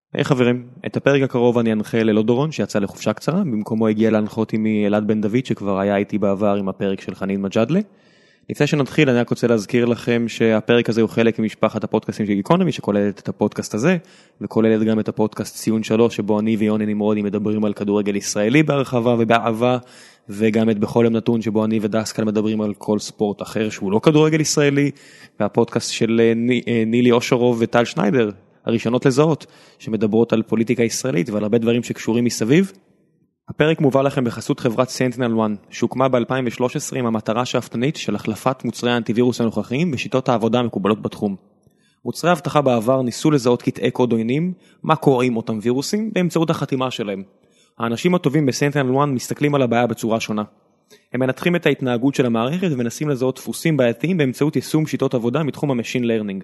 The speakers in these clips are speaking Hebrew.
היי חברים, את הפרק הקרוב אני אנחה ללא דורון שיצא לחופשה קצרה, במקומו הגיע להנחות עמי אלעד בן דוד שכבר היה איתי בעבר עם הפרק של חנין מג'אדלה. לפני שנתחיל אני רק רוצה להזכיר לכם שהפרק הזה הוא חלק ממשפחת הפודקאסטים של גיקונומי שכוללת את הפודקאסט הזה, וכוללת גם את הפודקאסט ציון 3 שבו אני ויוני נמרודי מדברים על כדורגל ישראלי בהרחבה ובאהבה, וגם את בכל יום נתון שבו אני ודסקל מדברים על כל ספורט אחר שהוא לא כדורגל ישראלי, והפודקאסט של נילי אושרוב וטל שניידר, הראשונות לזהות, שמדברות על פוליטיקה ישראלית ועל הרבה דברים שקשורים מסביב. הפרק מובא לכם בחסות חברת Sentinel One, שהוקמה ב-2013 עם המטרה שאפתנית של החלפת מוצרי האנטיווירוס הנוכחיים בשיטות העבודה המקובלות בתחום. מוצרי האבטחה בעבר ניסו לזהות קטעי קוד עוינים, מה קוראים אותם וירוסים, באמצעות החתימה שלהם. האנשים הטובים ב-Sentinel One מסתכלים על הבעיה בצורה שונה. הם מנתחים את ההתנהגות של המערכת ומנסים לזהות דפוסים בעייתיים באמצעות יישום שיטות עבודה מתחום המשין לרנינג.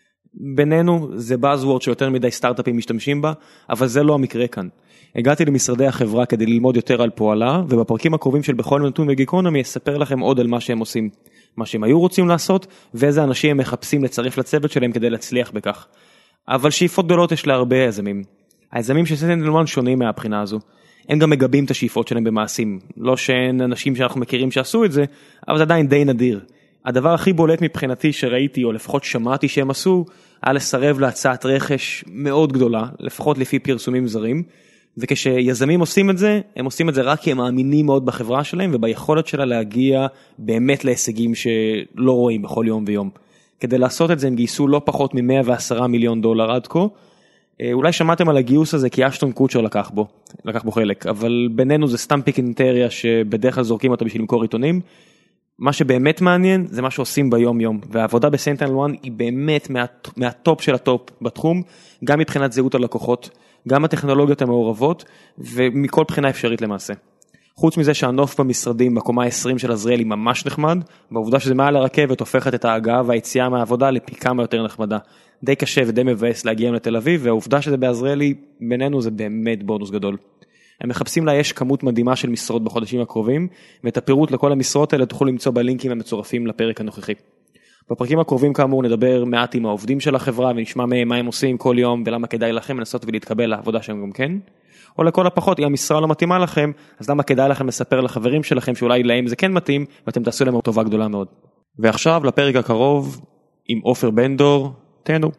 בינינו זה buzzword שיותר מדי סטארט-אפים משתמשים בה, אבל זה לא המקרה כאן. הגעתי למשרדי החברה כדי ללמוד יותר על פועלה, ובפרקים הקרובים של בכל נתון וגיקונומי אספר לכם עוד על מה שהם עושים, מה שהם היו רוצים לעשות, ואיזה אנשים הם מחפשים לצרף לצוות שלהם כדי להצליח בכך. אבל שאיפות גדולות יש להרבה יזמים. היזמים של Sentinel One שונים מהבחינה הזו. הם גם מגבים את השאיפות שלהם במעשים. לא שאין אנשים שאנחנו מכירים שעשו את זה, אבל זה עדיין די נדיר. הדבר הכי בולט מבחינתי שראיתי, או לפחות שמעתי שהם עשו, היה לסרב להצעת רכש מאוד גדולה, לפחות לפי פרסומים זרים, וכשיזמים עושים את זה, הם עושים את זה רק כי הם מאמינים מאוד בחברה שלהם, וביכולת שלה להגיע באמת להישגים שלא רואים בכל יום ויום. כדי לעשות את זה הם גייסו לא פחות מ$110 מיליון עד כה, אולי שמעתם על הגיוס הזה כי אשטון קוצ'ר לקח בו חלק, אבל בינינו זה סתם פיקינטריה שבדרך כלל זורקים אותו בשביל למכור עיתונים. מה שבאמת מעניין זה מה שעושים ביום יום, והעבודה בסנטינל 1 היא באמת מהטופ של הטופ בתחום, גם מבחינת זהות הלקוחות, גם הטכנולוגיות המעורבות, ומכל בחינה אפשרית למעשה. חוץ מזה שהנוף במשרדים בקומה 20 של עזריאל היא ממש נחמד, בעובדה שזה מעל הרכבת הופכת את ההגעה והיציאה מהעבודה לפי כמה יותר נחמדה. די קשה ודי מבאס להגיע לתל אביב, והעובדה שזה בעזריאלי בינינו זה באמת בונוס גדול. הם מחפשים לאייש כמות מדהימה של משרות בחודשים הקרובים, ואת הפירוט לכל המשרות האלה תוכלו למצוא בלינקים המצורפים לפרק הנוכחי. בפרקים הקרובים כאמור נדבר מעט עם העובדים של החברה, ונשמע מהם מה הם עושים כל יום, ולמה כדאי לכם לנסות ולהתקבל לעבודה שהם גם כן. או לכל הפחות, אם המשרה לא מתאימה לכם, אז למה כדאי לכם לספר לחברים שלכם שאולי להם זה כן מתאים, ואתם תעשו להם טובה גדולה מאוד. ועכשיו לפרק הקרוב, עם עופר בן דור, תהנו.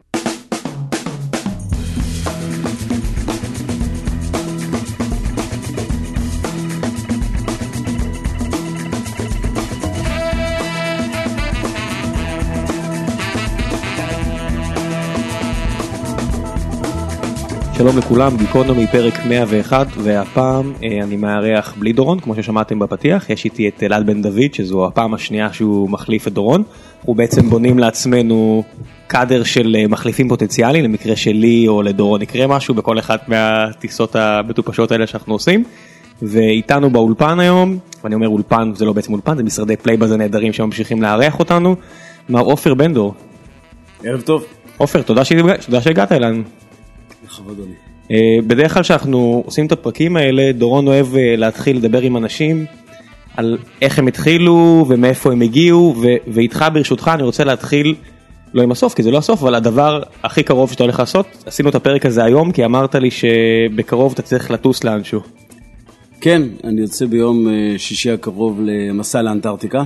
שלום לכולם, גיקונומי פרק 101, והפעם אני מארח בלי דורון, כמו ששמעתם בפתיח. יש איתי את אלעד בן דוד, שזו הפעם השנייה שהוא מחליף את דורון. אנחנו בעצם בונים לעצמנו קאדר של מחליפים פוטנציאליים, למקרה שלי או לדורון יקרה משהו בכל אחת מהטיסות המטופשות האלה שאנחנו עושים. ואיתנו באולפן היום, ואני אומר אולפן, זה לא בעצם אולפן, זה משרדי פלייבאז הנהדרים שממשיכים לארח אותנו, מר עופר בן דור. ערב טוב. עופר, תודה שהגעת אלינו. בדרך כלל שאנחנו עושים את הפרקים האלה, דורון אוהב להתחיל לדבר עם אנשים על איך הם התחילו ומאיפה הם הגיעו, ואיתך ברשותך אני רוצה להתחיל, לא עם הסוף כי זה לא הסוף, אבל הדבר הכי קרוב שאתה הולך לעשות, עשינו את הפרק הזה היום כי אמרת לי שבקרוב אתה צריך לטוס לאנשהו. כן, אני יוצא ביום שישי הקרוב למסע לאנטארקטיקה,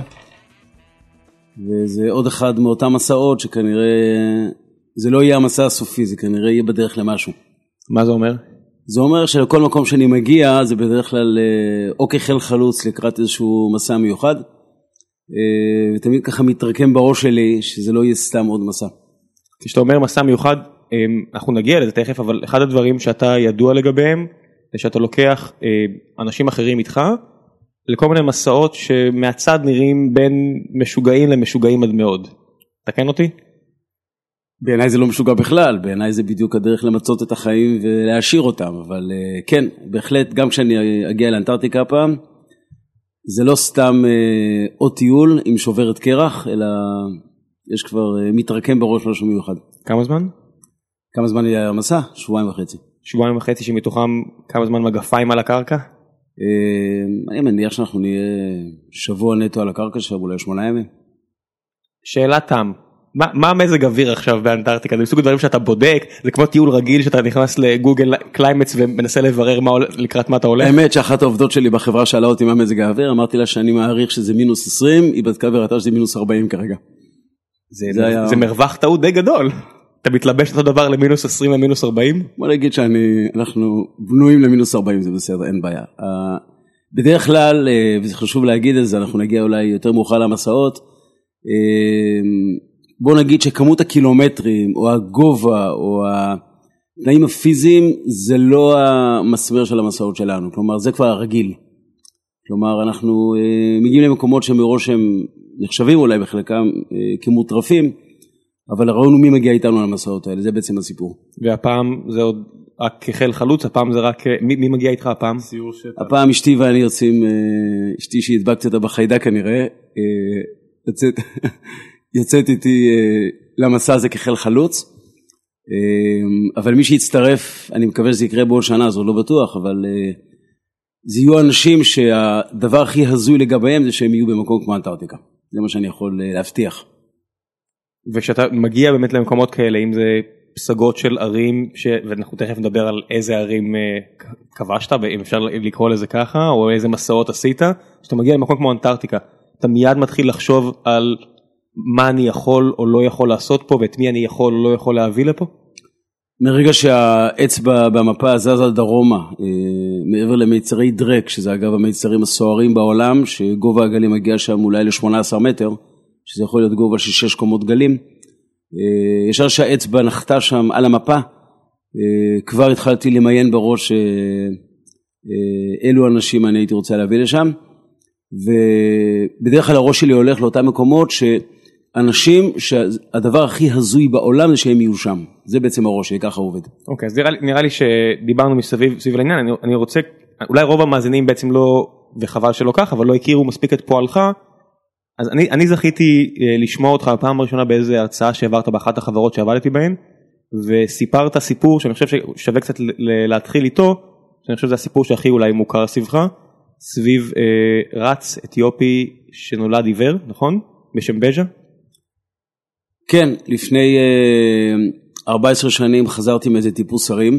וזה עוד אחד מאותם מסעות שכנראה זה לא יהיה המסע הסופי, זה כנראה יהיה בדרך למשהו. מה זה אומר? זה אומר שלכל מקום שאני מגיע, זה בדרך כלל או כחיל חלוץ לקראת איזשהו מסע מיוחד, ותמיד ככה מתרקם בראש שלי שזה לא יהיה סתם עוד מסע. כשאתה אומר מסע מיוחד, אנחנו נגיע לזה תכף, אבל אחד הדברים שאתה ידוע לגביהם, זה שאתה לוקח אנשים אחרים איתך, לכל מיני מסעות שמהצד נראים בין משוגעים למשוגעים עד מאוד. תקן אותי? בעיניי זה לא משוגע בכלל, בעיניי זה בדיוק הדרך למצות את החיים ולהשאיר אותם, אבל כן, בהחלט, גם כשאני אגיע לאנטארקטיקה הפעם, זה לא סתם עוד טיול עם שוברת קרח, אלא יש כבר מתרקם בראש משהו מיוחד. כמה זמן? כמה זמן יהיה המסע? 2.5 שבועות. 2.5 שבועות שמתוכם כמה זמן מגפיים על הקרקע? אני מניח שאנחנו נהיה שבוע נטו על הקרקע, אולי 8 ימים. שאלה תם. מה המזג אוויר עכשיו באנטארקטיקה? זה מסוג הדברים שאתה בודק, זה כמו טיול רגיל שאתה נכנס לגוגל קליימטס ומנסה לברר לקראת מה אתה הולך? האמת שאחת העובדות שלי בחברה שאלה אותי מה מזג האוויר, אמרתי לה שאני מעריך שזה מינוס 20, היא בדקה וראתה שזה מינוס 40 כרגע. זה מרווח טעות די גדול. אתה מתלבש אותו דבר למינוס 20 ומינוס 40? בוא נגיד שאנחנו בנויים למינוס 40, זה בסדר, אין בעיה. בדרך כלל, וזה חשוב להגיד את זה, אנחנו נגיע אולי יותר מאוחר למסעות, בוא נגיד שכמות הקילומטרים, או הגובה, או התנאים הפיזיים, זה לא המסמר של המסעות שלנו, כלומר זה כבר הרגיל. כלומר אנחנו מגיעים למקומות שמראש הם נחשבים אולי בחלקם כמוטרפים, אבל ראינו מי מגיע איתנו למסעות האלה, זה בעצם הסיפור. והפעם זה עוד רק כחיל חלוץ, הפעם זה רק, מי מגיע איתך הפעם? הפעם אשתי ואני יוצאים, אשתי שהדבקתי אותה בחיידה כנראה, יוצאת איתי למסע הזה כחיל חלוץ, אבל מי שיצטרף, אני מקווה שזה יקרה בעוד שנה, זו לא בטוח, אבל זה יהיו אנשים שהדבר הכי הזוי לגביהם זה שהם יהיו במקום כמו אנטארקטיקה, זה מה שאני יכול להבטיח. וכשאתה מגיע באמת למקומות כאלה, אם זה פסגות של ערים, ואנחנו תכף נדבר על איזה ערים כבשת, ואם אפשר לקרוא לזה ככה, או איזה מסעות עשית, כשאתה מגיע למקום כמו אנטארקטיקה, אתה מיד מתחיל לחשוב על מה אני יכול או לא יכול לעשות פה, ואת מי אני יכול או לא יכול להביא לפה? מרגע שהאצבע במפה זזה דרומה, מעבר למיצרי דרק, שזה אגב המיצרים הסוערים בעולם, שגובה הגלים מגיע שם אולי ל-18 מטר, שזה יכול להיות גובה של 6 קומות גלים, ישר שהאצבע נחתה שם על המפה, כבר התחלתי למיין בראש אילו אנשים אני הייתי רוצה להביא לשם, ובדרך כלל הראש שלי הולך לאותם מקומות שאנשים שהדבר הכי הזוי בעולם זה שהם יהיו שם, זה בעצם הראש שלי, ככה עובד. אוקיי, אז נראה לי שדיברנו מסביב לעניין, אני רוצה, אולי רוב המאזינים בעצם לא, וחבל שלא כך, אבל לא הכירו מספיק את פועלך, אז אני זכיתי לשמוע אותך בפעם הראשונה באיזו הרצאה שהעברת באחת החברות שעבדתי בהן, וסיפרת סיפור שאני חושב ששווה קצת להתחיל איתו, שאני חושב שזה הסיפור שהכי אולי מוכר סביבך, סביב רץ אתיופי שנולד עיוור, נכון? בשם בז'ה? כן, לפני 14 שנים חזרתי מאיזה טיפוס הרים,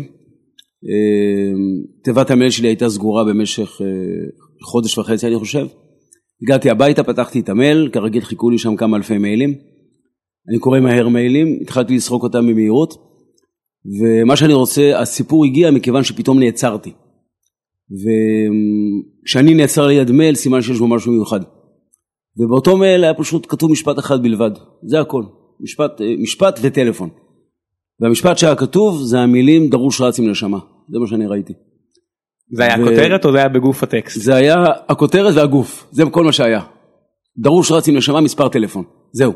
תיבת המייל שלי הייתה סגורה במשך חודש וחצי אני חושב, הגעתי הביתה, פתחתי את המייל, כרגיל חיכו לי שם כמה אלפי מיילים, אני קורא מהר מיילים, התחלתי לסרוק אותם במהירות, ומה שאני רוצה, הסיפור הגיע מכיוון שפתאום נעצרתי, וכשאני נעצר ליד מייל, סימן שיש בו משהו מיוחד, ובאותו מייל היה פשוט כתוב משפט אחד בלבד, זה הכל, משפט וטלפון, והמשפט שהיה כתוב זה המילים דרוש רץ עם נשמה, זה מה שאני ראיתי. זה היה הכותרת או זה היה בגוף הטקסט? זה היה הכותרת והגוף, זה כל מה שהיה. דרוש רץ עם נשמה, מספר טלפון, זהו.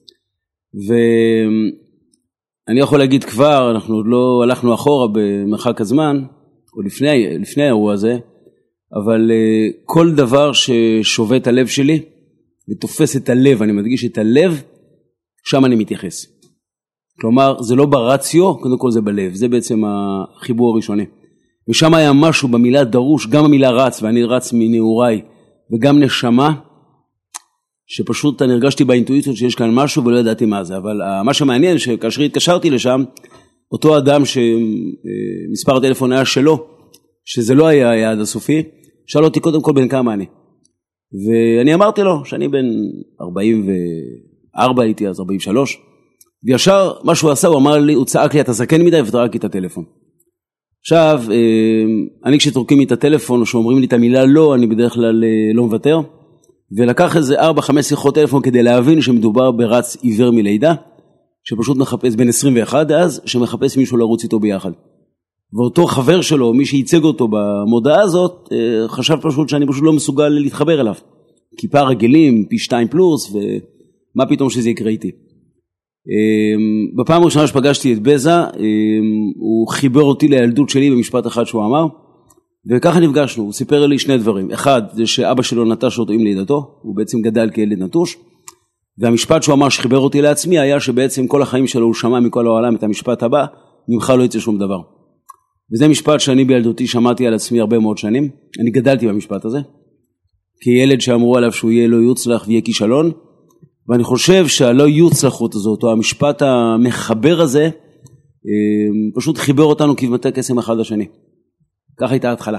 ואני יכול להגיד כבר, אנחנו עוד לא הלכנו אחורה במרחק הזמן, או לפני האירוע הזה, אבל כל דבר ששובה את הלב שלי, ותופס את הלב, אני מדגיש את הלב, שם אני מתייחס. כלומר, זה לא ברציו, קודם כל זה בלב, זה בעצם החיבור הראשוני. ושם היה משהו במילה דרוש, גם המילה רץ, ואני רץ מנעוריי, וגם נשמה, שפשוט אני הרגשתי באינטואיציות שיש כאן משהו ולא ידעתי מה זה, אבל מה שמעניין שכאשר התקשרתי לשם, אותו אדם שמספר הטלפון היה שלו, שזה לא היה היעד הסופי, שאל אותי קודם כל בין כמה אני. ואני אמרתי לו שאני בין 44 הייתי אז, 43, וישר מה שהוא עשה, הוא אמר לי, הוא צעק לי, אתה זקן מדי ותרק לי את הטלפון. עכשיו, אני כשתורקים לי את הטלפון, או שאומרים לי את המילה לא, אני בדרך כלל לא מוותר, ולקח איזה 4-5 שיחות טלפון כדי להבין שמדובר ברץ עיוור מלידה, שפשוט מחפש בין 21 אז, שמחפש מישהו לרוץ איתו ביחד. ואותו חבר שלו, מי שייצג אותו במודעה הזאת, חשב פשוט שאני פשוט לא מסוגל להתחבר אליו. כי פער רגילים, פי 2 פלוס, ומה פתאום שזה יקרה איתי. בפעם הראשונה שפגשתי את בז'ה, הוא חיבר אותי לילדות שלי במשפט אחד שהוא אמר, וככה נפגשנו. הוא סיפר לי שני דברים. אחד, זה שאבא שלו נטש אותו עם לידתו, הוא בעצם גדל כילד נטוש, והמשפט שהוא אמר שחיבר אותי לעצמי היה שבעצם כל החיים שלו הוא שמע מכל העולם את המשפט הבא, ממך לא יצא שום דבר. וזה משפט שאני בילדותי שמעתי על עצמי הרבה מאוד שנים, אני גדלתי במשפט הזה, כילד שאמרו עליו שהוא יהיה לא יוצלח ויהיה כישלון, ואני חושב שהלא יוצלחות הזאת, או המשפט המחבר הזה, פשוט חיבר אותנו כבמטה קסם אחד לשני. כך הייתה ההתחלה.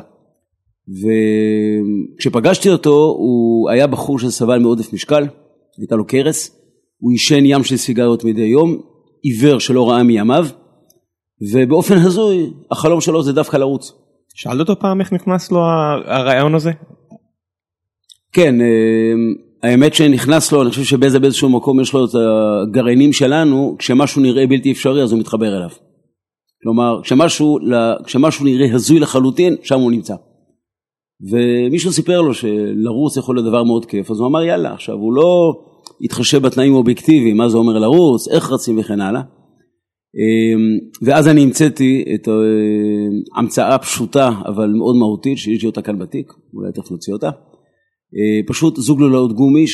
וכשפגשתי אותו, הוא היה בחור שסבל מעודף משקל, הייתה לו קרס, הוא ישן ים של סיגריות מדי יום, עיוור שלא ראה מימיו, ובאופן הזוי, החלום שלו זה דווקא לרוץ. שאלת אותו פעם איך נכנס לו הרעיון הזה? כן, האמת שנכנס לו, אני חושב שבאיזשהו מקום יש לו את הגרעינים שלנו, כשמשהו נראה בלתי אפשרי אז הוא מתחבר אליו. כלומר, כשמשהו נראה הזוי לחלוטין, שם הוא נמצא. ומישהו סיפר לו שלרוץ יכול להיות דבר מאוד כיף, אז הוא אמר יאללה, עכשיו הוא לא התחשב בתנאים האובייקטיביים, מה זה אומר לרוץ, איך רצים וכן הלאה. ואז אני המצאתי את המצאה פשוטה, אבל מאוד מהותית, שיש לי אותה כאן בתיק, אולי תכף נוציא אותה. פשוט זוג לולאות גומי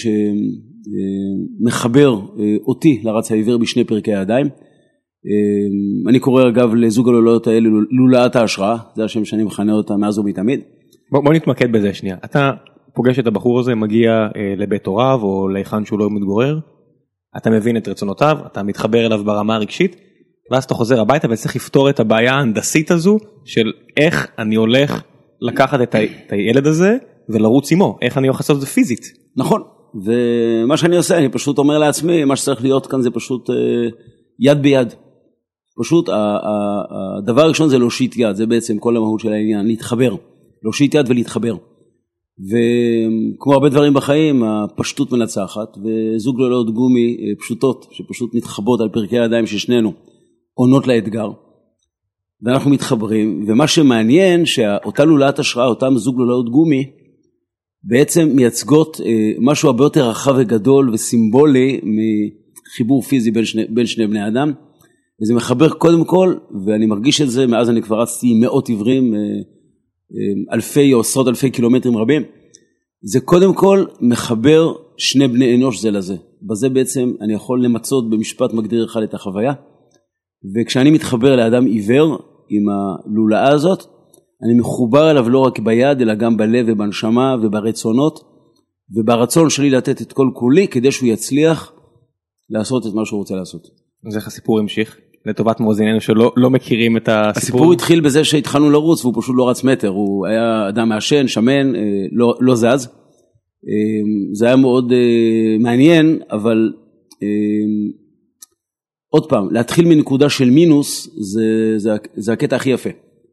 שמחבר אותי לרץ העיוור בשני פרקי הידיים. אני קורא אגב לזוג הלולאות האלה לולאת ההשראה, זה השם שאני מכנה אותה מאז ומתמיד. בוא נתמקד בזה שנייה. אתה פוגש את הבחור הזה, מגיע לבית הוריו או להיכן שהוא לא מתגורר, אתה מבין את רצונותיו, אתה מתחבר אליו ברמה הרגשית, ואז אתה חוזר הביתה וצריך לפתור את הבעיה ההנדסית הזו של איך אני הולך לקחת את הילד הזה ולרוץ עמו, איך אני הולך לעשות את זה פיזית. נכון, ומה שאני עושה, אני פשוט אומר לעצמי, מה שצריך להיות כאן זה פשוט יד ביד. פשוט הדבר הראשון זה להושיט יד, זה בעצם כל המהות של העניין, להתחבר, להושיט יד ולהתחבר. וכמו הרבה דברים בחיים, הפשטות מנצחת, וזוג לולאות גומי פשוטות, שפשוט מתחבות על פרקי הידיים של שנינו, עונות לאתגר, ואנחנו מתחברים, ומה שמעניין שאותה לולאת השראה, אותם זוג לולאות גומי, בעצם מייצגות משהו הרבה יותר רחב וגדול וסימבולי מחיבור פיזי בין שני בני אדם, וזה מחבר קודם כל, ואני מרגיש את זה, מאז אני כבר רצתי מאות עיוורים, אלפי או עשרות אלפי קילומטרים רבים, זה קודם כל מחבר שני בני אנוש זה לזה, בזה בעצם אני יכול למצות במשפט מגדיר אחד את החוויה, וכשאני מתחבר לאדם עיוור עם הלולאה הזאת, אני מחובר אליו לא רק ביד, אלא גם בלב ובנשמה וברצונות, וברצון שלי לתת את כל כולי, כדי שהוא יצליח לעשות את מה שהוא רוצה לעשות. אז איך הסיפור המשיך? לטובת מאזיננו שלא מכירים את הסיפור. הסיפור התחיל בזה שהתחלנו לרוץ, והוא פשוט לא רץ מטר, הוא היה אדם מעשן, שמן, לא זז. זה היה מאוד מעניין, אבל עוד פעם, להתחיל מנקודה של מינוס, זה הקטע הכי יפה.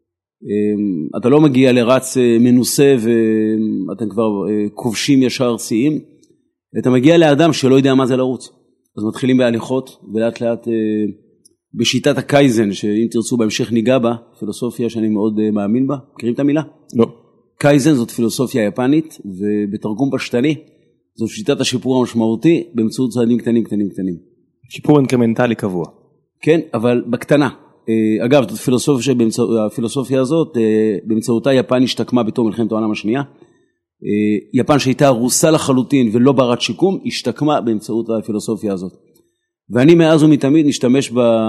אתה לא מגיע לרץ מנוסה ואתם כבר כובשים ישר שיאים, אתה מגיע לאדם שלא יודע מה זה לרוץ. אז מתחילים בהליכות ולאט לאט בשיטת הקייזן, שאם תרצו בהמשך ניגע בה, פילוסופיה שאני מאוד מאמין בה. מכירים את המילה? לא. קייזן זאת פילוסופיה יפנית, ובתרגום פשטני זאת שיטת השיפור המשמעותי באמצעות צעדים קטנים קטנים קטנים. שיפור אינקרמנטלי קבוע. כן, אבל בקטנה. אגב, הפילוסופיה הזאת, באמצעותה יפן השתקמה בתום מלחמת העולם השנייה. יפן שהייתה רוסה לחלוטין ולא ברת שיקום, השתקמה באמצעות הפילוסופיה הזאת. ואני מאז ומתמיד נשתמש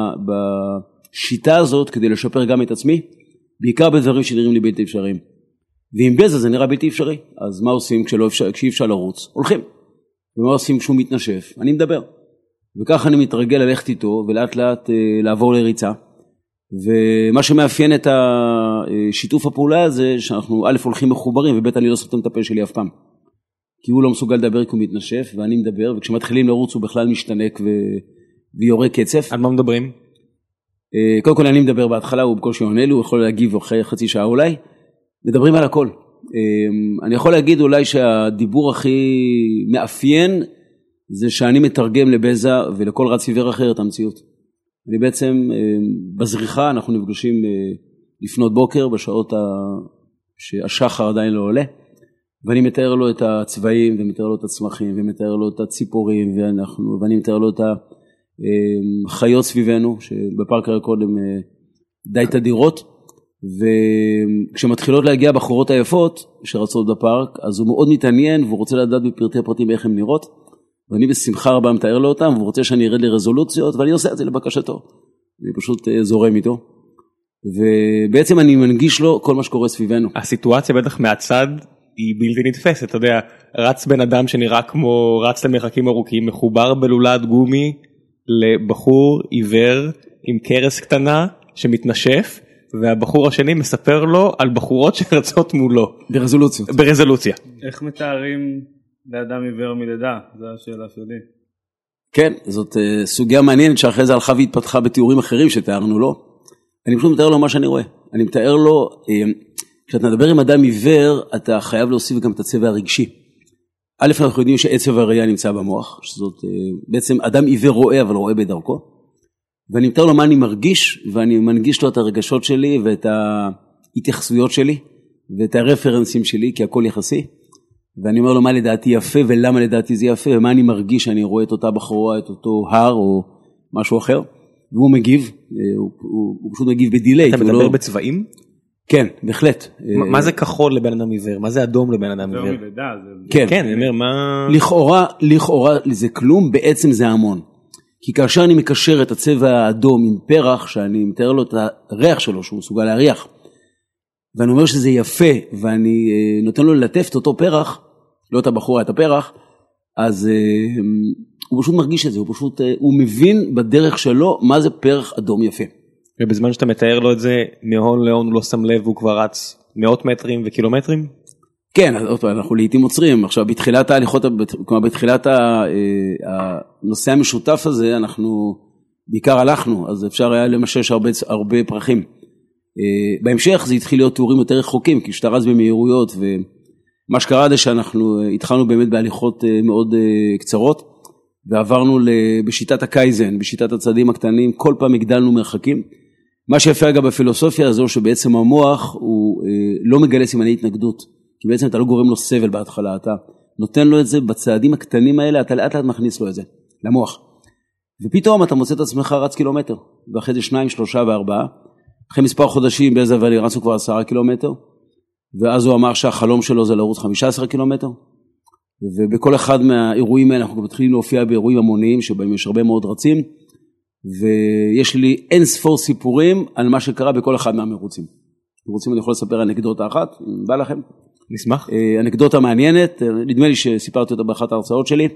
בשיטה הזאת כדי לשפר גם את עצמי, בעיקר בדברים שנראים לי בלתי אפשריים. ואם בזה זה נראה בלתי אפשרי, אז מה עושים כשאי אפשר לרוץ? הולכים. ומה עושים כשהוא מתנשף? אני מדבר. וכך אני מתרגל ללכת איתו ולאט לאט לעבור לריצה. ומה שמאפיין את השיתוף הפעולה הזה, שאנחנו א' הולכים מחוברים, וב' אני לא סותם את הפה שלי אף פעם. כי הוא לא מסוגל לדבר כי הוא מתנשף, ואני מדבר, וכשמתחילים לרוץ הוא בכלל משתנק ויורק קצף. על מה מדברים? קודם כל אני מדבר בהתחלה, הוא בקושי עונה לי, הוא יכול להגיב אחרי חצי שעה אולי. מדברים על הכל. אני יכול להגיד אולי שהדיבור הכי מאפיין, זה שאני מתרגם לבזה ולכל רץ עיוור אחר את המציאות. אני בעצם בזריחה, אנחנו נפגשים לפנות בוקר, בשעות שהשחר עדיין לא עולה, ואני מתאר לו את הצבעים, ומתאר לו את הצמחים, ומתאר לו את הציפורים, ואני מתאר לו את החיות סביבנו, שבפארק הירקון הם די תדירות, וכשמתחילות להגיע בחורות היפות, שרצות בפארק, אז הוא מאוד מתעניין, והוא רוצה לדעת בפרטי הפרטים איך הן נראות, ואני בשמחה רבה מתאר לו אותם, והוא רוצה שאני ארד לרזולוציות, ואני עושה את זה לבקשתו. אני פשוט זורם איתו. ובעצם אני מנגיש לו כל מה שקורה סביבנו. הסיטואציה בטח מהצד היא בלתי נתפסת, אתה יודע, רץ בן אדם שנראה כמו רץ למרחקים ארוכים, מחובר בלולת גומי לבחור עיוור עם קרס קטנה שמתנשף, והבחור השני מספר לו על בחורות שרצות מולו. ברזולוציות. ברזולוציה. איך מתארים לאדם עיוור מלידה? זו השאלה שלי. כן, זאת סוגיה מעניינת שאחרי זה הלכה והתפתחה בתיאורים אחרים שתיארנו לו. אני פשוט מתאר לו מה שאני רואה. אני מתאר לו, כשאתה מדבר עם אדם עיוור, אתה חייב להוסיף גם את הצבע הרגשי. א', אנחנו יודעים שעצב הראייה נמצא במוח, שזאת בעצם אדם עיוור רואה, אבל רואה בדרכו. ואני מתאר לו מה אני מרגיש, ואני מנגיש לו את הרגשות שלי, ואת ההתייחסויות שלי, ואת הרפרנסים שלי, כי הכל יחסי. ואני אומר לו מה לדעתי יפה, ולמה לדעתי זה יפה, ומה אני מרגיש שאני רואה את אותה בחורה, את אותו הר, או משהו אחר. והוא מגיב, הוא פשוט מגיב בדילי. אתה מדבר בצבעים? כן, בהחלט. מה זה כחול לבן אדם עיוור? מה זה אדום לבן אדם עיוור? כן. כן, אני אומר, מה... לכאורה זה כלום, בעצם זה המון. כי כאשר אני מקשר את הצבע האדום עם פרח, שאני מתאר לו את הריח שלו, שהוא מסוגל להריח, ואני אומר שזה יפה, ואני נותן לו ללטף את אותו פרח, לא את הבחורה, את הפרח, אז הוא פשוט מרגיש את זה, הוא מבין בדרך שלו מה זה פרח אדום יפה. ובזמן שאתה מתאר לו את זה, מהון להון הוא לא שם לב, הוא כבר רץ מאות מטרים וקילומטרים? כן, אנחנו לעתים עוצרים. עכשיו, בתחילת ההליכות, כלומר, בתחילת הנושא המשותף הזה, אנחנו בעיקר הלכנו, אז אפשר היה למשש הרבה פרחים. בהמשך זה התחיל להיות תיאורים יותר רחוקים, כי שאתה רץ במהירויות, ומה שקרה זה שאנחנו התחלנו באמת בהליכות מאוד קצרות, ועברנו בשיטת הקייזן, בשיטת הצעדים הקטנים, כל פעם הגדלנו מרחקים. מה שיפה אגב בפילוסופיה הזו, שבעצם המוח הוא לא מגלה סימני התנגדות, כי בעצם אתה לא גורם לו סבל בהתחלה, אתה נותן לו את זה בצעדים הקטנים האלה, אתה לאט לאט מכניס לו את זה, למוח. ופתאום אתה מוצא את עצמך רץ קילומטר, ואחרי זה 2, 3 ו4, אחרי מספר חודשים בזה ואלי רצו כבר 10 קילומטר, ואז הוא אמר שהחלום שלו זה לרוץ 15 קילומטר, ובכל אחד מהאירועים האלה אנחנו מתחילים להופיע באירועים המוניים, שבהם יש הרבה מאוד רצים, ויש לי אין ספור סיפורים על מה שקרה בכל אחד מהמרוצים. רוצים אני יכול לספר אנקדוטה אחת, אם בא לכם. נשמח. אנקדוטה מעניינת, נדמה לי שסיפרתי אותה באחת ההרצאות שלי.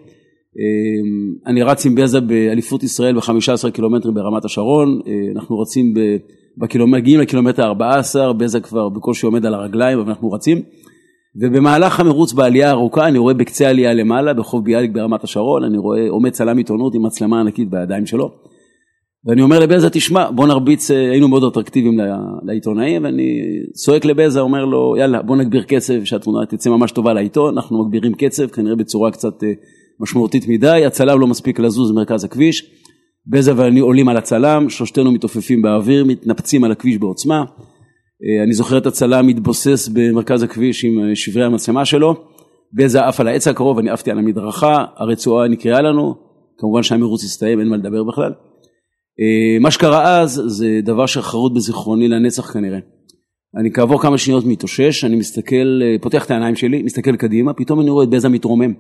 אני רץ עם בזה באליפות ישראל ב-15 קילומטרים ברמת השרון, אנחנו רצים מגיעים לקילומטר 14, בזה כבר בקושי עומד על הרגליים, אבל אנחנו רצים. ובמהלך המרוץ בעלייה הארוכה, אני רואה בקצה העלייה למעלה, בחוף ביאליק ברמת השרון, אני רואה עומד צלם עיתונות עם מצלמה ענקית בידיים שלו. ואני אומר לבזה, תשמע, בוא נרביץ, היינו מאוד אטרקטיביים לעיתונאים, ואני צועק לבזה, אומר לו, יאללה, בוא נגביר קצב, שהתמונה תצא ממש טובה לעיתון, אנחנו מגבירים קצב, כנראה בצורה קצת משמעותית מדי, הצלם לא מספיק לזוז במרכז הכביש, בזה ואני עולים על הצלם, שלושתנו מתעופפים באוויר, מתנפצים על הכביש בעוצמה, אני זוכר את הצלם מתבוסס במרכז הכביש עם שברי המצלמה שלו, בזה עף על העץ הקרוב, אני עפתי על המדרכה, הרצועה נקראה לנו, כמובן שהמרוץ הסתיים, אין מה לדבר בכלל. מה שקרה אז זה דבר שחרוט בזיכרוני לנצח כנראה. אני כעבור כמה שניות מתאושש, אני מסתכל, פותח את העיניים שלי, מסתכל קדימה, פתאום אני רואה את בזה מתרומם.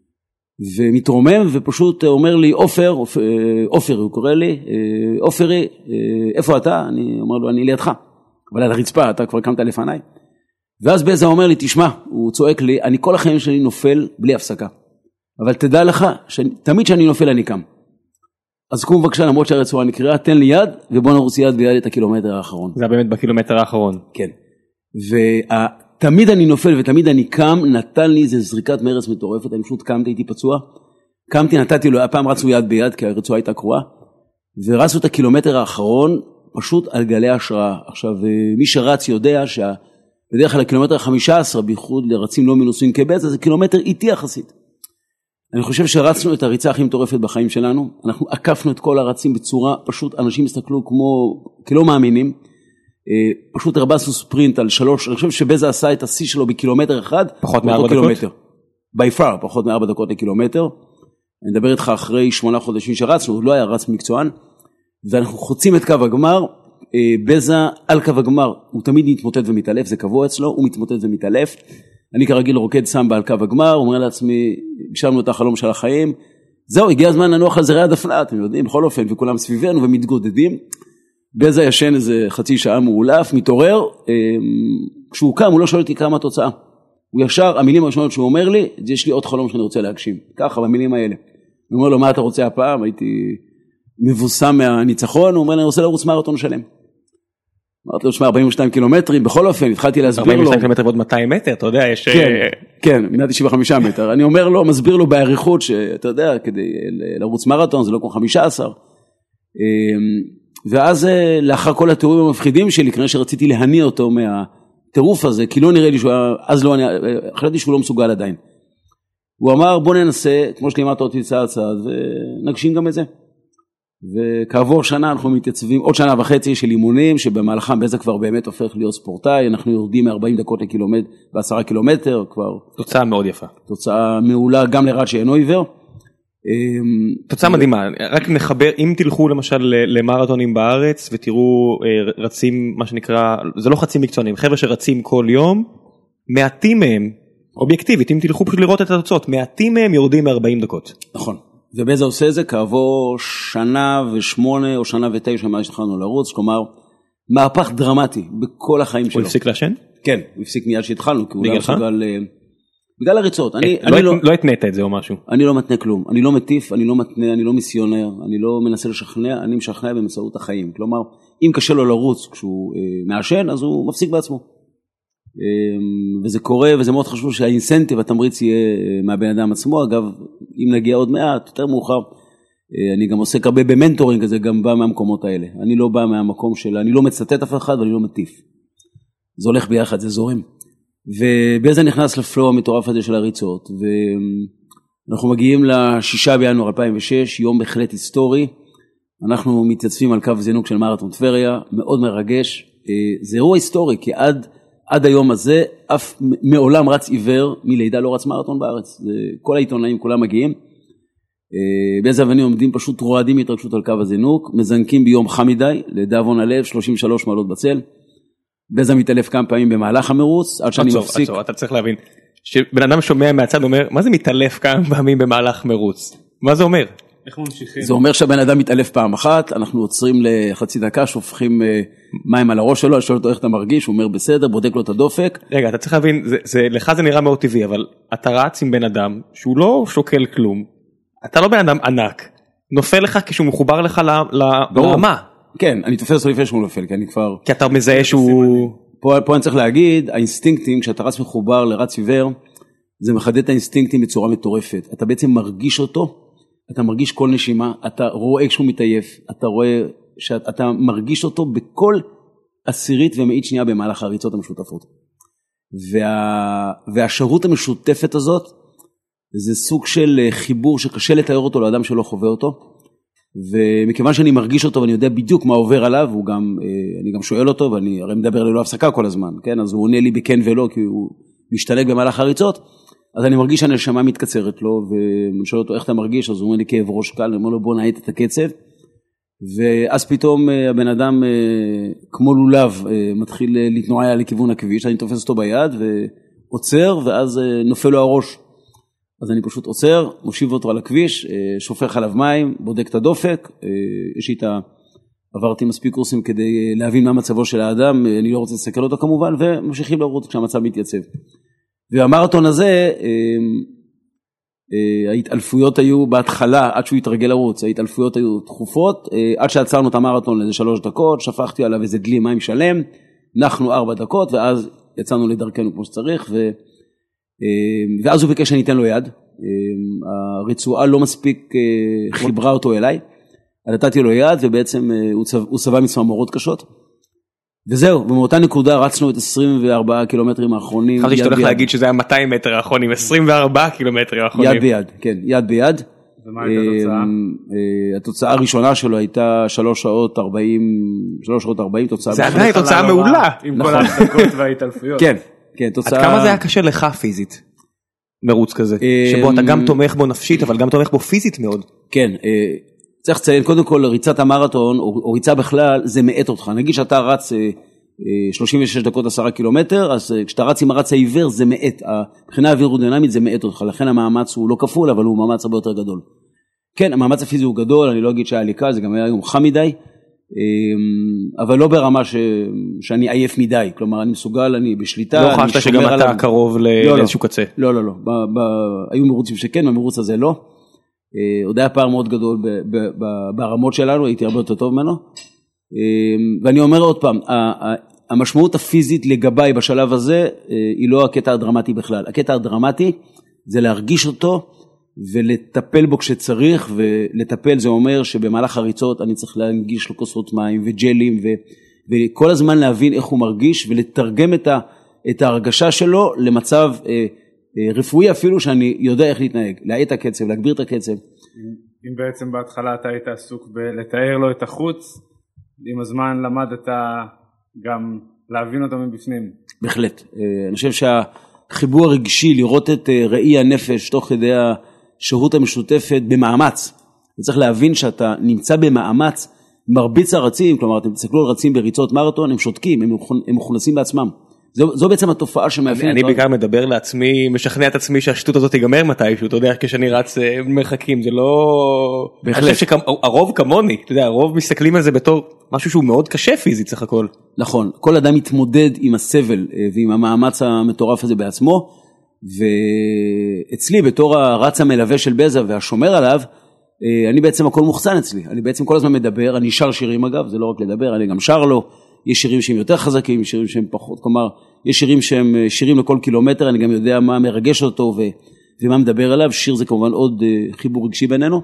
ומתרומם ופשוט אומר לי, אופר, הוא קורא לי, אופרי, איפה אתה? אני אומר לו, אני לידך. אבל על הרצפה, אתה כבר קמת לפניי. ואז בזה אומר לי, תשמע, הוא צועק לי, אני כל החיים שלי נופל בלי הפסקה. אבל תדע לך, תמיד שאני נופל אני קם. אז קום בבקשה, למרות שהרצועה נקראה, תן לי יד, ובוא נרוץ יד ביד את הקילומטר האחרון. זה באמת בקילומטר האחרון. כן. ותמיד אני נופל ותמיד אני קם, נתן לי איזה זריקת מרץ מטורפת, אני פשוט קמתי, הייתי פצוע. קמתי, נתתי לו, הפעם רצו יד ביד, כי הרצועה הייתה קרועה, ורצו את הקילומטר האחרון, פשוט על גלי השראה. עכשיו, מי שרץ יודע בדרך כלל הקילומטר ה-15, בייחוד לרצים לא מנוסים כבזה, זה קילומטר איטי יחסית. אני חושב שרצנו את הריצה הכי מטורפת בחיים שלנו, אנחנו עקפנו את כל הרצים בצורה, פשוט אנשים הסתכלו כלא מאמינים, פשוט הרבצנו ספרינט על 3, אני חושב שבזה עשה את השיא שלו בקילומטר אחד, פחות מ4 דקות? by far, פחות מ4 דקות לקילומטר, אני מדבר איתך אחרי 8 חודשים שרצנו, הוא לא היה רץ מקצוען, ואנחנו חוצים את קו הגמר, בזה על קו הגמר, הוא תמיד מתמוטט ומתעלף, זה קבוע אצלו, הוא מתמוטט ומתעלף, אני כרגיל רוקד סמבה על קו הגמר, אומר לעצמי, הגשמנו את החלום של החיים, זהו, הגיע הזמן לנוח על זרי הדפנה, אתם יודעים, בכל אופן, וכולם סביבנו ומתגודדים, בזה ישן איזה חצי שעה מעולף, מתעורר, כשהוא קם, הוא לא שואל אותי כמה התוצאה, הוא ישר, המילים הראשונות שהוא אומר לי, יש לי עוד חלום שאני רוצה להגשים, ככה במילים האלה. אני אומר לו, מה אתה רוצה הפעם? הייתי מבוסם מהניצחון, הוא אומר לי, אני רוצה לרוץ מרתון שלם. אמרתי לו, שמה 42 קילומטרים, בכל אופן, התחלתי להסביר לו. 42 קילומטר ועוד 200 מטר, אתה יודע, יש... כן, מנת 95 מטר. אני אומר לו, מסביר לו בעריכות, שאתה יודע, כדי לרוץ מרתון, זה לא כמו 15. ואז לאחר כל התיאורים המפחידים שלי, כנראה שרציתי להניע אותו מהטירוף הזה, כי לא נראה לי שהוא, אז לא, חשבתי שהוא לא מסוגל עדיין. הוא אמר, בוא ננסה, כמו שלימדת אותי צעד צעד, ונגשים גם את זה. וכעבור שנה אנחנו מתייצבים, עוד שנה וחצי של אימונים, שבמהלכם בזה כבר באמת הופך להיות ספורטאי, אנחנו יורדים מ-40 דקות לקילומטר, ב10 קילומטר, כבר... תוצאה מאוד יפה. תוצאה מעולה גם לרד שאינו עיוור. תוצאה מדהימה, רק נחבר, אם תלכו למשל למרתונים בארץ, ותראו רצים, מה שנקרא, זה לא חצים מקצוענים, חבר'ה שרצים כל יום, מעטים מהם, אובייקטיבית, אם תלכו פשוט לראות את התוצאות, מעטים מהם יורדים מ-40 דקות. נכון. ובזה עושה את זה כעבור שנה ושמונה או שנה ותשע מאז שהתחלנו לרוץ, כלומר, מהפך דרמטי בכל החיים שלו. הוא הפסיק לעשן? כן, הוא הפסיק מיד שהתחלנו, כי הוא בגלל לא מסוגל... בגלל הריצות. לא התנית את זה או משהו? אני לא מתנה כלום, אני לא מטיף, אני לא מתנה, אני לא מיסיונר, אני לא מנסה לשכנע, אני משכנע באמצעות החיים. כלומר, אם קשה לו לרוץ כשהוא מעשן, אז הוא מפסיק בעצמו. וזה קורה, וזה מאוד חשוב שהאינסנטיב, התמריץ יהיה מהבן אדם עצמו. אגב, אם נגיע עוד מעט, יותר מאוחר, אני גם עוסק הרבה במנטורינג, זה גם בא מהמקומות האלה. אני לא בא מהמקום של, אני לא מצטט אף אחד, ואני לא מטיף. זה הולך ביחד, זה זורם. ובזה נכנס לפלואו המטורף הזה של הריצות, ואנחנו מגיעים ל6 בינואר 2006, יום בהחלט היסטורי. אנחנו מתייצבים על קו זינוק של מרתון טבריה, מאוד מרגש. זה אירוע היסטורי, כי עד היום הזה, אף מעולם רץ עיוור, מלידה לא רץ מרתון בארץ. כל העיתונאים, כולם מגיעים. באיזה אבנים עומדים פשוט רועדים התרגשות על קו הזינוק, מזנקים ביום חם מדי, לדאבון הלב, 33 מעלות בצל. באיזה מתעלף כמה פעמים במהלך המרוץ, עד שאני מפסיק. אתה צריך להבין, שבן אדם שומע מהצד אומר, מה זה מתעלף כמה פעמים במהלך מרוץ? מה זה אומר? איך ממשיכים? זה אומר שהבן אדם מתעלף פעם אחת, אנחנו עוצרים לחצי דקה, שופכים מים על הראש שלו, אני שואל אותו איך אתה מרגיש, הוא אומר בסדר, בודק לו את הדופק. רגע, אתה צריך להבין, לך זה נראה מאוד טבעי, אבל אתה רץ עם בן אדם שהוא לא שוקל כלום, אתה לא בן אדם ענק, נופל לך כשהוא מחובר לך לרמה. כן, אני תופס אותו לפני שהוא נופל, כי אני כבר... כי אתה מזהה שהוא... פה אני צריך להגיד, האינסטינקטים, כשאתה רץ מחובר לרץ עיוור, זה מחדד את האינסטינקטים בצורה מטורפת. אתה בעצם מרגיש אותו, אתה מרגיש כל נשימה, אתה רואה כשהוא מתעייף, אתה רואה שאתה מרגיש אותו בכל עשירית ומאית שנייה במהלך הריצות המשותפות. והשירות המשותפת הזאת, זה סוג של חיבור שקשה לתאר אותו לאדם שלא חווה אותו, ומכיוון שאני מרגיש אותו ואני יודע בדיוק מה עובר עליו, אני גם שואל אותו, ואני הרי מדבר ללא הפסקה כל הזמן, כן? אז הוא עונה לי בכן ולא, כי הוא משתלג במהלך הריצות, אז אני מרגיש שהנשמה מתקצרת לו, ואני שואל אותו איך אתה מרגיש, אז הוא אומר לי כאב ראש קל, אני אומר לו בוא נעיט את הקצב, ואז פתאום הבן אדם כמו לולב מתחיל להתנועע לכיוון הכביש, אני תופס אותו ביד ועוצר, ואז נופל לו הראש. אז אני פשוט עוצר, מושיב אותו על הכביש, שופך עליו מים, בודק את הדופק, יש איתה, עברתי מספיק קורסים כדי להבין מה מצבו של האדם, אני לא רוצה לסקל אותו כמובן, וממשיכים לרוץ כשהמצב מתייצב. והמרתון הזה, ההתעלפויות היו בהתחלה, עד שהוא התרגל לרוץ, ההתעלפויות היו תכופות, עד שעצרנו את המרתון לאיזה 3 דקות, שפכתי עליו איזה דלי מים שלם, נחנו 4 דקות, ואז יצאנו לדרכנו כמו שצריך, ואז הוא ביקש שאני אתן לו יד, הרצועה לא מספיק חיברה אותו אליי, אז נתתי לו יד ובעצם הוא סבל מצמרמורות קשות, וזהו, ומאותה נקודה רצנו את 24 קילומטרים האחרונים. חשבתי שאתה הולך להגיד שזה היה 200 מטר האחרונים, 24 קילומטרים האחרונים. יד ביד, כן, יד ביד. ומה הייתה התוצאה? התוצאה הראשונה שלו הייתה 3 שעות 40, תוצאה. זה עדיין תוצאה מעולה. עם כל ההפסקות וההתעלפויות. כן. כן, תוצאה... עד כמה זה היה קשה לך פיזית, מרוץ כזה, שבו אתה גם תומך בו נפשית, אבל גם תומך בו פיזית מאוד. כן, צריך לציין, קודם כל, ריצת המרתון, או ריצה בכלל, זה מאט אותך. נגיד שאתה רץ 36 דקות 10 קילומטר, אז כשאתה רץ עם הרץ העיוור, זה מאט. מבחינה אווירודינמית זה מאט אותך, לכן המאמץ הוא לא כפול, אבל הוא מאמץ הרבה יותר גדול. כן, המאמץ הפיזי הוא גדול, אני לא אגיד שהיה לי קל, זה גם היה יום חם מדי, אבל לא ברמה שאני עייף מדי, כלומר אני מסוגל, אני בשליטה. לא חשת שגם אתה קרוב לאיזשהו קצה. לא, היו מרוצים שכן, המרוץ הזה לא. עוד היה פער מאוד גדול ברמות שלנו, הייתי הרבה יותר טוב ממנו. ואני אומר עוד פעם, המשמעות הפיזית לגביי בשלב הזה, היא לא הקטע הדרמטי בכלל. הקטע הדרמטי זה להרגיש אותו, ולטפל בו כשצריך, ולטפל זה אומר שבמהלך הריצות אני צריך להנגיש לו כוסות מים וג'לים, וכל הזמן להבין איך הוא מרגיש, ולתרגם את ההרגשה שלו למצב רפואי אפילו, שאני יודע איך להתנהג, להאט את הקצב, להגביר את הקצב. אם בעצם בהתחלה אתה היית עסוק בלתאר לו את החוץ, עם הזמן למדת גם להבין אותו מבפנים. בהחלט. אני חושב שהחיבור הרגשי, לראות את ראי הנפש תוך כדי השהות המשותפת במאמץ. וצריך להבין שאתה נמצא במאמץ, מרביץ הרצים, כלומר אתם תסתכלו על רצים בריצות מרתון, הם שותקים, הם מכונסים לעצמם. זו בעצם התופעה שמאפיינת. אני בעיקר מדבר לעצמי, משכנע את עצמי שהשטות הזאת תיגמר מתישהו, אתה יודע, כשאני רץ מרחקים, זה לא... בהחלט. אני חושב שהרוב כמוני, אתה יודע, הרוב מסתכלים על זה בתור משהו שהוא מאוד קשה פיזית סך הכל. נכון, כל אדם מתמודד עם הסבל ועם המאמץ המטורף הזה בעצמו, ואצלי בתור הרץ המלווה של בזה והשומר עליו, אני בעצם הכל מוחצן אצלי, אני בעצם כל הזמן מדבר, אני שר שירים אגב, זה לא רק לדבר, אני גם שר לו, יש שירים שהם יותר חזקים, שירים שהם פחות, כלומר, יש שירים שהם שירים לכל קילומטר, אני גם יודע מה מרגש אותו ומה מדבר עליו, שיר זה כמובן עוד חיבור רגשי בינינו,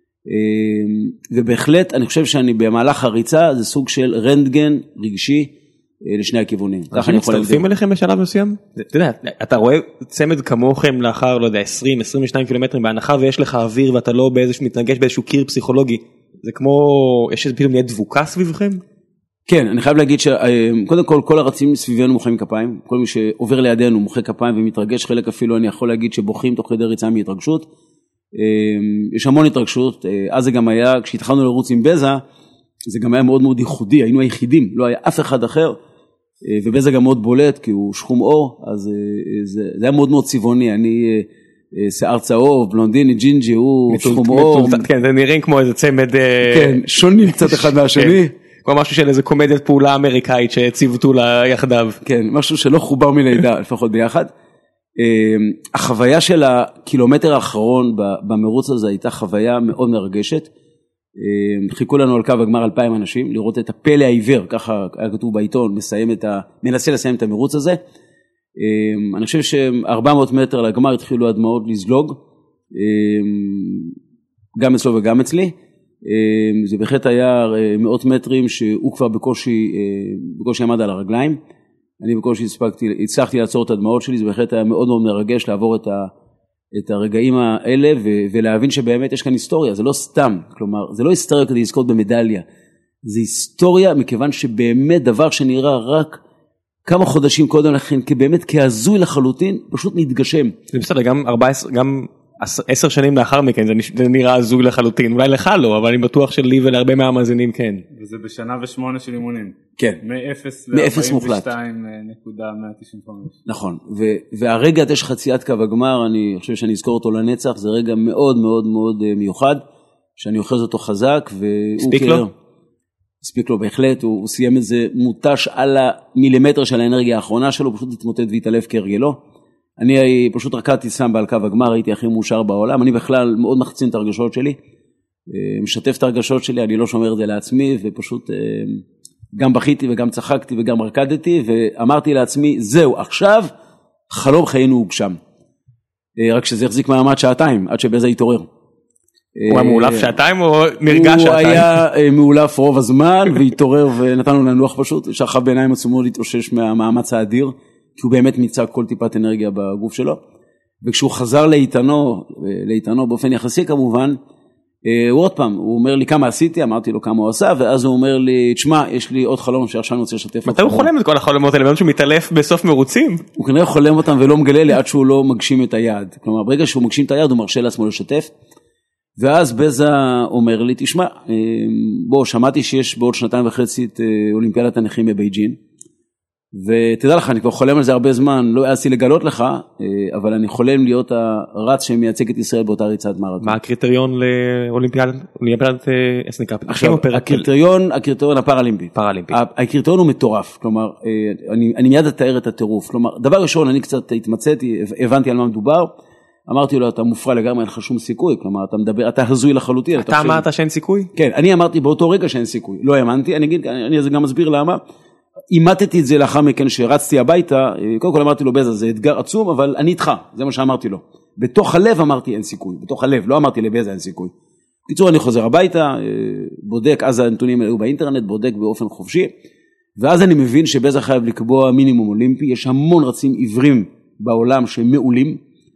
ובהחלט אני חושב שאני במהלך הריצה, זה סוג של רנטגן רגשי לשני הכיוונים. אנשים מצטרפים אליכם בשלב מסוים? אתה יודע, אתה רואה צמד כמוכם לאחר, לא יודע, 20-22 קילומטרים, בהנחה ויש לך אוויר ואתה לא מתנגש באיזשהו קיר פסיכולוגי, זה כמו, יש איזה פתאום נהיה דבוקה סביבכם? כן, אני חייב להגיד שקודם כל הרצים סביבנו מוחאים כפיים, כל מי שעובר לידינו מוחא כפיים ומתרגש, חלק אפילו אני יכול להגיד שבוכים תוך כדי ריצה מהתרגשות, יש המון התרגשות, אז זה גם היה, כשהתחלנו לרוץ עם בזה, זה גם היה מאוד מאוד ייחודי, היינו היחידים, לא היה אף אחד אחר, ובזה גם מאוד בולט, כי הוא שחום אור, אז זה היה מאוד מאוד צבעוני, אני שיער צהוב, בלונדיני, ג'ינג'י, הוא שחום אור. כן, זה נראים כמו איזה צמד... כן, שונים קצת אחד מהשני. כמו משהו של איזה קומדיית פעולה אמריקאית שציוותו לה יחדיו. כן, משהו שלא חובר מלידה, לפחות ביחד. החוויה של הקילומטר האחרון במרוץ הזה הייתה חוויה מאוד מרגשת. חיכו לנו על קו הגמר 2,000 אנשים, לראות את הפלא העיוור, ככה היה כתוב בעיתון, מנסה לסיים את המרוץ הזה. אני חושב ש400 מטר לגמר התחילו הדמעות לזלוג, גם אצלו וגם אצלי. זה בהחלט היה מאות מטרים שהוא כבר בקושי עמד על הרגליים. אני בקושי הצלחתי לעצור את הדמעות שלי, זה בהחלט היה מאוד מאוד מרגש לעבור את הרגעים האלה ולהבין שבאמת יש כאן היסטוריה, זה לא סתם, כלומר זה לא היסטוריה כדי לזכות במדליה, זה היסטוריה מכיוון שבאמת דבר שנראה רק כמה חודשים קודם לכן, באמת כהזוי לחלוטין, פשוט מתגשם. זה בסדר, גם 10 שנים לאחר מכן זה נראה הזוי לחלוטין, אולי לך לא, אבל אני בטוח שלי ולהרבה מהמאזינים כן. וזה בשנה ו8 של אימונים. כן. מ-0 ל-42.195. נכון, והרגע יש חציית קו הגמר, אני חושב שאני אזכור אותו לנצח, זה רגע מאוד מאוד מאוד מיוחד, שאני אוחז אותו חזק, הספיק לו? הספיק לו בהחלט, הוא סיים את זה מוטש על המילימטר של האנרגיה האחרונה שלו, פשוט התמוטט והתעלף כהרגלו. אני פשוט רקדתי שם בעל קו הגמר, הייתי הכי מאושר בעולם, אני בכלל מאוד מחצין את הרגשות שלי, משתף את הרגשות שלי, אני לא שומר את זה לעצמי, ופשוט גם בכיתי וגם צחקתי וגם רקדתי, ואמרתי לעצמי, זהו, עכשיו חלום חיינו הוגשם. רק שזה יחזיק מעמד 2 עד שבזה יתעורר. הוא היה מאולף 2 או נרגע 2? הוא היה מאולף רוב הזמן, והתעורר ונתנו לנוח פשוט, שכב בעיניים עצמו להתאושש מהמאמץ האדיר, כי הוא באמת מיצה כל טיפת אנרגיה בגוף שלו, וכשהוא חזר לאיתנו באופן יחסי כמובן, הוא עוד פעם, הוא אומר לי כמה עשיתי, אמרתי לו כמה הוא עשה, ואז הוא אומר לי, תשמע, יש לי עוד חלום שעכשיו אני רוצה לשתף. מתי הוא חולם את כל החלומות האלה? באמת שהוא מתעלף בסוף מרוצים? הוא כנראה חולם אותם ולא מגלה לי עד שהוא לא מגשים את היעד. כלומר, ברגע שהוא מגשים את היעד, הוא מרשה לעצמו לשתף, ואז בזה אומר לי, תשמע, בוא, שמעתי שיש בעוד 2.5 את אולימפיאדת הנכים בבייג'ין, ותדע לך, אני כבר חולם על זה הרבה זמן, לא העזתי לגלות לך, אבל אני חולם להיות הרץ שמייצג את ישראל באותה ריצת מרתון. מה הקריטריון לאולימפיאדת, איך זה נקרא? עכשיו, הקריטריון הפראלימפי. פראלימפי. הקריטריון הוא מטורף, כלומר, אני מיד אתאר את הטירוף, כלומר, דבר ראשון, אני קצת התמצאתי, הבנתי על מה מדובר, אמרתי לו, אתה מופרע לגמרי, אין לך שום סיכוי, כלומר, אתה הזוי לחלוטין. אתה אמרת שאין סיכוי? כן, אני אמרתי באותו רגע שאין סיכוי, לא האמנתי, אני גם מסביר למה. אימתתי את זה לאחר מכן שרצתי הביתה, קודם כל אמרתי לו בזה, זה אתגר עצום, אבל אני איתך, זה מה שאמרתי לו. בתוך הלב אמרתי אין סיכוי, בתוך הלב, לא אמרתי לבזה אין סיכוי. בקיצור אני חוזר הביתה, בודק, אז הנתונים היו באינטרנט, בודק באופן חופשי, ואז אני מבין שבזה חייב לקבוע מינימום אולימפי, יש המון רצים עיוורים בעולם שהם מעולים.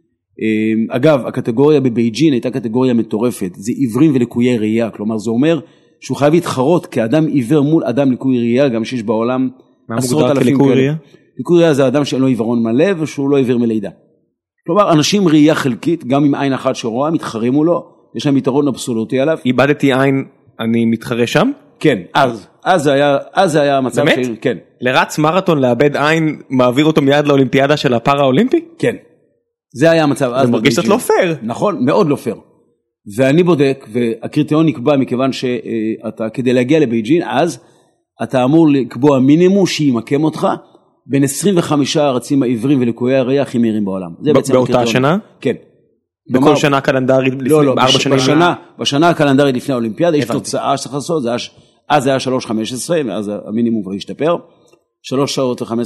אגב, הקטגוריה בבייג'ין הייתה קטגוריה מטורפת, זה עיוורים ולקויי ראייה, כלומר זה אומר שהוא חייב להתחרות כאדם עיוור מול אדם לקוי ראייה, גם שיש בעולם עשרות אלפים כאלה. לקוי ראייה זה אדם שאין לו עיוורון מלא ושהוא לא עיוור מלידה. כלומר, אנשים ראייה חלקית, גם עם עין אחת שרואה, מתחרים מולו, יש להם יתרון אבסולוטי עליו. איבדתי עין, אני מתחרה שם? כן, אז זה היה המצב. באמת? כן. לרץ מרתון לאבד עין, מעביר אותו מיד לאולימפיאדה של הפארה האולימפי? כן. זה היה המצב. זה מרגיש קצת לא פייר. נכון, מאוד לא פייר. ואני בודק, והקריטריון נקבע מכיוון שאתה, כדי להגיע לבייג'ין, אז אתה אמור לקבוע מינימום שימקם אותך, בין 25 הרצים העיוורים ולקויי הראייה הכי מהירים בעולם. באותה שנה? כן. בכל שנה קלנדרית לפני 4 שנים? בשנה הקלנדרית לפני האולימפיאדה, יש תוצאה שצריך לעשות, אז זה היה 3:15, אז המינימום כבר השתפר, 3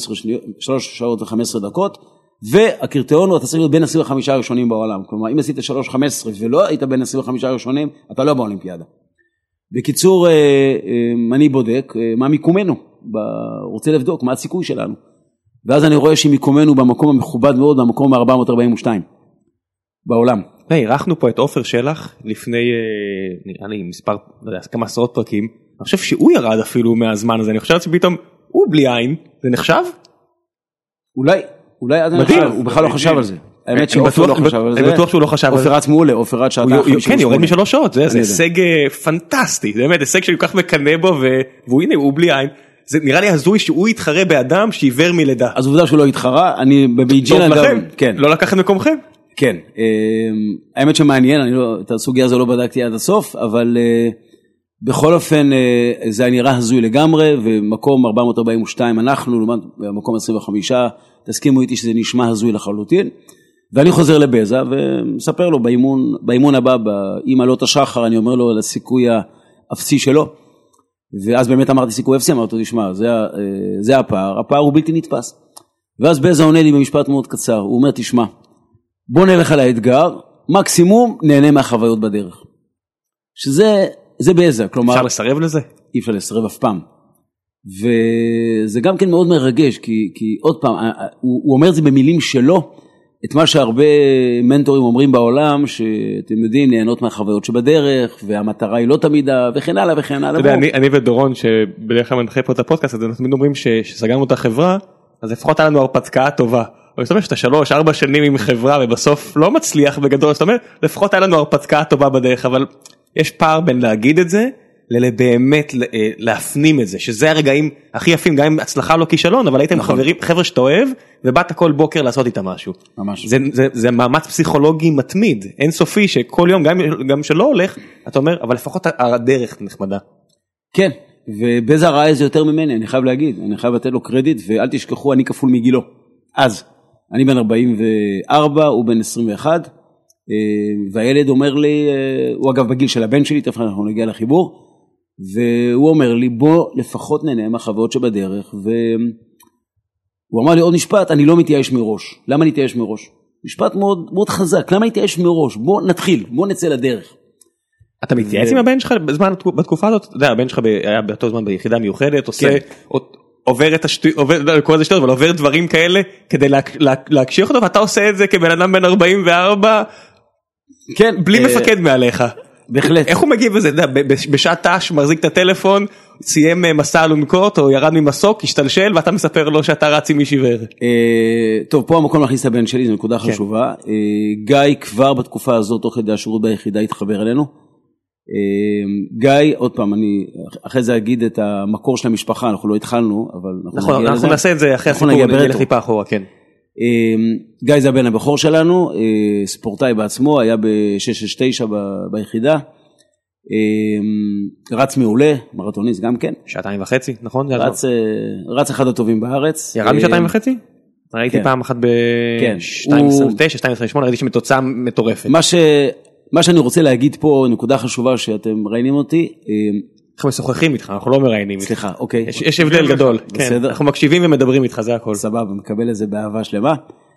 שעות ו-15 דקות, והקריטריון הוא, אתה צריך להיות בין 25 הראשונים בעולם. כלומר, אם עשית 3:15 ולא היית בין 25 הראשונים, אתה לא באולימפיאדה. בקיצור, אני בודק מה מיקומנו, רוצה לבדוק מה הסיכוי שלנו. ואז אני רואה שמיקומנו במקום המכובד מאוד, במקום 442 בעולם. אירחנו פה את עופר שלח לפני, נראה לי מספר, לא יודע, כמה עשרות פרקים. אני חושב שהוא ירד אפילו מהזמן הזה, אני חושב שפתאום הוא בלי עין, זה נחשב? אולי עד עכשיו, הוא בכלל לא חשב על זה. האמת שעופר לא חשב על זה. אני בטוח שהוא לא חשב על זה. עופר רץ מעולה, עופר רץ שעתיים 58. כן, יורד מ3 שעות, זה הישג פנטסטי, זה באמת הישג שהוא כך מקנה בו, והנה הוא בלי עין. זה נראה לי הזוי שהוא יתחרה באדם שעיוור מלידה. אז עובדה שהוא לא יתחרה, אני בבייג'ין טוב לכם, לא לקחת מקומכם. כן, האמת שמעניין, את הסוגיה הזו לא בדקתי עד הסוף, אבל בכל אופן זה נראה הזוי לגמרי, ומקום 442 אנחנו, לעומת מקום 25, תסכימו איתי שזה נשמע הזוי לחלוטין, ואני חוזר לבזה ומספר לו באימון הבא, באימהלות השחר, אני אומר לו על הסיכוי האפסי שלו, ואז באמת אמרתי סיכוי אפסי, אמרתי לו, תשמע, זה הפער הוא בלתי נתפס. ואז בזה עונה לי במשפט מאוד קצר, הוא אומר, תשמע, בוא נלך על האתגר, מקסימום נהנה מהחוויות בדרך. שזה בזה, כלומר... אפשר לסרב לזה? אי אפשר לסרב אף פעם. וזה גם כן מאוד מרגש, כי עוד פעם, הוא אומר את זה במילים שלו, את מה שהרבה מנטורים אומרים בעולם, שאתם יודעים, ליהנות מהחוויות שבדרך, והמטרה היא לא תמידה, וכן הלאה וכן הלאה. אתה יודע, אני ודורון, שבדרך כלל מנחה פה את הפודקאסט, אז אנחנו תמיד אומרים שסגרנו את החברה, אז לפחות היה לנו הרפתקה טובה. אבל זאת אומרת שאתה 3-4 שנים עם חברה, ובסוף לא מצליח בגדול, זאת אומרת, לפחות היה לנו הרפתקה טובה בדרך, אבל יש פער בין להגיד את זה, באמת להפנים את זה, שזה הרגעים הכי יפים, גם אם הצלחה לא כישלון, אבל הייתם חברים, חבר'ה שאתה אוהב, ובאת כל בוקר לעשות איתם משהו. ממש. זה מאמץ פסיכולוגי מתמיד, אינסופי, שכל יום, גם שלא הולך, אתה אומר, אבל לפחות הדרך נחמדה. כן, ובזה הרעי זה יותר ממני, אני חייב להגיד, אני חייב לתת לו קרדיט, ואל תשכחו, אני כפול מגילו. אז, אני בן 44, הוא בן 21, והילד אומר לי, הוא אגב בגיל של הבן שלי, תכף אנחנו נגיע לחיבור, והוא אומר לי, בוא לפחות נהנה מהחוויות שבדרך, והוא אמר לי עוד משפט, אני לא מתייאש מראש. למה להתייאש מראש? משפט מאוד, מאוד חזק, למה להתייאש מראש? בוא נתחיל, בוא נצא לדרך. אתה מתייעץ עם הבן שלך בתקופה הזאת? אתה יודע, הבן שלך היה באותו זמן ביחידה מיוחדת, עושה, עובר את כל זה שטות, אבל עובר דברים כאלה כדי להקשיח אותו, ואתה עושה את זה כבן אדם בן 44, כן, בלי מפקד מעליך. בהחלט. איך הוא מגיב בזה? בשעת תש, מחזיק את הטלפון, סיים מסע אלונקות, או ירד ממסוק, השתלשל, ואתה מספר לו שאתה רץ עם מישהי עיוור. טוב, פה המקום להכניס את הבן שלי, זו נקודה חשובה. גיא כבר בתקופה הזאת, תוך כדי השירות ביחידה, התחבר אלינו. גיא, עוד פעם, אני אחרי זה אגיד את המקור של המשפחה, אנחנו לא התחלנו, אבל אנחנו נעשה את זה אחרי הסיפור, נלך טיפה אחורה, כן. גיא זה הבן הבכור שלנו, ספורטאי בעצמו, היה ב-669 ביחידה, רץ מעולה, מרתוניסט גם כן. 2.5 שעות, נכון? רץ אחד הטובים בארץ. ירד מ2.5 שעות? ראיתי פעם אחת ב-2.29, 2.28, ראיתי שמתוצאה מטורפת. מה שאני רוצה להגיד פה, נקודה חשובה שאתם ראיינים אותי. אנחנו משוחחים איתך, אנחנו לא מראיינים איתך. סליחה, אוקיי. יש הבדל גדול. אנחנו מקשיבים ומדברים איתך, זה הכל. סבבה, מקבל את זה באהבה שלמה.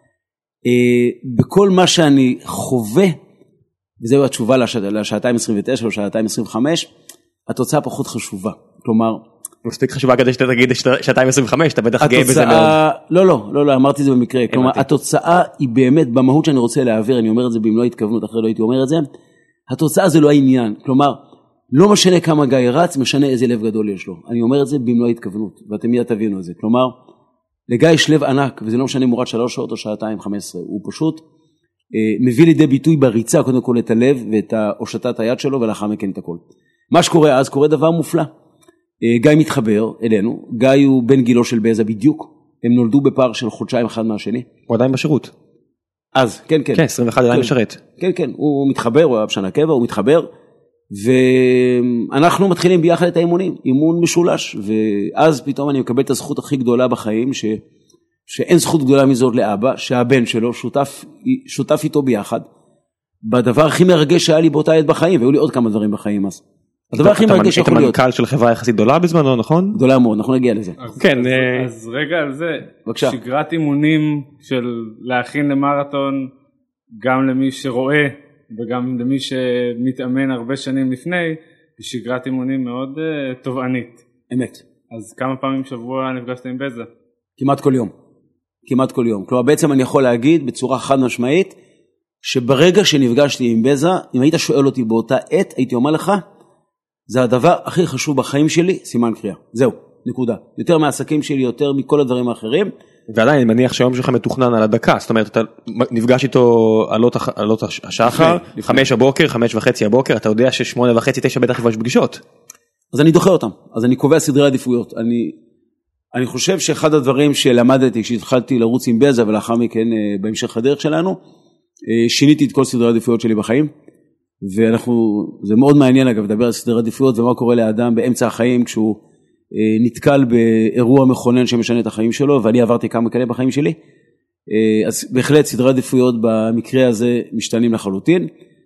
בכל מה שאני חווה, וזהו התשובה לשעתיים 29 או שעתיים 25, התוצאה פחות חשובה. כלומר, מספיק חשובה כדי שאתה תגיד שעתיים 25, אתה בטח גאה בזה מאוד. לא, אמרתי את זה במקרה. כלומר, התוצאה היא באמת, במהות שאני רוצה להעביר, אני אומר את זה במלוא התכוונות, אחרי לא הייתי אומר את זה, התוצאה זה לא העניין. כלומר, לא משנה כמה גיא רץ, משנה איזה לב גדול יש לו. אני אומר את זה במלוא התכוונות, ואתם מיד תבינו את זה. כלומר, לגיא יש לב ענק, וזה לא משנה מורד 3 שעות או שעתיים 15, הוא פשוט מביא לידי ביטוי בריצה, קודם כל את הלב ואת הושטת היד שלו, ולאחר מכן את הכל. מה שקורה אז, קורה דבר מופלא. גיא מתחבר אלינו, גיא הוא בן גילו של בזה בדיוק, הם נולדו בפער של חודשיים אחד מהשני. הוא עדיין בשירות. אז, כן. כן, 21 עדיין משרת. כן, הוא מתחבר, הוא היה בשנה קבע, הוא מתחבר, ואנחנו מתחילים ביחד את האימונים, אימון משולש, ואז פתאום אני מקבל את הזכות הכי גדולה בחיים, שאין זכות גדולה מזאת לאבא, שהבן שלו שותף איתו ביחד, בדבר הכי מרגש שהיה לי באותה עת בחיים, והיו לי עוד כמה דברים בחיים אז. הדבר הכי מרגש יכול להיות. אתה מנכ"ל של חברה יחסית גדולה בזמנו, נכון? גדולה מאוד, אנחנו נגיע לזה. כן. אז רגע על זה, שגרת אימונים של להכין למרתון, גם למי שרואה, וגם למי שמתאמן הרבה שנים לפני, היא שגרת אימונים מאוד תובענית. אמת. אז כמה פעמים שבוע נפגשת עם בזה? כמעט כל יום. כלומר, בעצם אני יכול להגיד בצורה חד משמעית, שברגע שנפגשתי עם בזה, אם היית שואל אותי באותה עת, הייתי אומר לך, זה הדבר הכי חשוב בחיים שלי, סימן קריאה. זהו, נקודה. יותר מהעסקים שלי, יותר מכל הדברים האחרים. ועדיין, אני מניח שהיום שלך מתוכנן על הדקה, זאת אומרת, אתה נפגש איתו עלות השחר, 5 הבוקר, 5:30 הבוקר, אתה יודע ש8:30, 9 בטח יש פגישות. אז אני דוחה אותם, אז אני קובע סדרי עדיפויות. אני חושב שאחד הדברים שלמדתי, כשהתחלתי לרוץ עם בזה, ולאחר מכן בהמשך הדרך שלנו, שיניתי את כל סדרי העדיפויות שלי בחיים, זה מאוד מעניין אגב, לדבר על סדרי עדיפויות, ומה קורה לאדם באמצע החיים, כשהוא נתקל באירוע מכונן שמשנה את החיים שלו, ואני עברתי כמה כאלה בחיים שלי, אז בהחלט סדרי עדיפויות במקרה הזה משתנים לחלוטין,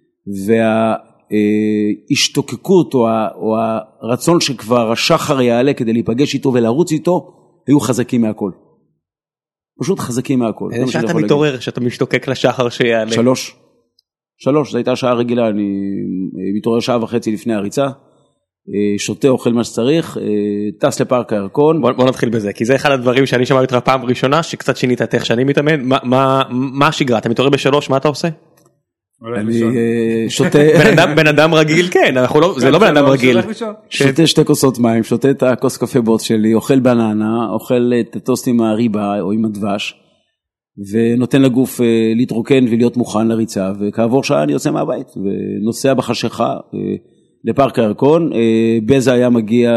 וההשתוקקות או הרצון שכבר השחר יעלה כדי להיפגש איתו ולרוץ איתו, היו חזקים מהכל. פשוט חזקים מהכל. שאתה מתעורר, שאתה משתוקק לשחר שיעלה. 3, זו הייתה שעה רגילה, אני מתעורר 1.5 שעות לפני הריצה, שותה, אוכל מה שצריך, טס לפארק הירקון. בוא נתחיל בזה, כי זה אחד הדברים שאני שמע אותך פעם ראשונה, שקצת שינית את איך שאני מתאמן. מה השגרה? אתה מתעורר ב3, מה אתה עושה? אני שותה... בן אדם רגיל, כן, זה לא בן אדם רגיל. שותה 2 כוסות מים, שותה את הכוס קפה בוץ שלי, אוכל בננה, אוכל את הטוסט עם הריבה או עם הדבש, ונותן לגוף להתרוקן ולהיות מוכן לריצה, וכעבור שעה אני יוצא מהבית, ונוסע בחשיכה לפארק הירקון. בזה היה מגיע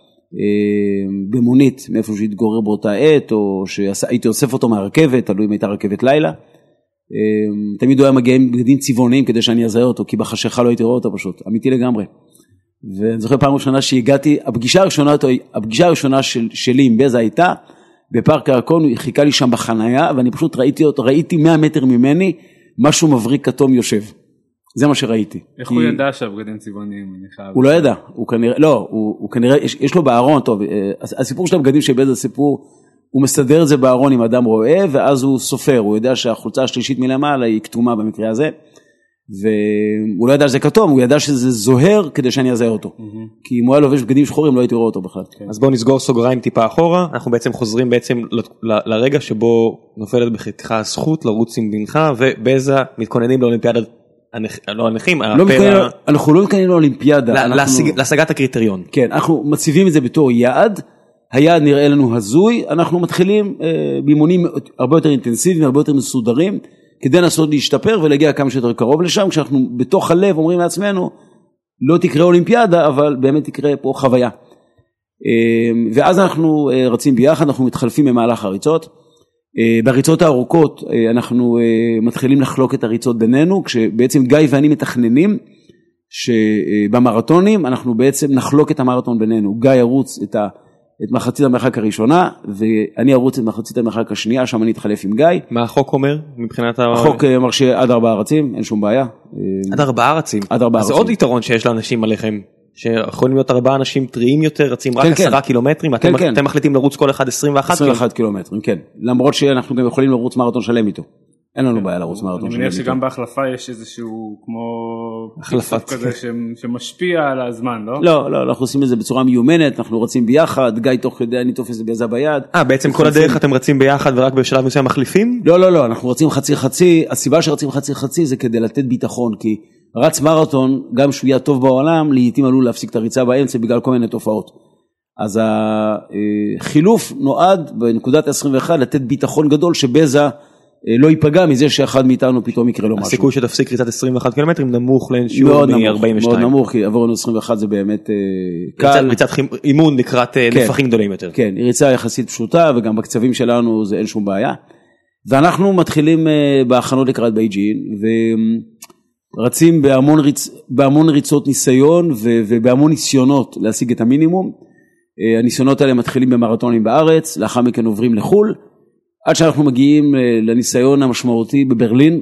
במונית מאיפה שהתגורר באותה עת, או שהייתי אוסף אותו מהרכבת, תלוי אם הייתה רכבת לילה. תמיד הוא היה מגיע עם בגדים צבעוניים כדי שאני אזהה אותו, כי בחשיכה לא הייתי רואה אותו פשוט, אמיתי לגמרי. ואני זוכר פעם ראשונה שהגעתי, הפגישה הראשונה שלי עם בזה הייתה בפארק הירקון, הוא חיכה לי שם בחנייה, ואני פשוט ראיתי 100 מטר ממני, משהו מבריק כתום יושב. זה מה שראיתי. איך הוא ידע שהבגדים צבעוניים? הוא לא ידע, הוא כנראה, יש לו בארון, טוב, הסיפור של הבגדים של בזה סיפור, הוא מסדר את זה בארון עם אדם רואה, ואז הוא סופר, הוא יודע שהחולצה השלישית מלמעלה היא כתומה במקרה הזה, והוא לא ידע שזה כתום, הוא ידע שזה זוהר כדי שאני אזהה אותו. כי אם הוא היה לובש בגדים שחורים, לא הייתי רואה אותו בכלל. אז בואו נסגור סוגריים טיפה אחורה, אנחנו בעצם חוזרים בעצם לרגע שבו נופלת בחלקך הזכות לרוץ עם בנך, ובזה מתכוננים לאולימפיאדת, לא הנכים, אנחנו לא מתכוננים לאולימפיאדה. להשגת הקריטריון. כן, אנחנו מציבים את זה בתור יעד, היעד נראה לנו הזוי, אנחנו מתחילים באימונים הרבה יותר אינטנסיביים, הרבה יותר מסודרים, כדי לנסות להשתפר ולהגיע כמה שיותר קרוב לשם, כשאנחנו בתוך הלב אומרים לעצמנו, לא תקרה אולימפיאדה, אבל באמת תקרה פה חוויה. ואז אנחנו רצים ביחד, אנחנו מתחלפים במהלך הריצות. בריצות הארוכות אנחנו מתחילים לחלוק את הריצות בינינו, כשבעצם גיא ואני מתכננים, שבמרתונים אנחנו בעצם נחלוק את המרתון בינינו. גיא ירוץ את מחצית המרחק הראשונה, ואני ארוץ את מחצית המרחק השנייה, שם אני אתחלף עם גיא. מה החוק אומר מבחינת החוק אומר שעד 4 רצים, אין שום בעיה. עד 4 רצים? עד 4 רצים. זה עוד יתרון שיש לאנשים עליכם, שיכולים להיות 4 אנשים טריים יותר, רצים רק 10 קילומטרים, אתם מחליטים לרוץ כל אחד 21 קילומטרים, כן. למרות שאנחנו גם יכולים לרוץ מרתון שלם איתו. אין לנו בעיה לרוץ מרתון שלם איתו. אני מניח שגם בהחלפה יש איזשהו כמו החלפת כזה שמשפיע על הזמן, לא? לא, אנחנו עושים את זה בצורה מיומנת, אנחנו רצים ביחד, גיא תוך כדי אני תופס בעזה ביד. בעצם כל הדרך אתם רצים ביחד ורק בשלב מסוים מחליפים? לא, אנחנו רצים חצי, הסיבה שרצים חצי זה כדי לתת ביטחון, כי רץ מרתון, גם שהוא יהיה טוב בעולם, לעתים עלול להפסיק את הריצה באמצע בגלל כל מיני תופעות. אז החילוף נועד בנקודת 21 לתת ביטחון גדול שבעזה לא ייפגע מזה שאחד מאיתנו פתאום יקרה לו משהו. הסיכוי שתפסיק ריצת 21 קילומטרים נמוך לשיעור מ-42. מאוד נמוך, כי עברנו 21 זה באמת קל. ריצת אימון לקראת נפחים גדולים יותר. כן, היא ריצה יחסית פשוטה, וגם בקצבים שלנו זה אין שום בעיה. ואנחנו מתחילים בהכנות לקראת בייג'ין, ורצים בהמון ריצות ניסיון, ובהמון ניסיונות להשיג את המינימום. הניסיונות האלה מתחילים במרתונים בארץ, לאחר מכן עוברים לחול, עד שאנחנו מגיעים לניסיון המשמעותי בברלין,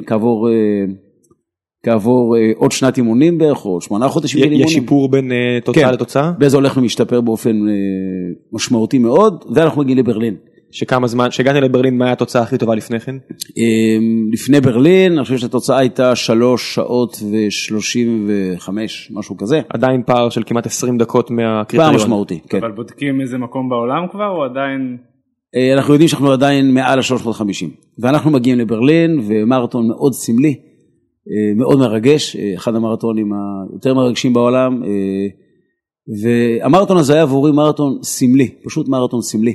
כעבור עוד שנת אימונים בערך, או 8 חודשים אימונים. יש שיפור בין תוצאה לתוצאה? באיזה הולך ומשתפר באופן משמעותי מאוד, ואנחנו מגיעים לברלין. שכמה זמן, שהגעתם לברלין, מה היה התוצאה הכי טובה לפני כן? לפני ברלין, אני חושב שהתוצאה הייתה 3 שעות ו-35, משהו כזה. עדיין פער של כמעט 20 דקות מהקריטריון. פער משמעותי, כן. אבל בודקים איזה מקום בעולם כבר, או עדיין... אנחנו יודעים שאנחנו עדיין מעל ה-350, ואנחנו מגיעים לברלין, ומרתון מאוד סמלי, מאוד מרגש, אחד המרתונים היותר מרגשים בעולם, והמרתון הזה היה עבורי מרתון סמלי, פשוט מרתון סמלי.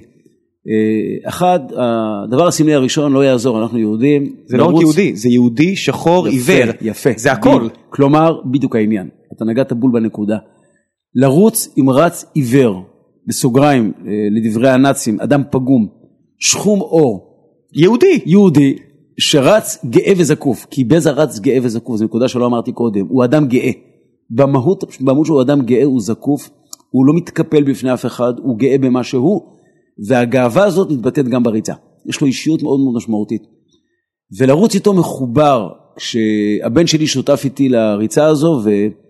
הדבר הסמלי הראשון לא יעזור, אנחנו יהודים. זה לא רק יהודי, זה יהודי שחור עיוור. יפה. זה הכל. כלומר, בדיוק העניין, אתה נגעת בול בנקודה. לרוץ עם רץ עיוור, בסוגריים, לדברי הנאצים, אדם פגום, שחום אור. יהודי, שרץ גאה וזקוף, כי בזה רץ גאה וזקוף, זו נקודה שלא אמרתי קודם, הוא אדם גאה. במהות שהוא אדם גאה, הוא זקוף, הוא לא מתקפל בפני אף אחד, הוא גאה במה שהוא, והגאווה הזאת מתבטאת גם בריצה. יש לו אישיות מאוד מאוד משמעותית. ולרוץ איתו מחובר, כשהבן שלי שותף איתי לריצה הזו,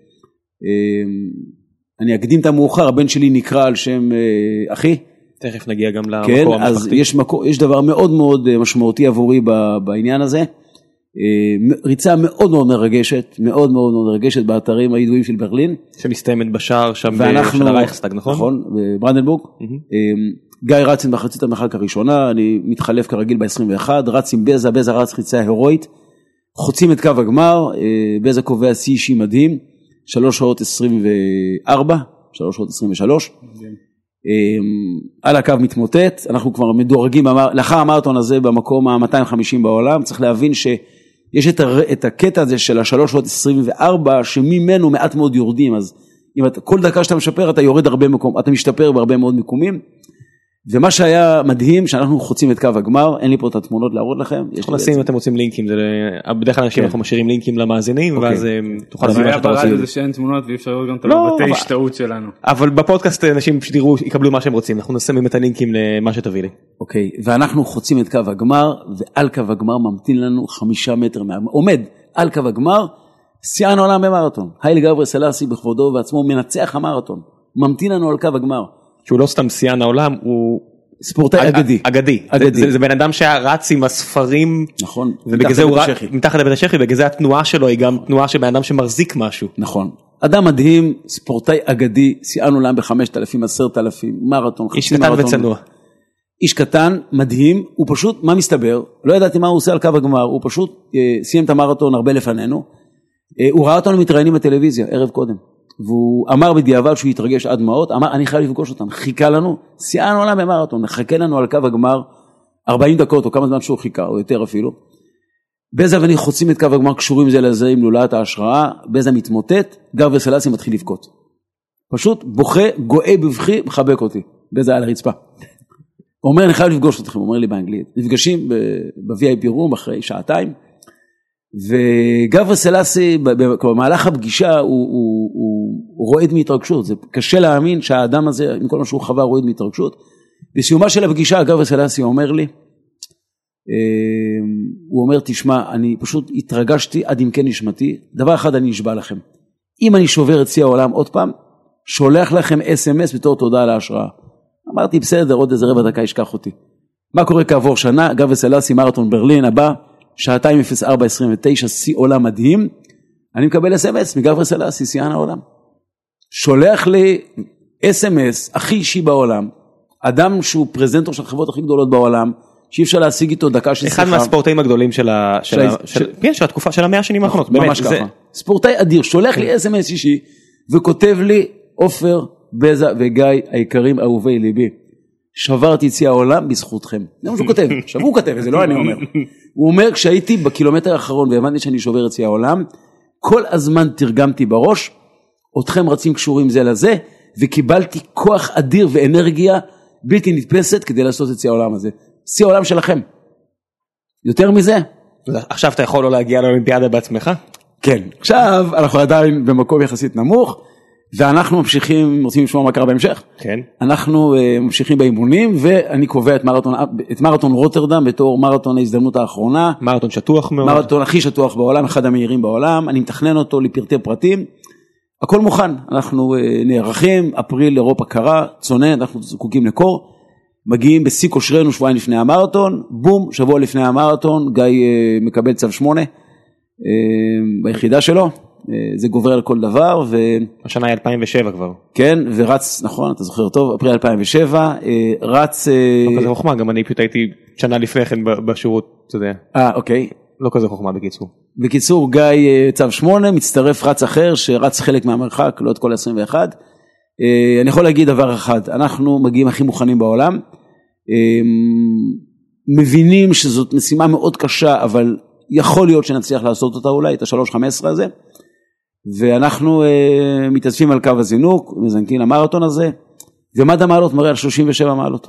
אני אקדים את המאוחר, הבן שלי נקרא על שם אחי. תכף נגיע גם למקום כן, המשפחתי. אז יש דבר מאוד מאוד משמעותי עבורי בעניין הזה. ריצה מאוד מאוד מרגשת, מאוד מאוד מרגשת באתרים הידועים של ברלין. שמסתיימת בשער שם של הרייכסטאג, נכון? נכון, בברנדנבורג. גיא רץ עם מחצית המרחק הראשונה, אני מתחלף כרגיל ב-21, רץ עם בזה רץ ריצה הירואית, חוצים את קו הגמר, בזה קובע שיא אישי מדהים, 3 שעות 24, 3 שעות 23, על הקו מתמוטט, אנחנו כבר מדורגים, לאחר המרתון הזה במקום ה-250 בעולם, צריך להבין שיש את הקטע הזה של ה-3 שעות 24, שממנו מעט מאוד יורדים, אז כל דקה שאתה משפר, אתה יורד הרבה מקום, אתה משתפר בהרבה מאוד מקומים, ומה שהיה מדהים, שאנחנו חוצים את קו הגמר, אין לי פה את התמונות להראות לכם. אנחנו נשים אם אתם רוצים לינקים, בדרך כלל אנשים אנחנו משאירים לינקים למאזינים, ואז תוכל להביא מה שאתה רוצה. ברדיו זה שאין תמונות ואי אפשר לראות גם את הבתי השתאות שלנו. אבל בפודקאסט אנשים פשוט יקבלו מה שהם רוצים, אנחנו נשים את הלינקים למה שתביא לי. אוקיי, ואנחנו חוצים את קו הגמר, ועל קו הגמר ממתין לנו 5 מטר, עומד על קו הגמר, שיאן העולם במרתון. היילי גבריאל סלאסי בכבודו ובעצמו מנצח המרתון, ממתין לנו על קו הגמר. שהוא לא סתם שיאן העולם, הוא ספורטאי אגדי. זה בן אדם שרץ עם הספרים, נכון, ובגלל זה הוא מתחת לבית השכי, ובגלל זה התנועה שלו היא גם תנועה של בן אדם שמחזיק משהו. נכון. אדם מדהים, ספורטאי אגדי, שיאן עולם ב5,000, 10,000, מרתון, איש קטן וצנוע. איש קטן, מדהים, הוא פשוט, מה מסתבר? לא ידעתי מה הוא עושה על קו הגמר, הוא פשוט סיים את המרתון הרבה לפנינו, הוא ראה אותנו מתראיינים בטלוויזיה, ערב קודם. והוא אמר בדיעבד שהוא יתרגש עד דמעות, אמר אני חייב לפגוש אותם, חיכה לנו, שיאן עולם במרתון, נחכה לנו על קו הגמר 40 דקות או כמה זמן שהוא חיכה, או יותר אפילו, בזה ואני חוצים את קו הגמר קשורים זה לזה עם לולאת ההשראה, בזה מתמוטט, גבי סלאסי מתחיל לבכות. פשוט בוכה, גואה בבכי, מחבק אותי. בזה על הרצפה. הוא אומר, אני חייב לפגוש אתכם, הוא אומר לי באנגלית. נפגשים ב-VIP רום אחרי שעתיים, וגבי סלאסי, במהלך הפגישה, הוא רועד מהתרגשות. זה קשה להאמין שהאדם הזה, עם כל מה שהוא חווה, רועד מהתרגשות. בסיומה של הפגישה, גבי סלאסי אומר לי, הוא אומר, תשמע, אני פשוט התרגשתי עד עמקי נשמתי, דבר אחד אני אשבע לכם, אם אני שובר את שיא העולם עוד פעם, שולח לכם SMS בתור תודה על ההשראה. אמרתי, בסדר, עוד איזה רבע דקה ישכח אותי. מה קורה כעבור שנה? גבי סלאסי, מרתון ברלין הבא, 2:04:29, שיא עולם מדהים, אני מקבל SMS מגבי סלאסי, שיאן העולם. שולח לי SMS הכי אישי בעולם, אדם שהוא פרזנטור של החברות הכי גדולות בעולם, שאי אפשר להשיג איתו דקה של שיחה. אחד מהספורטאים הגדולים של התקופה של 100 שנים האחרונות. ממש ככה. ספורטאי אדיר, שולח לי SMS אישי, וכותב לי, עופר, בזה וגיא, היקרים אהובי ליבי, שברתי את שיא העולם בזכותכם. זה מה שהוא כותב, עכשיו הוא כותב, זה לא אני אומר. הוא אומר, כשהייתי בקילומטר האחרון, והבנתי שאני שובר את שיא העולם, כל הזמן תרגמתי בראש, אתכם רצים קשורים זה לזה, וקיבלתי כוח אדיר ואנרגיה, בלתי נתפסת, כדי לעשות את שיא העולם הזה. שיא העולם שלכם. יותר מזה. עכשיו אתה יכול לא להגיע לאולימפיאדה בעצמך? כן. עכשיו אנחנו עדיין במקום יחסית נמוך, ואנחנו ממשיכים, רוצים לשמוע מה קרה בהמשך? כן. אנחנו ממשיכים באימונים, ואני קובע את מרתון רוטרדם, בתור מרתון ההזדמנות האחרונה. מרתון שטוח מאוד. מרתון הכי שטוח בעולם, אחד המהירים בעולם. אני מתכנן אותו לפרטי פרטים. הכל מוכן. אנחנו נערכים, אפריל אירופה קרה, צונן, אנחנו זקוקים לקור. מגיעים בשיא כושרנו שבועיים לפני המרתון, בום, שבוע לפני המרתון, גיא מקבל צו 8 ביחידה שלו, זה גובר על כל דבר. השנה היא 2007 כבר. כן, ורץ, נכון, אתה זוכר טוב, אפריל 2007, רץ... לא כזה חוכמה, גם אני פשוט הייתי שנה לפני כן בשירות, אתה יודע. אוקיי. לא כזה חוכמה בקיצור. בקיצור, גיא צו 8, מצטרף רץ אחר, שרץ חלק מהמרחק, לא את כל 21. אני יכול להגיד דבר אחד, אנחנו מגיעים הכי מוכנים בעולם, מבינים שזאת משימה מאוד קשה, אבל יכול להיות שנצליח לעשות אותה אולי, את ה-3:15 הזה, ואנחנו מתאספים על קו הזינוק, מזנקים למרתון הזה, ומד המעלות מראה על 37 מעלות.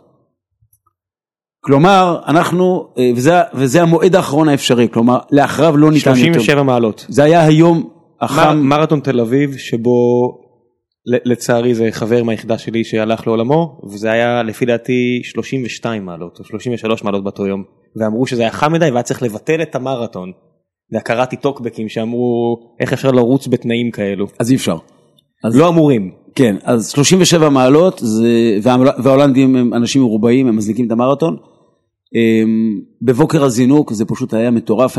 כלומר, אנחנו, וזה המועד האחרון האפשרי, כלומר, לאחריו לא ניתן יותר. 37 מעלות. זה היה היום החם. מרתון תל אביב, שבו לצערי זה חבר מהיחידה שלי שהלך לעולמו, וזה היה לפי דעתי 32 מעלות, או 33 מעלות באותו יום, ואמרו שזה היה חם מדי, והיה צריך לבטל את המרתון. וקראתי טוקבקים שאמרו, איך אפשר לרוץ בתנאים כאלו? אז אי אפשר. לא אמורים. כן, אז 37 מעלות, וההולנדים הם אנשים מרובעים, הם מזניקים את המרתון. בבוקר הזינוק, זה פשוט היה מטורף,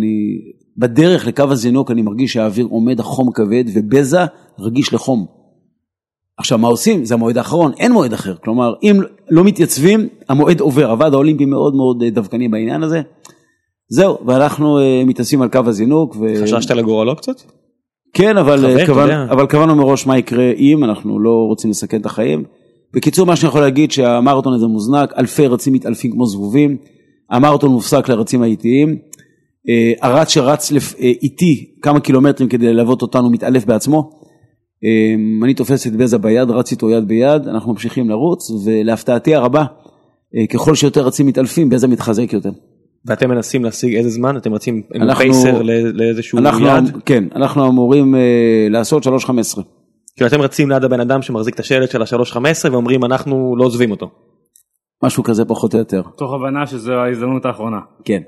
בדרך לקו הזינוק, אני מרגיש שהאוויר עומד החום כבד, ובזה רגיש לחום. עכשיו, מה עושים? זה המועד האחרון, אין מועד אחר. כלומר, אם לא מתייצבים, המועד עובר. הוועד האולימפי מאוד מאוד דווקני בעניין הזה. זהו, ואנחנו מתעשים על קו הזינוק. חששת לגורלו קצת? כן, אבל קבענו מראש מה יקרה אם, אנחנו לא רוצים לסכן את החיים. בקיצור, מה שאני יכול להגיד שהמרתון הזה מוזנק, אלפי רצים מתעלפים כמו זבובים, המרתון מופסק לרצים האיטיים, הרץ שרץ איטי כמה קילומטרים כדי ללוות אותנו מתעלף בעצמו, אני תופס את בזה ביד, רץ איתו יד ביד, אנחנו ממשיכים לרוץ, ולהפתעתי הרבה, ככל שיותר רצים מתעלפים, בזה מתחזק יותר. ואתם מנסים להשיג איזה זמן? אתם רצים פייסר לאיזשהו יעד? כן, אנחנו אמורים לעשות 3:15. כאילו אתם רצים ליד הבן אדם שמחזיק את השלט של ה-3:15 ואומרים אנחנו לא עוזבים אותו. משהו כזה פחות או יותר. תוך הבנה שזו ההזדמנות האחרונה. כן.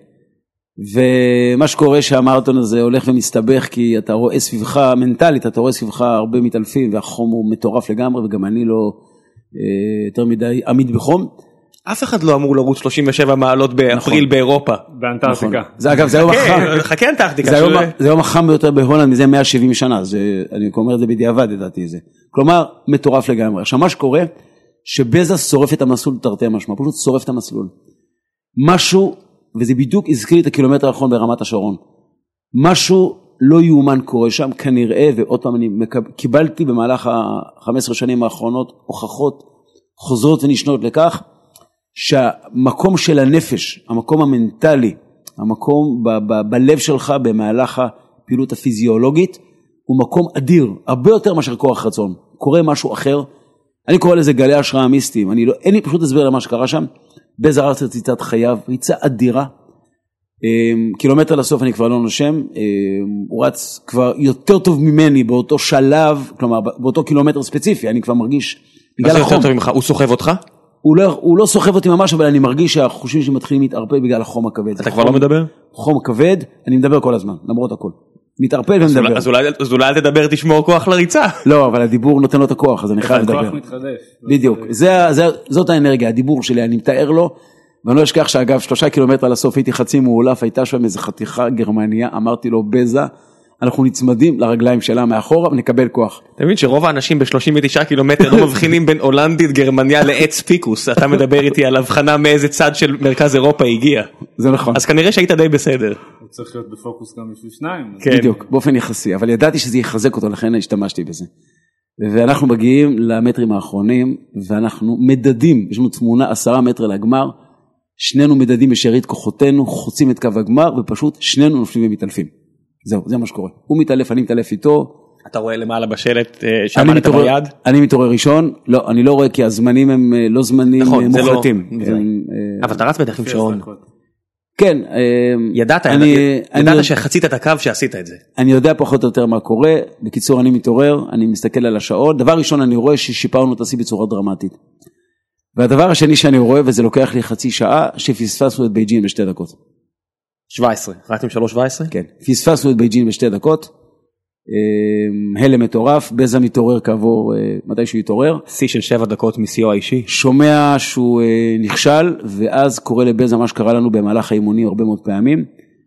ומה שקורה שהמרתון הזה הולך ומסתבך כי אתה רואה סביבך, מנטלית אתה רואה סביבך הרבה מתעלפים והחום הוא מטורף לגמרי וגם אני לא יותר מדי עמיד בחום. אף אחד לא אמור לרוץ 37 מעלות באפריל באירופה. באנטארקטיקה. זה אגב, זה היום החם. חכה אנטארקטיקה. זה היום החם ביותר בהולנד מזה 170 שנה. אני אומר את זה בדיעבד, לדעתי זה. כלומר, מטורף לגמרי. עכשיו, מה שקורה, שבזה שורף את המסלול תרתי משמע, פשוט שורף את המסלול. משהו, וזה בדיוק הזכיר את הקילומטר האחרון ברמת השרון. משהו לא יאומן קורה שם, כנראה, ועוד פעם אני קיבלתי במהלך ה-15 שנים האחרונות הוכחות חוזרות ונשנות לכך, שהמקום של הנפש, המקום המנטלי, המקום בלב שלך במהלך הפעילות הפיזיולוגית, הוא מקום אדיר, הרבה יותר מאשר כוח רצון. קורה משהו אחר, אני קורא לזה גלי השראה מיסטיים, אין לי פשוט הסבר למה שקרה שם, בזר ארצר ציטת חייו, ריצה אדירה, קילומטר לסוף אני כבר לא נושם, הוא רץ כבר יותר טוב ממני באותו שלב, כלומר באותו קילומטר ספציפי, אני כבר מרגיש, בגלל החום. הוא סוחב אותך? הוא לא סוחב אותי ממש, אבל אני מרגיש שהחושים שמתחילים להתערפל בגלל החום הכבד. אתה כבר לא מדבר? חום כבד, אני מדבר כל הזמן, למרות הכל. מתערפל ומדבר. אז אולי אל תדבר, תשמור כוח לריצה. לא, אבל הדיבור נותן לו את הכוח, אז אני חייב לדבר. הכוח מתחדש. בדיוק, זאת האנרגיה, הדיבור שלי, אני מתאר לו, ואני לא אשכח שאגב 3 קילומטר לסוף הייתי חצי מעולף, הייתה שם איזו חתיכה גרמניה, אמרתי לו בזה, אנחנו נצמדים לרגליים שלה מאחורה ונקבל כוח. אתה מבין שרוב האנשים ב-39 קילומטר לא מבחינים בין הולנדית גרמניה לעץ פיקוס, אתה מדבר איתי על הבחנה מאיזה צד של מרכז אירופה הגיע. זה נכון. אז כנראה שהיית די בסדר. הוא צריך להיות בפוקוס גם בשביל שניים. בדיוק, באופן יחסי, אבל ידעתי שזה יחזק אותו, לכן השתמשתי בזה. ואנחנו מגיעים למטרים האחרונים, ואנחנו מדדים, יש לנו תמונה 10 מטר לגמר, שנינו מדדים בשארית כוחותינו, חוצים את קו הגמר, ופשוט שנינו נופלים ומתעלפים. זהו, זה מה שקורה. הוא מתעלף, אני מתעלף איתו. אתה רואה למעלה בשלט, שמעת ביד? אני מתעורר ראשון, לא, אני לא רואה, כי הזמנים הם לא זמנים מוחלטים. אבל אתה רץ בדרך עם שעון. כן. ידעת שחצית את הקו שעשית את זה. אני יודע פחות או יותר מה קורה, בקיצור אני מתעורר, אני מסתכל על השעון, דבר ראשון אני רואה ששיפרנו את השיא בצורה דרמטית. והדבר השני שאני רואה, וזה לוקח לי חצי שעה, שפספסנו את בייג'ין ב2 דקות. 17, רצתם 3:17? כן, פספסנו את בייג'ין ב2 דקות, הלם מטורף, בזה מתעורר כעבור, מתי שהוא יתעורר. שיא של 7 דקות מסיוע האישי. שומע שהוא נכשל, ואז קורא לבזה מה שקרה לנו במהלך האימונים הרבה מאוד פעמים,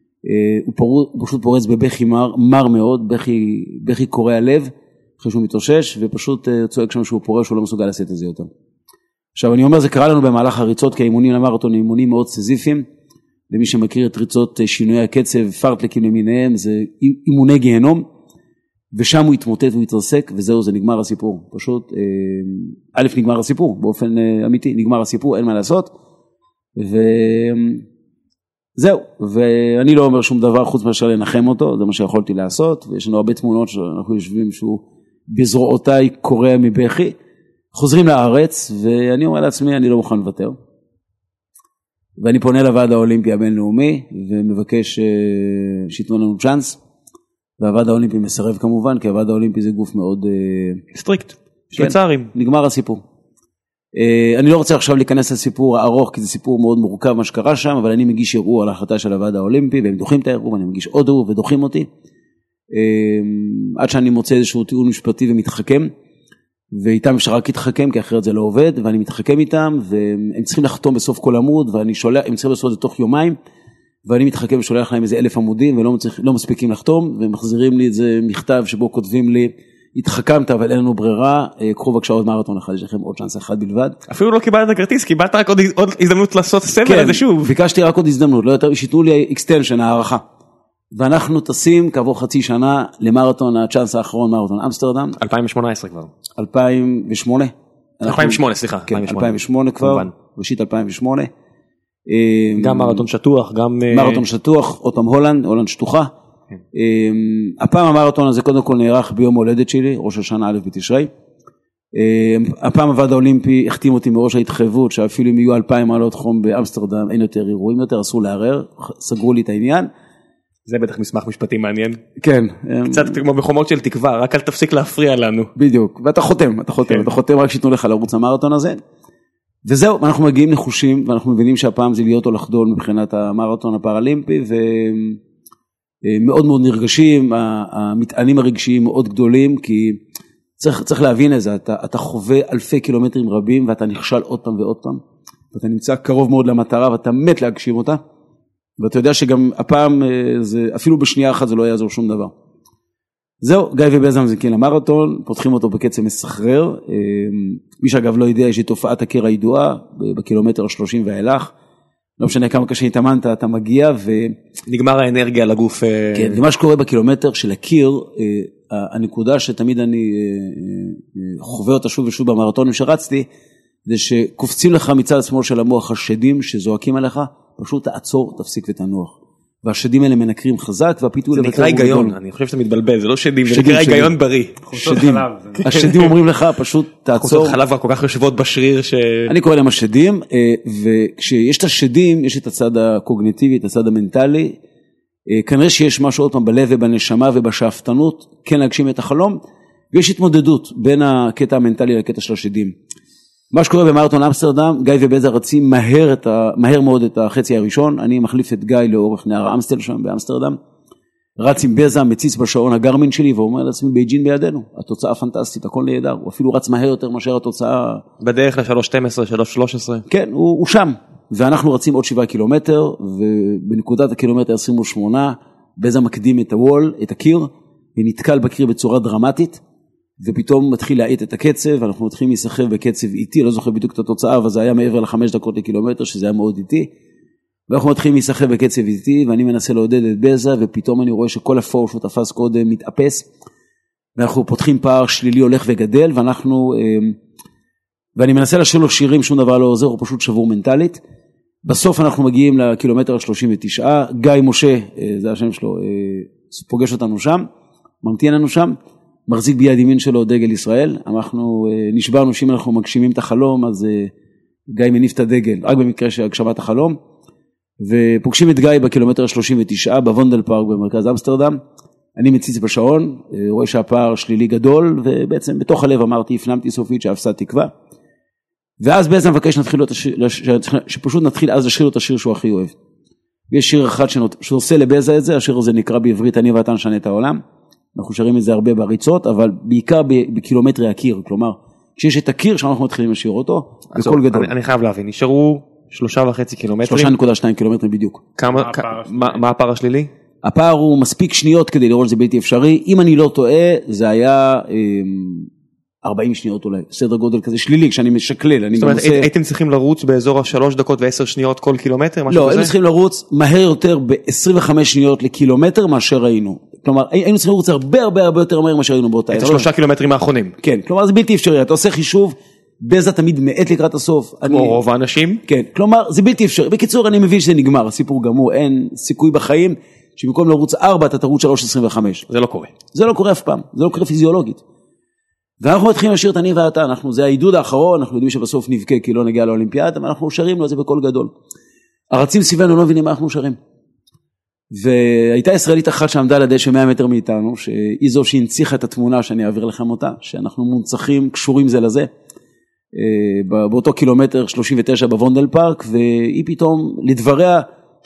הוא פשוט פורץ בבכי מר מאוד, בכי קורע לב, אחרי שהוא מתאושש, ופשוט צועק שם שהוא פורש, שהוא לא מסוגל לעשות את זה יותר. עכשיו אני אומר, זה קרה לנו במהלך הריצות, כי האימונים למרתון הם אימונים מאוד סזיפיים, למי שמכיר את ריצות שינוי הקצב, פרטלקים למיניהם, זה אימוני גיהנום, ושם הוא התמוטט ומתרסק, וזהו, זה נגמר הסיפור. פשוט, א' נגמר הסיפור, באופן אמיתי, נגמר הסיפור, אין מה לעשות, וזהו, ואני לא אומר שום דבר חוץ מאשר לנחם אותו, זה מה שיכולתי לעשות, ויש לנו הרבה תמונות שאנחנו יושבים שהוא בזרועותיי קורע מבכי, חוזרים לארץ, ואני אומר לעצמי, אני לא מוכן לוותר. ואני פונה לוועד האולימפי הבינלאומי, ומבקש שיתנו לנו צ'אנס, והוועד האולימפי מסרב כמובן, כי הוועד האולימפי זה גוף מאוד סטריקט, שוויצרים. נגמר הסיפור. אני לא רוצה עכשיו להיכנס לסיפור הארוך, כי זה סיפור מאוד מורכב מה שקרה שם, אבל אני מגיש ערעור על ההחלטה של הוועד האולימפי, והם דוחים את הערעור, ואני מגיש עוד ערעור ודוחים אותי, עד שאני מוצא איזשהו טיעון משפטי ומתחכם, ואיתם אפשר רק להתחכם, כי אחרת זה לא עובד, ואני מתחכם איתם, והם צריכים לחתום בסוף כל עמוד, והם צריכים לעשות את זה תוך יומיים, ואני מתחכם ושולח להם איזה 1,000 עמודים, ולא מספיקים לחתום, והם מחזירים לי איזה מכתב שבו כותבים לי, התחכמת, אבל אין לנו ברירה, קחו בבקשה עוד מרתון אחד, יש לכם עוד צ'אנס אחד בלבד. אפילו לא קיבלת את הכרטיס, קיבלת רק עוד הזדמנות לעשות סבל הזה שוב. ביקשתי רק עוד הזדמנות, לא יותר, שיתנו לי extension, הערכה. ואנחנו טסים כעבור חצי שנה למרתון, הצ'אנס האחרון, מרתון אמסטרדם. 2018 כבר. 2008. 2008, סליחה. כן, 2008 כבר, ראשית 2008. גם מרתון שטוח, גם... מרתון שטוח, עוד פעם הולנד שטוחה. הפעם המרתון הזה קודם כל נערך ביום הולדת שלי, ראש השנה א' בתשרי. הפעם הוועד האולימפי החתים אותי מראש ההתחייבות, שאפילו אם יהיו 2,000 מעלות חום באמסטרדם, אין יותר אירועים יותר, אסור לערער, סגרו לי את העניין. זה בטח מסמך משפטי מעניין. כן. קצת כמו בחומות של תקווה, רק אל תפסיק להפריע לנו. בדיוק, ואתה חותם רק שיתנו לך לרוץ המרתון הזה. וזהו, אנחנו מגיעים נחושים, ואנחנו מבינים שהפעם זה להיות או לחדול מבחינת המרתון הפראלימפי, ומאוד מאוד נרגשים, המטענים הרגשיים מאוד גדולים, כי צריך להבין את זה, אתה חווה אלפי קילומטרים רבים, ואתה נכשל עוד פעם ועוד פעם, ואתה נמצא קרוב מאוד למטרה, ואתה מת להגשים אותה, ואתה יודע שגם הפעם, אפילו בשנייה אחת זה לא יעזור שום דבר. זהו, גיא ובזה מזיקים למרתון, פותחים אותו בקצב מסחרר, מי שאגב לא יודע, יש תופעת הקיר הידועה, בקילומטר 30 ואילך, לא משנה כמה קשה התאמנת, אתה מגיע נגמר האנרגיה לגוף. כן, ומה שקורה בקילומטר של הקיר, הנקודה שתמיד אני חווה אותה שוב ושוב במרתונים שרצתי, זה שקופצים לך מצד שמאל של המוח השדים שזועקים עליך, פשוט תעצור, תפסיק ותנוח. והשדים האלה מנקרים חזק, והפיתוי... זה נקרא היגיון, אני חושב שאתה מתבלבל, זה לא שדים, זה נקרא היגיון בריא. שדים, השדים אומרים לך, פשוט תעצור. חוצות חלב כל כך יושבות בשריר ש... אני קורא להם השדים, וכשיש את השדים, יש את הצד הקוגניטיבי, את הצד המנטלי, כנראה שיש משהו עוד פעם בלב ובנשמה ובשאפתנות, כן להגשים את החלום, ויש התמודדות בין הקטע המנטלי לקטע של השדים. מה שקורה במרתון אמסטרדם, גיא ובזה רצים מהר מאוד את החצי הראשון, אני מחליף את גיא לאורך נהר אמסטל שם באמסטרדם, רץ עם בזה, מציץ בשעון הגרמין שלי, ואומר לעצמי בייג'ין בידינו, התוצאה פנטסטית, הכל נהדר, הוא אפילו רץ מהר יותר מאשר התוצאה... בדרך ל-3.12, 3.13. כן, הוא שם, ואנחנו רצים עוד 7 קילומטר, ובנקודת הקילומטר 28, בזה מקדים את הוול, את הקיר, ונתקל בקיר בצורה דרמטית, ופתאום מתחיל להאט את הקצב, אנחנו מתחילים להיסחב בקצב איטי, לא זוכר בדיוק את התוצאה, אבל זה היה מעבר ל5 דקות לקילומטר, שזה היה מאוד איטי, ואנחנו מתחילים להיסחב בקצב איטי, ואני מנסה לעודד את בזה, ופתאום אני רואה שכל הפור שהוא תפס קודם מתאפס, ואנחנו פותחים פער שלילי הולך וגדל, ואני מנסה לשאול לו שירים, שום דבר לא עוזר, הוא פשוט שבור מנטלית, בסוף אנחנו מגיעים לקילומטר 39, גיא משה, זה השם שלו, פוגש אותנו שם, ממתין לנו שם, מחזיק ביד ימין שלו דגל ישראל, אנחנו נשברנו שאם אנחנו מגשימים את החלום, אז גיא מניף את הדגל, רק במקרה של הגשמת החלום, ופוגשים את גיא בקילומטר 39, בוונדל פארק במרכז אמסטרדם, אני מציץ בשעון, רואה שהפער שלילי גדול, ובעצם בתוך הלב אמרתי, הפנמתי סופית שאפסת תקווה, ואז בעצם מבקש שפשוט נתחיל אז לשיר לו את השיר שהוא הכי אוהב. יש שיר אחד שעושה לבזה את זה, השיר הזה נקרא בעברית אני ואתה נשנה את העולם, אנחנו שרים את זה הרבה בריצות, אבל בעיקר בקילומטרי הקיר, כלומר, כשיש את הקיר שאנחנו מתחילים לשיר אותו, בכל גדול. אני חייב להבין, נשארו 3.5 קילומטרים. 3.2 קילומטרים בדיוק. מה הפער השלילי? הפער הוא מספיק שניות כדי לראות שזה בלתי אפשרי, אם אני לא טועה, זה היה 40 שניות אולי, סדר גודל כזה שלילי, כשאני משקלל. זאת אומרת, הייתם צריכים לרוץ באזור 3 דקות ו10 שניות כל קילומטר? לא, היינו צריכים לרוץ מהר יותר ב-25 שניות לקילומטר מאשר היינו. כלומר, היינו צריכים לרוץ הרבה יותר מהר מאשר היינו באותה. את 3 קילומטרים האחרונים. כן, כלומר זה בלתי אפשרי, אתה עושה חישוב, בזה תמיד מעט לקראת הסוף. כמו רוב האנשים? כן, כלומר זה בלתי אפשרי. בקיצור, אני מבין שזה נגמר, הסיפור גמור, אין סיכוי בחיים, שבמקום לרוץ 4 אתה תרוץ 3.25. זה לא קורה. זה לא קורה אף פעם, זה לא קורה פיזיולוגית. ואנחנו מתחילים לשיר את אני ואתה, זה העידוד האחרון, אנחנו יודעים שבסוף נבכה כי לא נגיע לאולימפיאדה, אבל אנחנו שרים לו את זה בקול גדול. הרצים סביבנו לא מבינים מה אנחנו שרים. והייתה ישראלית אחת שעמדה על הדשא 100 מטר מאיתנו, שהיא זו שהנציחה את התמונה שאני אעביר לכם אותה, שאנחנו מונצחים, קשורים זה לזה, באותו קילומטר 39 בוונדל פארק, והיא פתאום לדבריה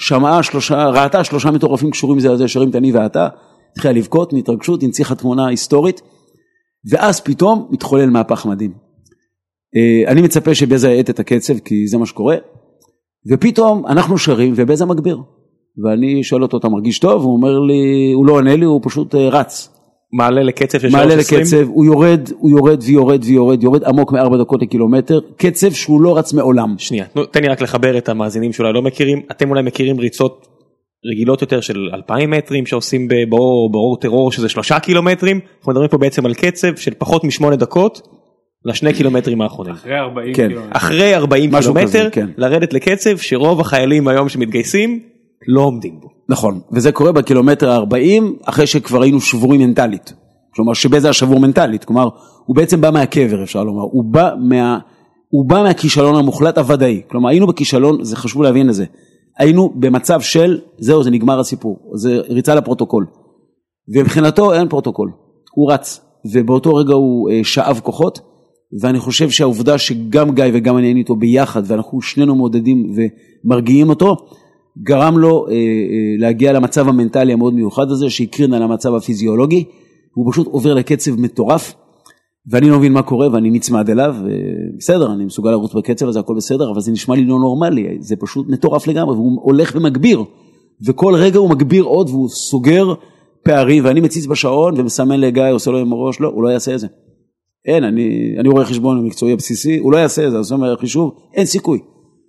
ראתה 3 מטורפים קשורים זה לזה, שרים את אני ואתה, התחילה לבכות מהתרגשות, הנציחה תמונה היסטורית, ואז פתאום מתחולל מהפך מדהים. אני מצפה שבזה יעט את הקצב, כי זה מה שקורה, ופתאום אנחנו שרים, ובזה מגביר. ואני שואל אותו, אתה מרגיש טוב? הוא אומר לי, הוא לא עונה לי, הוא פשוט רץ. מעלה לקצב של 3.20? מעלה לקצב, הוא יורד עמוק מ4 דקות לקילומטר, קצב שהוא לא רץ מעולם. שנייה, תן לי רק לחבר את המאזינים שאולי לא מכירים, אתם אולי מכירים ריצות רגילות יותר של 2,000 מטרים שעושים באור טרור שזה 3 קילומטרים, אנחנו מדברים פה בעצם על קצב של פחות מ8 דקות ל2 קילומטרים האחרונים. אחרי 40 כן. קילומטר. אחרי 40 קילומטר, כזה, כן. לרדת לקצב שרוב החיילים היום שמתגייסים לא עומדים בו. נכון, וזה קורה בקילומטר 40 אחרי שכבר היינו שבורים מנטלית. כלומר שבזה השבור מנטלית, כלומר הוא בעצם בא מהקבר אפשר לומר, הוא בא מהכישלון המוחלט הוודאי, כלומר היינו בכישלון, זה חשוב להבין את זה. היינו במצב של, זהו, זה נגמר הסיפור, זה ריצה לפרוטוקול. ומבחינתו אין פרוטוקול, הוא רץ, ובאותו רגע הוא שאב כוחות, ואני חושב שהעובדה שגם גיא וגם אני איתו ביחד, ואנחנו שנינו מעודדים ומרגיעים אותו, גרם לו להגיע למצב המנטלי המאוד מיוחד הזה, שהקרין על המצב הפיזיולוגי, הוא פשוט עובר לקצב מטורף, ואני לא מבין מה קורה, ואני נצמד אליו, בסדר, אני מסוגל לרוץ בקצב הזה, הכל בסדר, אבל זה נשמע לי לא נורמלי, זה פשוט מטורף לגמרי, והוא הולך ומגביר, וכל רגע הוא מגביר עוד, והוא סוגר פערים, ואני מציץ בשעון, ומסמן לגיא, עושה לו עם הראש, לא, הוא לא יעשה את זה. אין, אני רואה חשבון המקצועי הבסיסי, הוא לא יעשה את זה, עושה מהחישוב, אין סיכוי.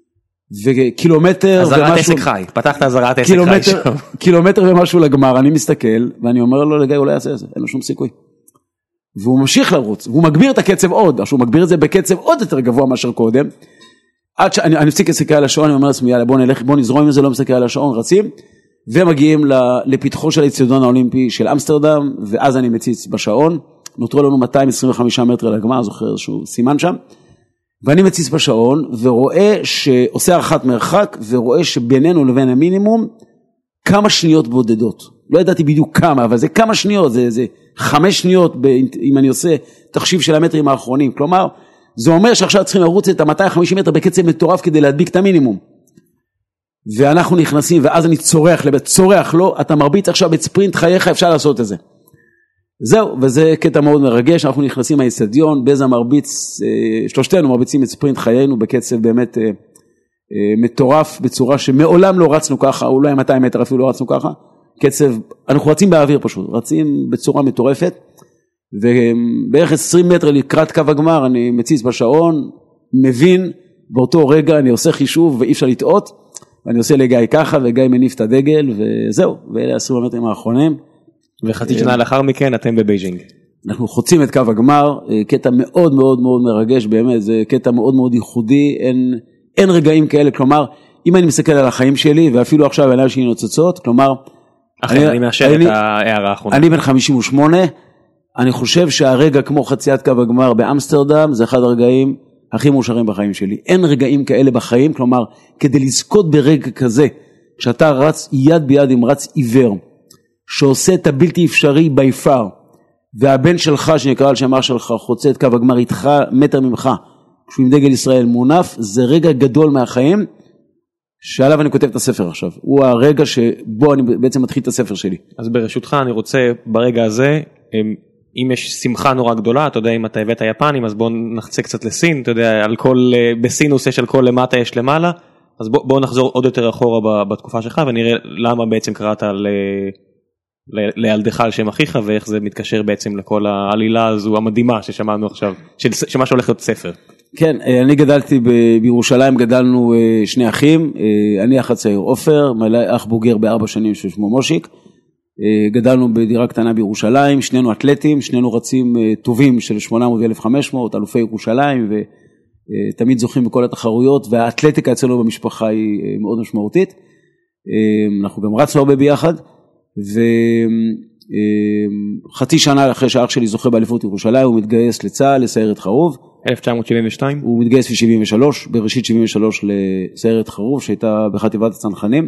וקילומטר הזרת עסק חי, פתחת הזרת עסק חי. קילומטר ומשהו לגמר, אני מסתכל, ואני אומר לו לגיא, הוא לא יעשה את זה, אין לו שום סיכוי. והוא ממשיך לרוץ, והוא מגביר את הקצב עוד, שהוא מגביר את זה בקצב עוד יותר גבוה מאשר קודם, עד שאני מפסיק להסתכל על השעון, אני אומר לעצמי, יאללה, בוא נזרום עם זה, לא מסתכל על השעון, רצים, ומגיעים לפתחו של האצטדיון האולימפי של אמסטרדם, ואז אני מציץ בשעון, נותרו לנו 225 מטר לגמר, זוכר איזשהו סימן שם, ואני מציץ בשעון, ורואה שעושה הערכת מרחק, ורואה שבינינו לבין המינימום, כמה שניות בודדות. לא ידעתי בדיוק כמה, אבל זה כמה שניות, זה 5 שניות, אם אני עושה תחשיב של המטרים האחרונים. כלומר, זה אומר שעכשיו צריכים לרוץ את ה-250 מטר בקצב מטורף, כדי להדביק את המינימום. ואנחנו נכנסים, ואז אני צורח, לא, אתה מרביץ עכשיו בספרינט חייך, אפשר לעשות את זה. זהו, וזה קטע מאוד מרגש, אנחנו נכנסים מהאצטדיון, בזה מרביץ, שלושתנו מרביצים את ספרינט חיינו, בקצב באמת מטורף, בצורה שמעולם לא רצנו ככה, אולי 200 מטר אפילו לא רצנו ככה, קצב, אנחנו רצים באוויר פשוט, רצים בצורה מטורפת, ובערך 20 מטר לקראת קו הגמר, אני מציץ בשעון, מבין, באותו רגע אני עושה חישוב, ואי אפשר לטעות, ואני עושה לגיא ככה, וגיא מניף את הדגל, וזהו, ואלה 20 המטרים האחרונים. וחצי שנה לאחר מכן אתם בבייג'ינג. אנחנו חוצים את קו הגמר, קטע מאוד מאוד מאוד מרגש, באמת, זה קטע מאוד מאוד ייחודי, אין רגעים כאלה, כלומר, אם אני מסתכל על החיים שלי, ואפילו עכשיו העיניים שלי נוצצות, כלומר, אני מאשר את ההערה האחרונה. אני בן 58, אני חושב שהרגע כמו חציית קו הגמר באמסטרדם, זה אחד הרגעים הכי מאושרים בחיים שלי. אין רגעים כאלה בחיים, כלומר, כדי לזכות ברגע כזה, שאתה רץ יד ביד עם רץ עיוור, שעושה את הבלתי אפשרי ביפר, והבן שלך שנקרא על שם אח שלך, חוצה את קו הגמר איתך, מטר ממך, כשהוא עם דגל ישראל מונף, זה רגע גדול מהחיים, שעליו אני כותב את הספר עכשיו. הוא הרגע שבו אני בעצם מתחיל את הספר שלי. אז ברשותך אני רוצה ברגע הזה, אם יש שמחה נורא גדולה, אתה יודע אם אתה הבאת היפנים, אז בואו נחצה קצת לסין, אתה יודע, בסינוס יש על כל למטה יש למעלה, אז בואו נחזור עוד יותר אחורה בתקופה שלך, ונראה למה בעצם קראת לילדך על שם אחיך, ואיך זה מתקשר בעצם לכל העלילה הזו המדהימה ששמענו עכשיו, שמה שהולך להיות ספר. כן, אני גדלתי בירושלים, גדלנו שני אחים, אני אח הצעיר עופר, אח בוגר ב4 שנים ששמו מושיק, גדלנו בדירה קטנה בירושלים, שנינו אתלטים, שנינו רצים טובים של 800 ו-1500, אלופי ירושלים, ותמיד זוכים בכל התחרויות, והאתלטיקה אצלנו במשפחה היא מאוד משמעותית, אנחנו גם רצנו הרבה ביחד, וחצי שנה אחרי שהאח שלי זוכה באליפות ירושלים, הוא מתגייס לצה"ל, לסיירת חרוב. 1972? הוא מתגייס ב-73, בראשית 73 לסיירת חרוב, שהייתה בחטיבת הצנחנים,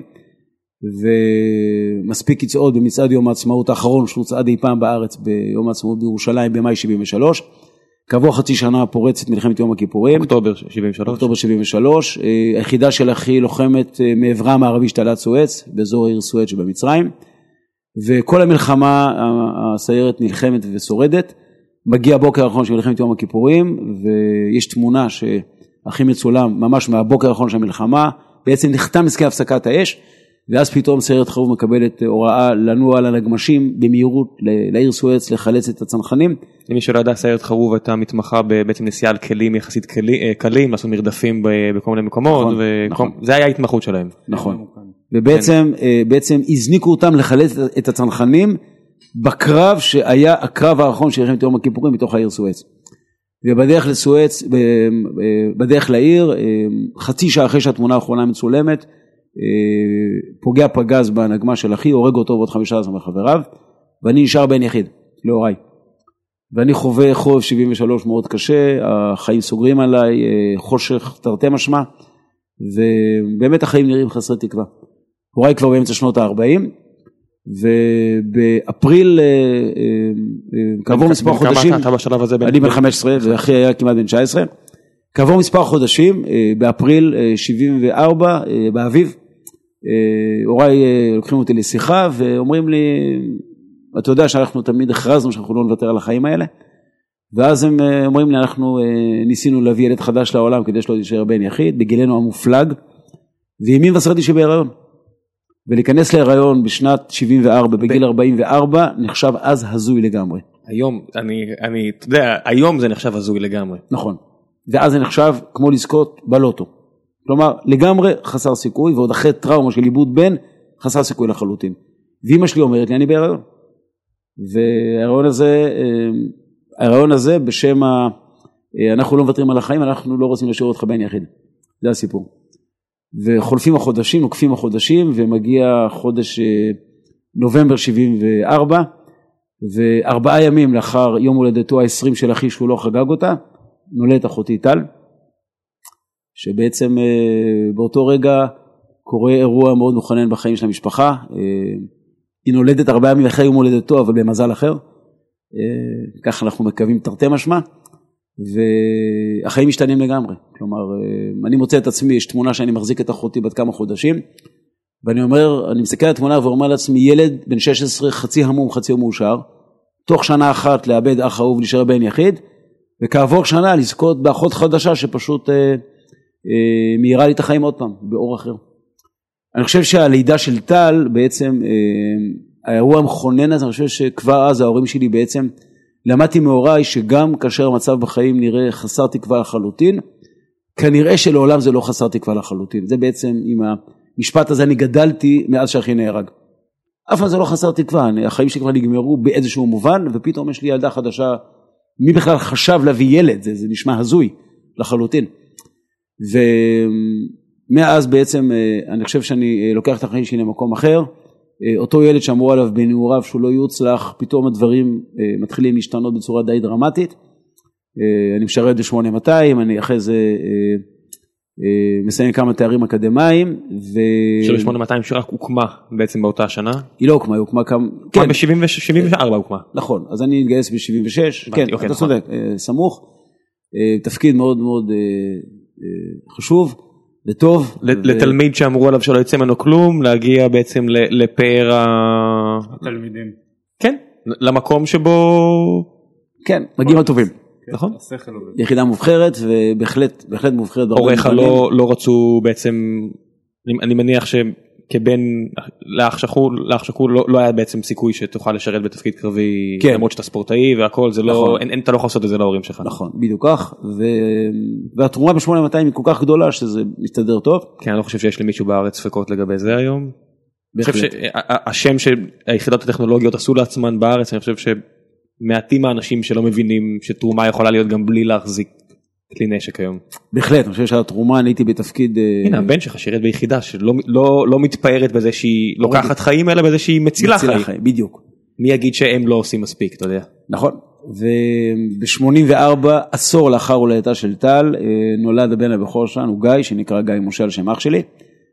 ומספיק יצעוד במצעד יום העצמאות האחרון, שהוצעד אי פעם בארץ ביום העצמאות בירושלים, במאי 73, כעבור חצי שנה פורצת מלחמת יום הכיפורים. אוקטובר 73. אוקטובר 73, היחידה של אחי לוחמת מעברה מערבי של תעלת סואץ, באזור העיר סואץ שבמצרים, וכל המלחמה הסיירת נלחמת ושורדת, מגיע הבוקר האחרון של מלחמת יום הכיפורים, ויש תמונה שהכי מצולם ממש מהבוקר האחרון של המלחמה, בעצם נחתם הסכם הפסקת האש, ואז פתאום סיירת חרוב מקבלת הוראה לנוע על הגמשים במהירות לעיר סואץ לחלץ את הצנחנים. למי שלא ידע, סיירת חרוב הייתה מתמחה בעצם נסיעה על כלים יחסית קלים, לעשות מרדפים בכל מיני מקומות, נכון. זה היה ההתמחות שלהם. נכון. ובעצם הזניקו אותם לחלץ את הצנחנים בקרב שהיה הקרב האחרון של מלחמת יום הכיפורים מתוך העיר סואץ. ובדרך לסואץ, בדרך לעיר, חצי שעה אחרי שהתמונה האחרונה מצולמת, פוגע פגז בנגמה של אחי, הורג אותו ועוד 15 מחבריו, ואני נשאר בן יחיד, להוריי. ואני חווה חורף 73 מאוד קשה, החיים סוגרים עליי, חושך תרתי משמע, ובאמת החיים נראים חסרי תקווה. הוריי כבר באמצע שנות ה-40, ובאפריל, כעבור מספר חודשים, אתה בשלב הזה אני בן 15, ואחי היה כמעט בן 19, כעבור מספר חודשים, באפריל 74, באביב, הוריי לוקחים אותי לשיחה, ואומרים לי, אתה יודע שאנחנו תמיד הכרזנו שאנחנו לא נוותר על החיים האלה, ואז הם אומרים לי, אנחנו ניסינו להביא ילד חדש לעולם, כדי שלא להישאר בן יחיד, בגילנו המופלג, וימים וסרתי שבהיריון. ולהיכנס להיריון בשנת 74, בגיל 44, נחשב אז הזוי לגמרי. היום, אתה יודע, היום זה נחשב הזוי לגמרי. נכון. ואז זה נחשב כמו לזכות בלוטו. כלומר, לגמרי חסר סיכוי, ועוד אחרי טראומה של איבוד בן, חסר סיכוי לחלוטין. ואמא שלי אומרת לי, אני בהיריון. וההיריון הזה בשם אנחנו לא מוותרים על החיים, אנחנו לא רוצים להשאיר אותך בן יחיד. זה הסיפור. וחולפים החודשים, נוקפים החודשים, ומגיע חודש נובמבר 74, ו4 ימים לאחר יום הולדתו ה-20 של אחי שהוא לא חגג אותה, נולדת אחותי טל, שבעצם באותו רגע קורה אירוע מאוד מכונן בחיים של המשפחה, היא נולדת 4 ימים אחרי יום הולדתו, אבל במזל אחר, כך אנחנו מקווים תרתי משמע, והחיים משתנים לגמרי, כלומר, אני מוצא את עצמי, יש תמונה שאני מחזיק את אחותי בת כמה חודשים, ואני אומר, אני מסתכל על התמונה ואומר לעצמי, ילד בן 16, חצי המום, חצי מאושר, תוך שנה אחת לאבד אח אהוב, להישאר בן יחיד, וכעבור שנה לזכות באחות חדשה שפשוט מהירה לי את החיים עוד פעם, באור אחר. אני חושב שהלידה של טל בעצם, האירוע המכונן הזה, אני חושב שכבר אז ההורים שלי בעצם, למדתי מהוריי שגם כאשר המצב בחיים נראה חסר תקווה לחלוטין, כנראה שלעולם זה לא חסר תקווה לחלוטין. זה בעצם עם המשפט הזה אני גדלתי מאז שאחי נהרג. אף פעם זה לא חסר תקווה, החיים שלי כבר נגמרו באיזשהו מובן, ופתאום יש לי ילדה חדשה, מי בכלל חשב להביא ילד, זה נשמע הזוי לחלוטין. ומאז בעצם אני חושב שאני לוקח את החיים שלי למקום אחר, אותו ילד שאמרו עליו בנעוריו שהוא לא יוצלח, פתאום הדברים מתחילים להשתנות בצורה די דרמטית, אני משרת ב-8200, אני אחרי זה מסיים כמה תארים אקדמיים. ב-8200 שרק הוקמה בעצם באותה שנה? היא לא הוקמה, היא הוקמה כמה... כן, ב-74 הוקמה. נכון, אז אני התגייס ב-76, כן, אתה צודק, סמוך, תפקיד מאוד מאוד חשוב. לטוב. לתלמיד שאמרו עליו שלא יצא ממנו כלום, להגיע בעצם לפאר התלמידים. כן, למקום שבו... כן, מגיעים הטובים. נכון? יחידה מובחרת, ובהחלט מובחרת. הוריך לא רצו בעצם, אני מניח שכבן לאח שכול לא היה בעצם סיכוי שתוכל לשרת בתפקיד קרבי, למרות שאתה ספורטאי והכל, זה לא, אתה לא יכול לעשות את זה להורים שלך. נכון, בדיוק כך, והתרומה ב-8200 היא כל כך גדולה שזה מסתדר טוב. כן, אני לא חושב שיש למישהו בארץ ספקות לגבי זה היום. אני חושב שהשם שהיחידות הטכנולוגיות עשו לעצמן בארץ, אני חושב שמעטים האנשים שלא מבינים שתרומה יכולה להיות גם בלי להחזיק כלי נשק היום. בהחלט, אני חושב שהתרומה, אני הייתי בתפקיד... הנה, הבן שלך שירת ביחידה שלא מתפארת בזה שהיא לוקחת חיים, אלא בזה שהיא מצילה חיים. בדיוק. מי יגיד שהם לא עושים מספיק, אתה יודע. נכון. וב-84, עשור לאחר הולדתה של טל, נולד הבן הבכור שלנו, גיא, שנקרא גיא משה על שם אח שלי,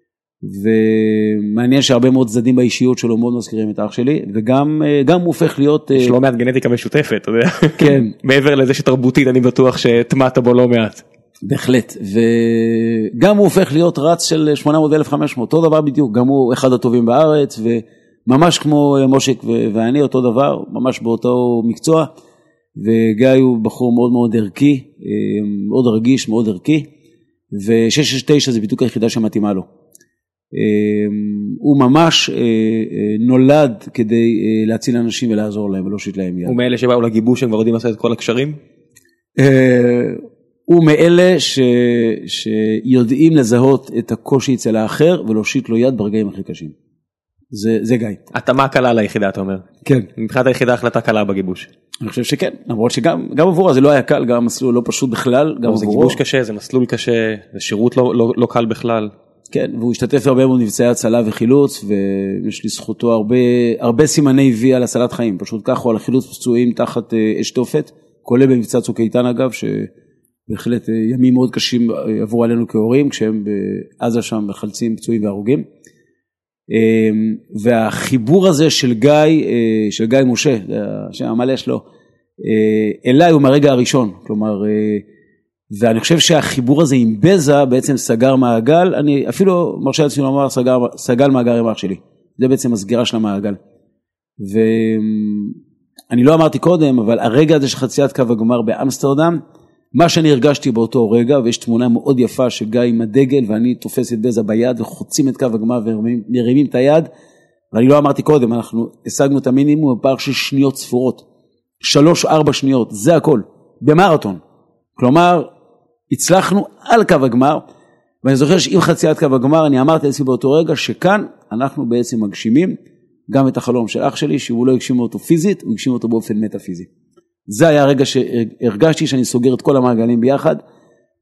ומעניין שהרבה מאוד צדדים באישיות שלו מאוד מזכירים את אח שלי, וגם הוא הופך להיות... יש לא מעט גנטיקה משותפת, אתה יודע. כן. מעבר לזה שתרבותית אני בטוח שתמעת בו לא מעט. בהחלט, וגם הוא הופך להיות רץ של 800-1500, אותו דבר בדיוק, גם הוא אחד הטובים בארץ, וממש כמו מושיק ואני, אותו דבר, ממש באותו מקצוע, וגיא הוא בחור מאוד מאוד ערכי, מאוד רגיש, מאוד ערכי, ו669 זה בדיוק היחידה שמתאימה לו. הוא ממש נולד כדי להציל אנשים ולעזור להם ולהושיט להם יד. הוא מאלה שבאו לגיבוש הם כבר יודעים לעשות את כל הקשרים? הוא מאלה שיודעים לזהות את הקושי אצל האחר ולהושיט לו יד ברגעים הכי קשים. זה גיא. התאמה קלה ליחידה אתה אומר? כן. מבחינת היחידה החלטה קלה בגיבוש? אני חושב שכן, למרות שגם עבורה זה לא היה קל, גם המסלול לא פשוט בכלל. זה גיבוש קשה, זה מסלול קשה, זה שירות לא קל בכלל. כן, והוא השתתף הרבה מאוד מבצעי הצלה וחילוץ, ויש לזכותו הרבה סימני וי על הצלת חיים, פשוט כך הוא על חילוץ פצועים תחת אש תופת, כולל במבצע צוק איתן אגב, שבהחלט ימים מאוד קשים עברו עלינו כהורים, כשהם בעזה שם מחלצים פצועים והרוגים. והחיבור הזה של גיא משה, שהמלא שלו, אליי הוא מהרגע הראשון, כלומר, ואני חושב שהחיבור הזה עם בזה בעצם סגר מעגל, אני אפילו מרשה לעצמי לומר סגל מעגל עם אח שלי, זה בעצם הסגירה של המעגל. ואני לא אמרתי קודם, אבל הרגע הזה של חציית קו הגמר באמסטרדם, מה שאני הרגשתי באותו רגע, ויש תמונה מאוד יפה שגיא עם הדגל, ואני תופס את בזה ביד, וחוצים את קו הגמר ומרימים את היד, ואני לא אמרתי קודם, אנחנו השגנו את המינימום בפער של שניות ספורות, 3-4 שניות, זה הכל, במרתון. כלומר, הצלחנו על קו הגמר, ואני זוכר שעם חציית קו הגמר, אני אמרתי לעצמי באותו רגע, שכאן אנחנו בעצם מגשימים, גם את החלום של אח שלי, שהוא לא הגשים אותו פיזית, הוא הגשים אותו באופן מטאפיזי. זה היה הרגע שהרגשתי שאני סוגר את כל המעגלים ביחד,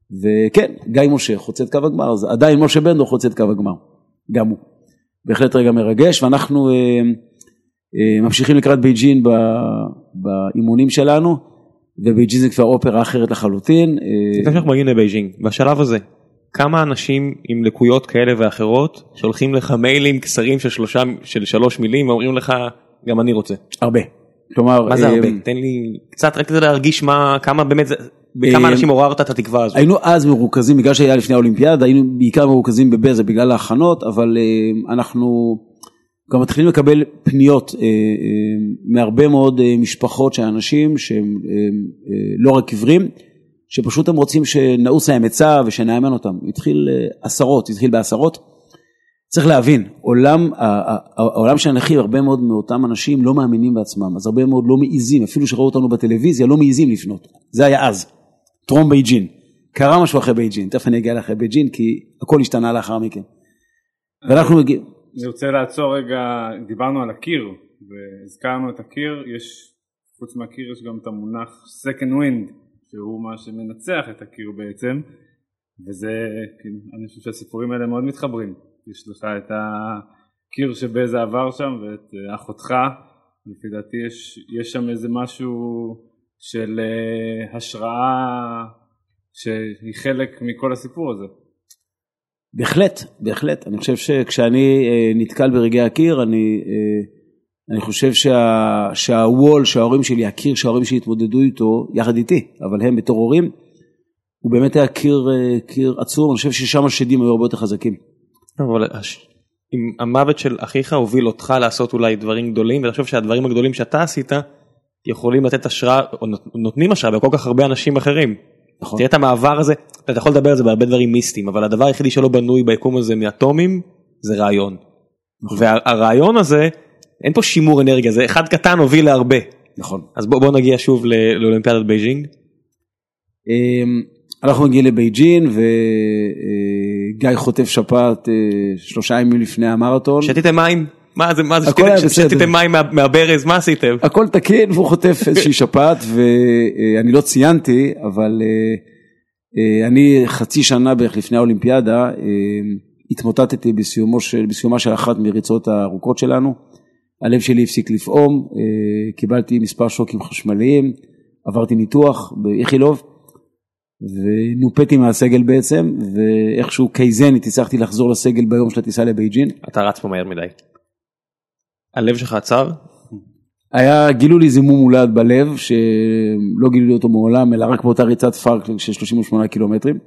וכן, גיא משה חוצה את קו הגמר, אז עדיין משה בנדור חוצה את קו הגמר, גם הוא. בהחלט רגע מרגש, ואנחנו ממשיכים לקראת בייג'ין באימונים שלנו, ובייג'ין זה כבר אופרה אחרת לחלוטין. לפני שאנחנו מגיעים לבייג'ין, בשלב הזה, כמה אנשים עם לקויות כאלה ואחרות, שולחים לך מיילים קצרים של 3 מילים, ואומרים לך, גם אני רוצה? הרבה. כלומר, מה זה הרבה? תן לי קצת רק כדי להרגיש כמה באמת זה, בכמה אנשים עוררת את התקווה הזו. היינו אז מרוכזים, בגלל שהיה לפני האולימפיאדה, היינו בעיקר מרוכזים בבזה, בגלל ההכנות, אבל אנחנו גם מתחילים לקבל פניות מהרבה מאוד משפחות של אנשים שהם לא רק עיוורים, שפשוט הם רוצים שנעוץ להם עצה ושנאמן אותם. התחיל בעשרות. צריך להבין, העולם של הנכים, הרבה מאוד מאותם אנשים לא מאמינים בעצמם, אז הרבה מאוד לא מעיזים, אפילו שראו אותנו בטלוויזיה, לא מעיזים לפנות. זה היה אז, טרום בייג'ין. קרה משהו אחרי בייג'ין, תכף אני אגיע אחרי בייג'ין, כי הכל השתנה לאחר מכן. ואנחנו מגיעים. אני רוצה לעצור רגע, דיברנו על הקיר, והזכרנו את הקיר, חוץ מהקיר יש גם את המונח second wind, שהוא מה שמנצח את הקיר בעצם, וזה, אני חושב שהסיפורים האלה מאוד מתחברים. יש לך את הקיר שבזה עבר שם, ואת אחותך, לפי דעתי יש שם איזה משהו של השראה, שהיא חלק מכל הסיפור הזה. בהחלט. אני חושב שכשאני נתקל ברגעי הקיר, אני חושב שהוול שההורים שלי, הקיר שההורים שלי התמודדו איתו, יחד איתי, אבל הם בתור הורים, הוא באמת היה קיר עצום, אני חושב ששם השדים היו הרבה יותר חזקים. אבל אם המוות של אחיך הוביל אותך לעשות אולי דברים גדולים, ואני חושב שהדברים הגדולים שאתה עשית, יכולים לתת השראה, או נותנים השראה בכל כך הרבה אנשים אחרים. נכון. תראה את המעבר הזה, אתה יכול לדבר על זה בהרבה דברים מיסטיים, אבל הדבר היחידי שלא בנוי ביקום הזה מאטומים, זה רעיון. נכון. והרעיון הזה, אין פה שימור אנרגיה, זה אחד קטן הוביל להרבה. נכון. אז בוא נגיע שוב לאולימפיאדת בייג'ינג. אנחנו נגיע לבייג'ין, וגיא חוטף שפעת 3 ימים לפני המרתון. שתיתם מים? מה זה? שתיתם מים מהברז, מה עשיתם? הכל תקין, והוא חוטף איזושהי שפעת, ואני לא ציינתי, אבל אני חצי שנה בערך לפני האולימפיאדה, התמוטטתי בסיומה של אחת מריצות הארוכות שלנו, הלב שלי הפסיק לפעום, קיבלתי מספר שוקים חשמליים, עברתי ניתוח באיכילוב, ונופתי מהסגל בעצם, ואיכשהו קייזנית הצלחתי לחזור לסגל ביום של הטיסה לבייג'ין. אתה רץ פה מהר מדי. הלב שלך עצר? גילו לי זימום מולד בלב, שלא גילו לי אותו מעולם, אלא רק באותה ריצת פארק של 38 קילומטרים.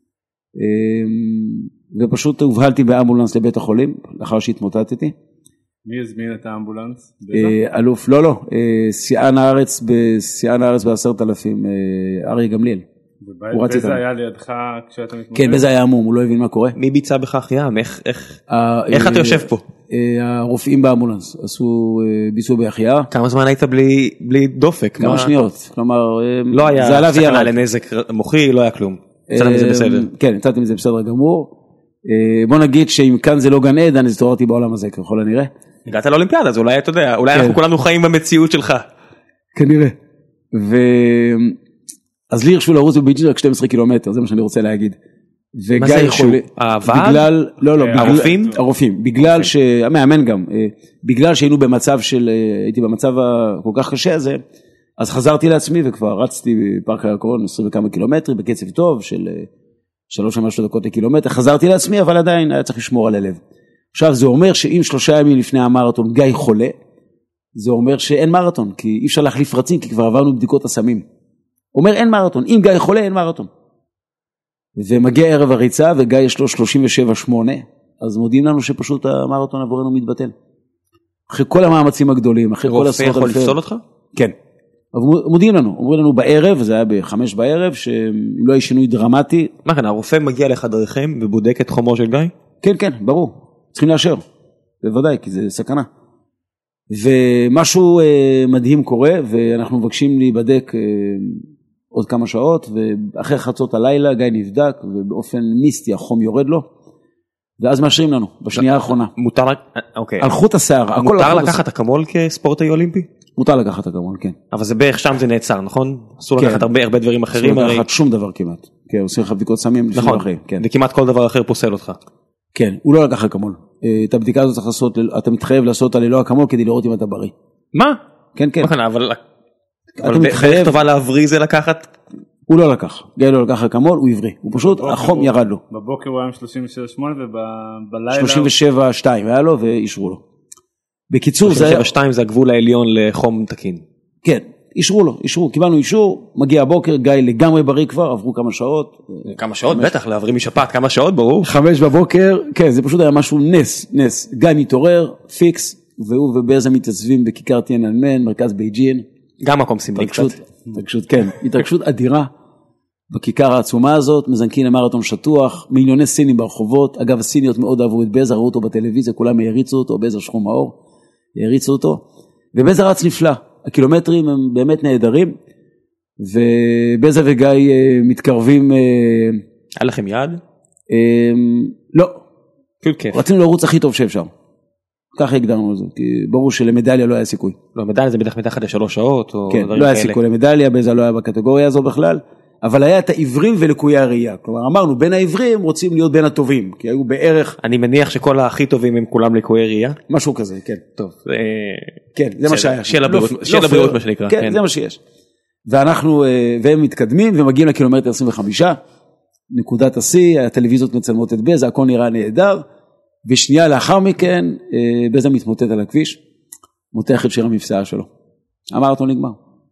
ופשוט הובהלתי באמבולנס לבית החולים, לאחר שהתמוטטתי. מי הזמין את האמבולנס? אלוף, לא, שיאן הארץ ב10,000, אריה גמליאל. ובזה היה לידך כשאתה מתמודד? כן, בזה היה עמום, הוא לא הבין מה קורה. מי ביצע בכך ים? איך אתה יושב פה? הרופאים באמבולנס ביצעו בהחייאה. כמה זמן היית בלי דופק? כמה שניות, כלומר, לא היה סכנה לנזק מוחי, לא היה כלום. יצאתם מזה בסדר. כן, יצאתם מזה בסדר גמור. בוא נגיד שאם כאן זה לא גן עדן, אז התעוררתי בעולם הזה ככל הנראה. הגעת לאולימפיאדה, אז אולי אתה יודע, אולי אנחנו כולנו חיים במציאות שלך. כנראה. אז לי הרשו לרוץ בבייג'ין רק 12 קילומטר, זה מה שאני רוצה להגיד. מה זה הרשו? הוועד? הרופאים? הרופאים, בגלל שהמאמן גם, בגלל שהיינו במצב הייתי במצב כל כך קשה הזה, אז חזרתי לעצמי וכבר רצתי בפארק הירקון 20 וכמה קילומטרים, בקצב טוב של 3 דקות לקילומטר, חזרתי לעצמי, אבל עדיין היה צריך לשמור על הלב. עכשיו זה אומר שאם 3 ימים לפני המרתון גיא חולה, זה אומר שאין מרתון, כי אי אפשר להחליף רצים, כי כבר עברנו בדיקות הסמים. אומר אין מרתון, אם גיא חולה אין מרתון. ומגיע ערב הריצה וגיא יש לו 37.8, אז מודיעים לנו שפשוט המרתון עבורנו מתבטל. אחרי כל המאמצים הגדולים, אחרי כל רופא יכול לפסול אותך? כן. אבל מודיעים לנו, אומרים לנו בערב, זה היה ב5 בערב, שאם לא היה שינוי דרמטי. מה כאן, הרופא מגיע לחדרכם ובודק את חומו של גיא? כן, כן, ברור. צריכים לאשר. בוודאי, כי זה סכנה. ומשהו מדהים קורה, ואנחנו מבקשים להיבדק עוד כמה שעות, ואחרי חצות הלילה גיא נבדק, ובאופן מיסטי החום יורד לו, ואז מאשרים לנו, בשנייה האחרונה. מותר, אוקיי. על חוט השיער. מותר לקחת אקמול כספורטאי אולימפי? מותר לקחת אקמול, כן. אבל זה בערך שם זה נעצר, נכון? אסור לקחת הרבה דברים אחרים. אסור לקחת שום דבר כמעט. כן, עושים לך בדיקות סמים. נכון, וכמעט כל דבר אחר פוסל אותך. כן, הוא לא לקח אקמול. את הבדיקה הזאת צריך לעשות, אתה מתחייב לעשות אותה ללא אקמול כדי לראות אם אתה בריא. מה? כן, כן. אבל דרך טובה להבריא זה לקחת? הוא לא לקח, גיא לא לקח אקמול, הוא עברי. הוא פשוט, החום ירד לו. בבוקר הוא היה עם 37.8 ובלילה... 37.2 היה לו ואישרו לו. בקיצור, 37.2 זה הגבול העליון לחום תקין. כן, אישרו לו, קיבלנו אישור, מגיע הבוקר, גיא לגמרי בריא כבר, עברו כמה שעות. כמה שעות? בטח, להבריא משפעת, כמה שעות, ברור. 5 בבוקר, כן, זה פשוט היה משהו נס. גיא מתעורר, פיקס, והוא ובזה מתעצבים בכיכר תיאנאנמן, מרכז בייג'ין. גם מקום סמלי קצת. כן, התרגשות אדירה בכיכר העצומה הזאת, מזנקים למרתון שטוח, מיליוני סינים ברחובות, אגב הסיניות מאוד אהבו את בזה, ראו אותו בטלוויזיה, כולם העריצו אותו, בזה שחום האור, העריצו אותו, ובזה רץ נפלא, הקילומטרים הם באמת נהדרים, ובזה וגיא מתקרבים... היה לכם יד? לא, רצינו לרוץ הכי טוב שאפשר. ככה הגדרנו את זה, כי ברור שלמדליה לא היה סיכוי. לא, מדליה זה בטח מתחת ל3 שעות, או כן, לא היה סיכוי למדליה, בזה לא היה בקטגוריה הזו בכלל, אבל היה את העברים ולקויי הראייה, כלומר אמרנו, בין העברים רוצים להיות בין הטובים, כי היו בערך... אני מניח שכל הכי טובים הם כולם לקויי ראייה? משהו כזה, כן. טוב. כן, זה מה שהיה. שיהיה לבריאות מה שנקרא. כן, זה מה שיש. ואנחנו, והם מתקדמים ומגיעים לקילומטר 25, נקודת השיא, הטלוויזיות מצלמות את בזה, הכל נראה נהדר, ושנייה לאחר מכן, בזה מתמוטט על הכביש, מותח את שיר המפסעה שלו. המרתון נגמר.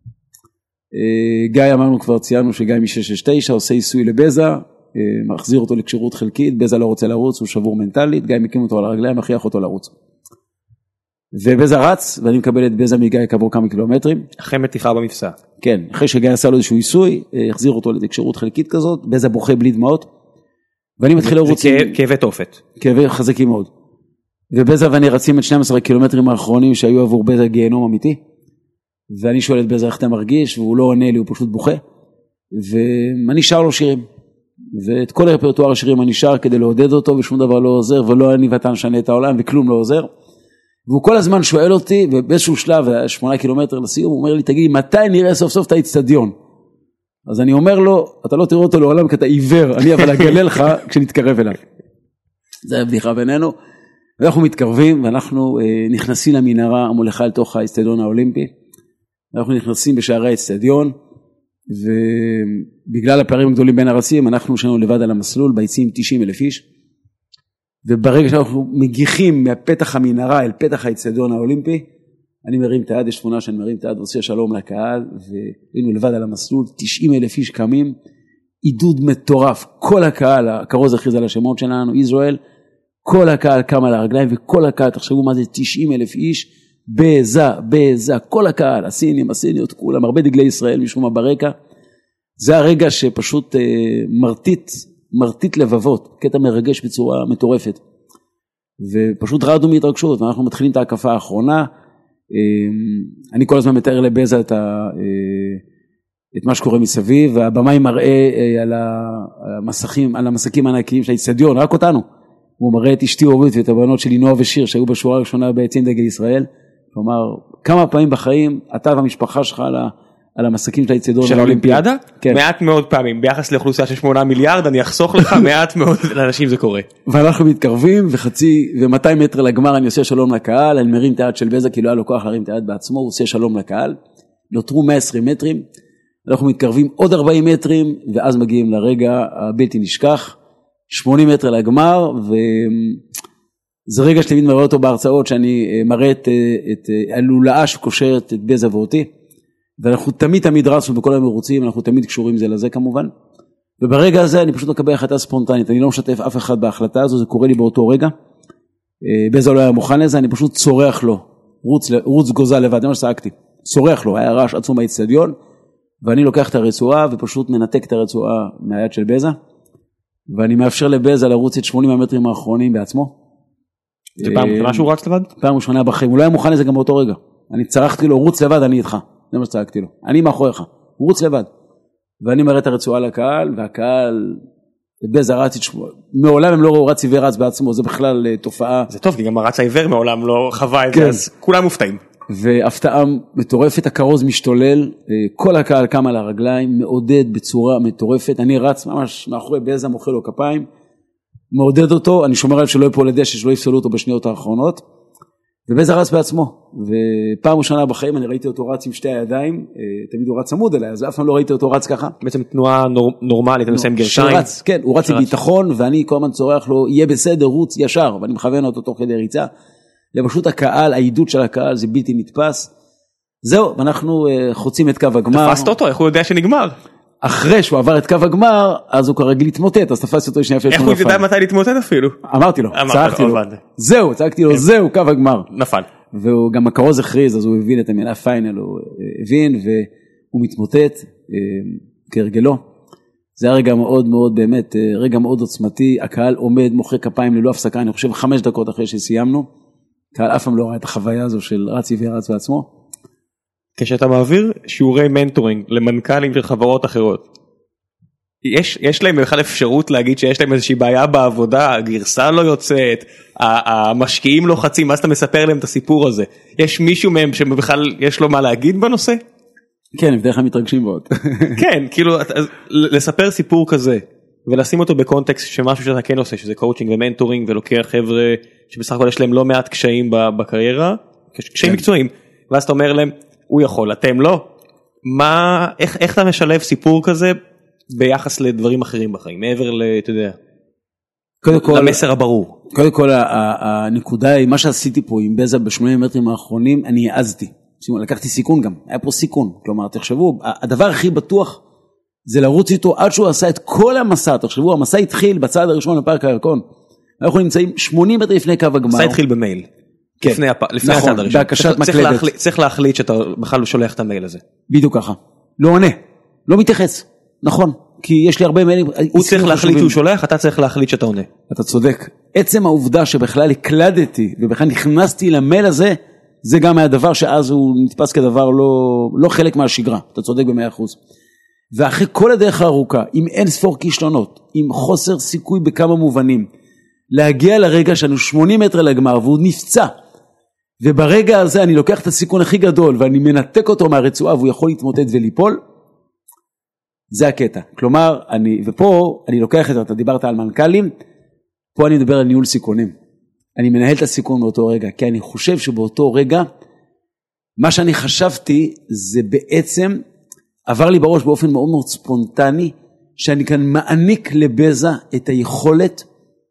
גיא אמרנו כבר, ציינו שגיא מ-669 עושה עיסוי לבזה, מחזיר אותו לקשירות חלקית, בזה לא רוצה לרוץ, הוא שבור מנטלית, גיא מקים אותו על הרגליים, מכריח אותו לרוץ. ובזה רץ, ואני מקבל את בזה מגיא כעבור כמה קילומטרים. אחרי מתיחה במפסע. כן, אחרי שגיא עשה לו איזשהו עיסוי, החזיר אותו לקשירות חלקית כזאת, בזה בוכה בלי דמעות, ואני מתחיל לרוץ... זה כאבי תופת. כאבי חזקים מאוד. ובזה ואני רצים את 12 הקילומטרים האחרונים שהיו עבור בזה גיהנום אמיתי. ואני שואל את בזה איך אתה מרגיש, והוא לא עונה לי, הוא פשוט בוכה. ואני שר לו שירים. ואת כל הרפרטואר השירים אני שר כדי לעודד אותו, ושום דבר לא עוזר, ולא אני ואתה נשנה את העולם, וכלום לא עוזר. והוא כל הזמן שואל אותי, ובאיזשהו שלב, 8 קילומטר לסיום, הוא אומר לי, תגיד, מתי נראה סוף סוף את האצטדיון? אז אני אומר לו, אתה לא תראה אותו לעולם, כי אתה עיוור, אני אבל אגלה לך כשנתקרב אליו. זה הבדיחה בינינו. ואנחנו מתקרבים, ואנחנו נכנסים למנהרה המולכה אל תוך האצטדיון האולימפי. אנחנו נכנסים בשערי האצטדיון, ובגלל הפערים הגדולים בין הרצים, אנחנו שלנו לבד על המסלול, ביציעים 90,000 איש, וברגע שאנחנו מגיחים מהפתח המנהרה אל פתח האצטדיון האולימפי, אני מרים את היד, יש תמונה שאני מרים את היד, עושה שלום לקהל, והיינו לבד על המסלול, 90,000 איש קמים, עידוד מטורף, כל הקהל, הכרוז הכריז על השמות שלנו, ישראל, כל הקהל קם על הרגליים, וכל הקהל, תחשבו מה זה 90,000 איש, בזה, כל הקהל, הסינים, הסיניות, כולם, הרבה דגלי ישראל משום מה ברקע, זה הרגע שפשוט מרטיט לבבות, קטע מרגש בצורה מטורפת, ופשוט רעדו מהתרגשות, ואנחנו מתחילים את ההקפה האחרונה, אני כל הזמן מתאר לבזה את מה שקורה מסביב, והבמאי מראה על המסכים הענקיים של האצטדיון, רק אותנו, הוא מראה את אשתי אורית ואת הבנות שלי נועה ושיר, שהיו בשורה הראשונה ביציעים דגל ישראל, כלומר, כמה פעמים בחיים, אתה והמשפחה שלך על המסכים של האצטדיון. של האולימפיאדה? כן. מעט מאוד פעמים, ביחס לאוכלוסייה של 8 מיליארד, אני אחסוך לך מעט מאוד לאנשים זה קורה. ואנחנו מתקרבים, ו200 מטר לגמר, אני עושה שלום לקהל, אני מרים את היד של בזה, כי לא היה לו כוח להרים את היד בעצמו, הוא עושה שלום לקהל, נותרו 120 מטרים, אנחנו מתקרבים עוד 40 מטרים, ואז מגיעים לרגע הבלתי נשכח, 80 מטר לגמר, זה רגע שתמיד מראה אותו בהרצאות, שאני מראה את הלולאה שקושרת את בזה ואותי, ואנחנו תמיד רצנו בכל המרוצים, אנחנו תמיד קשורים זה לזה כמובן, וברגע הזה אני פשוט מקבל החלטה ספונטנית, אני לא משתף אף אחד בהחלטה הזו, זה קורה לי באותו רגע, בזה לא היה מוכן לזה, אני פשוט צורח לו, רוץ גוזה לבד, זה מה שצעקתי, צורח לו, היה רעש עצום באצטדיון, ואני לוקח את הרצועה ופשוט מנתק את הרצועה מהיד של בזה, ואני מאפשר לבזה לרוץ את 80 המטרים האחרונים בעצמו. זה פעם ראשונה שהוא רץ לבד? פעם ראשונה בחיים, הוא לא היה מוכן לזה גם באותו רגע. אני צרחתי לו, רוץ לבד, אני איתך. זה מה שצעקתי לו. אני מאחוריך, רוץ לבד. ואני מראה את הרצועה לקהל, והקהל, בזה רץ, מעולם הם לא רצי ורץ בעצמו, זה בכלל תופעה. זה טוב, כי גם הרץ העיוור מעולם לא חווה את זה, אז כולם מופתעים. והפתעה מטורפת, הכרוז משתולל, כל הקהל קם על הרגליים, מעודד בצורה מטורפת, אני רץ ממש מאחורי בזה, מוחא לו כפיים, מעודד אותו, אני שומר עליו שלא יפול לדשא, שלא יפסלו אותו בשניות האחרונות, ובזה רץ בעצמו, ופעם ראשונה בחיים אני ראיתי אותו רץ עם שתי הידיים, תמיד הוא רץ צמוד אליי, אז אף פעם לא ראיתי אותו רץ ככה. בעצם תנועה נורמלית, אני מסיים גרשיים. כן, הוא רץ עם ביטחון, ואני כל הזמן צורח לו, יהיה בסדר, רוץ ישר, ואני מכוון אותו תוך כדי ריצה, פשוט הקהל, העידוד של הקהל זה בלתי נתפס. זהו, אנחנו חוצים את קו הגמר. תפסת אותו, איך הוא יודע שנגמר? אחרי שהוא עבר את קו הגמר, אז הוא כרגע להתמוטט, אז תפסתי אותו שנייה לפני שהוא נפל. איך הוא יודע מתי להתמוטט אפילו? אמרתי לו, צעקתי לו, זהו, צעקתי לו, זהו, קו הגמר. נפל. והוא גם הכרוז הכריז, אז הוא הבין את המילה פיינל, הוא הבין, והוא מתמוטט כהרגלו. זה היה רגע מאוד מאוד, באמת, רגע מאוד עוצמתי, הקהל עומד, מוחא כפיים ללא הפסקה, אני חושב 5 דקות אחרי שסיימנו, קהל אף פעם לא ראה את החוויה הזו של רצי ורץ בעצמו. כשאתה מעביר שיעורי מנטורינג למנכ"לים של חברות אחרות, יש להם בכלל אפשרות להגיד שיש להם איזושהי בעיה בעבודה, הגרסה לא יוצאת, המשקיעים לא חצים, אז אתה מספר להם את הסיפור הזה. יש מישהו מהם שבכלל יש לו מה להגיד בנושא? כן, בדרך כלל מתרגשים מאוד. כן, כאילו לספר סיפור כזה, ולשים אותו בקונטקסט שמשהו שאתה כן עושה, שזה קואוצ'ינג ומנטורינג, ולוקח חבר'ה שבסך הכל יש להם לא מעט קשיים בקריירה, קשיים מקצועיים, ואז אתה אומר להם, הוא יכול, אתם לא. איך אתה משלב סיפור כזה ביחס לדברים אחרים בחיים, מעבר אתה יודע, למסר הברור? קודם כל, הנקודה היא, מה שעשיתי פה עם בזה ב80 מטרים האחרונים, אני העזתי. לקחתי סיכון גם, היה פה סיכון. כלומר, תחשבו, הדבר הכי בטוח, זה לרוץ איתו עד שהוא עשה את כל המסע. תחשבו, המסע התחיל בצעד הראשון לפארק הירקון. אנחנו נמצאים 80 מטר לפני קו הגמר. המסע התחיל במייל. לפני הצעד הראשון. בהקשת מקלדת. צריך להחליט שאתה בכלל שולח את המייל הזה. בדיוק ככה. לא עונה. לא מתייחס. נכון. כי יש לי הרבה מיילים. הוא צריך להחליט שהוא שולח, אתה צריך להחליט שאתה עונה. אתה צודק. עצם העובדה שבכלל הקלדתי ובכלל נכנסתי למייל הזה, זה גם היה דבר שאז הוא נתפס כדבר לא חלק מהשגרה. אתה צודק ב100%. ואחרי כל הדרך הארוכה, עם אין ספור כישלונות, עם חוסר סיכוי בכמה מובנים, להגיע לרגע שאנו 80 מטר לגמר, והוא נפצע, וברגע הזה אני לוקח את הסיכון הכי גדול, ואני מנתק אותו מהרצועה, והוא יכול להתמוטט וליפול, זה הקטע. כלומר, ופה אני לוקח את זה, אתה דיברת על מנכ"לים, פה אני מדבר על ניהול סיכונים. אני מנהל את הסיכון באותו רגע, כי אני חושב שבאותו רגע, מה שאני חשבתי, זה בעצם, עבר לי בראש באופן מאוד מאוד ספונטני, שאני כאן מעניק לבזה את היכולת,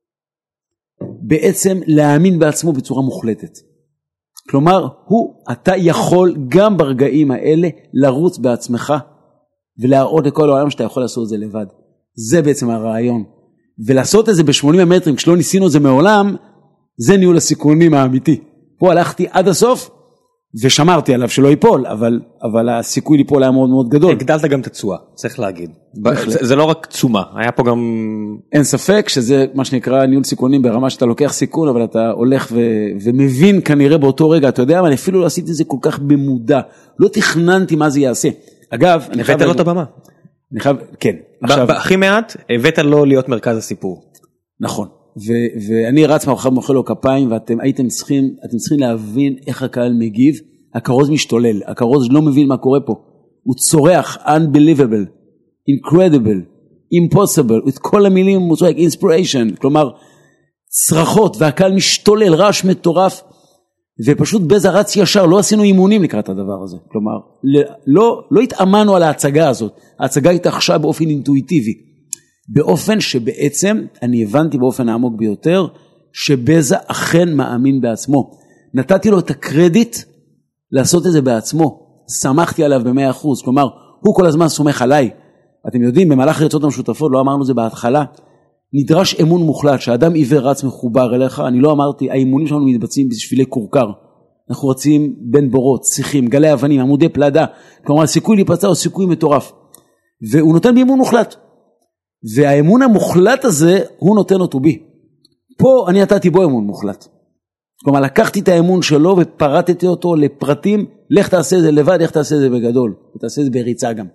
בעצם להאמין בעצמו בצורה מוחלטת. כלומר, אתה יכול גם ברגעים האלה, לרוץ בעצמך, ולהראות לכל העולם שאתה יכול לעשות את זה לבד. זה בעצם הרעיון. ולעשות את זה ב80 מטרים, כשלא ניסינו את זה מעולם, זה ניהול הסיכונים האמיתי. פה הלכתי עד הסוף, ושמרתי עליו שלא ייפול, אבל הסיכוי ליפול היה מאוד מאוד גדול. הגדלת גם את התשואה, צריך להגיד. זה לא רק תשומה, היה פה גם... אין ספק שזה מה שנקרא ניהול סיכונים ברמה שאתה לוקח סיכון, אבל אתה הולך ומבין כנראה באותו רגע, אתה יודע מה, אני אפילו לא עשיתי את זה כל כך במודע, לא תכננתי מה זה יעשה. אגב, אני חייב... הבאת לו את הבמה. כן. הכי מעט, הבאת לו להיות מרכז הסיפור. נכון. ואני רץ מאחוריו מוחא לו כפיים, ואתם צריכים להבין איך הקהל מגיב. הכרוז משתולל, הכרוז לא מבין מה קורה פה. הוא צורח, unbelievable, incredible, impossible, את כל המילים הוא צורח, inspiration, כלומר, צרחות, והקהל משתולל, רעש מטורף, ופשוט בזה רץ ישר, לא עשינו אימונים לקראת הדבר הזה. כלומר, לא התאמנו על ההצגה הזאת, ההצגה התרחשה באופן אינטואיטיבי. באופן שבעצם אני הבנתי באופן העמוק ביותר, שבזה אכן מאמין בעצמו. נתתי לו את הקרדיט לעשות את זה בעצמו. שמחתי עליו ב100%. כלומר, הוא כל הזמן סומך עליי. אתם יודעים, במהלך הרצות המשותפות, לא אמרנו זה בהתחלה, נדרש אמון מוחלט, שהאדם עיוור רץ מחובר אליך. אני לא אמרתי, האימונים שלנו מתבצעים בשבילי קורקר. אנחנו רצים בין בורות, שיחים, גלי אבנים, עמודי פלדה. כלומר, סיכוי להיפצע הוא סיכוי מטורף. והוא נותן בי אמון מוחלט. והאמון המוחלט הזה, הוא נותן אותו בי. פה אני נתתי בו אמון מוחלט. כלומר, לקחתי את האמון שלו ופרטתי אותו לפרטים, לך תעשה את זה לבד, לך תעשה את זה בגדול, ותעשה את זה בריצה גם.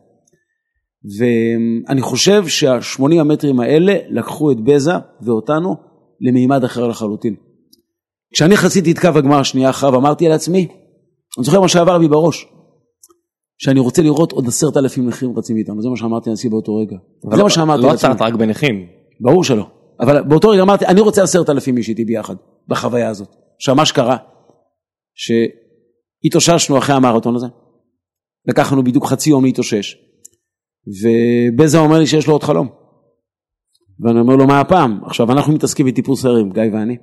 ואני חושב שה80 המטרים האלה לקחו את בזה ואותנו למימד אחר לחלוטין. כשאני חציתי את קו הגמר השנייה אחריו, אמרתי על עצמי, אני זוכר מה שעבר בי בראש, שאני רוצה לראות עוד 10,000 נכים רצים איתם, וזה מה שאמרתי לעצמי באותו רגע. זה מה שאמרתי לעצמי. לא עצרת רק בנכים. ברור שלא. אבל באותו רגע אמרתי, אני רוצה 10,000 איש איתי ביחד, בחוויה הזאת. שמה שקרה, שהתאוששנו אחרי המרתון הזה, לקחנו בדיוק חצי יום להתאושש, ובזה אומר לי שיש לו עוד חלום. ואני אומר לו, מה הפעם? עכשיו, אנחנו מתעסקים בטיפוס הרים, גיא ואני,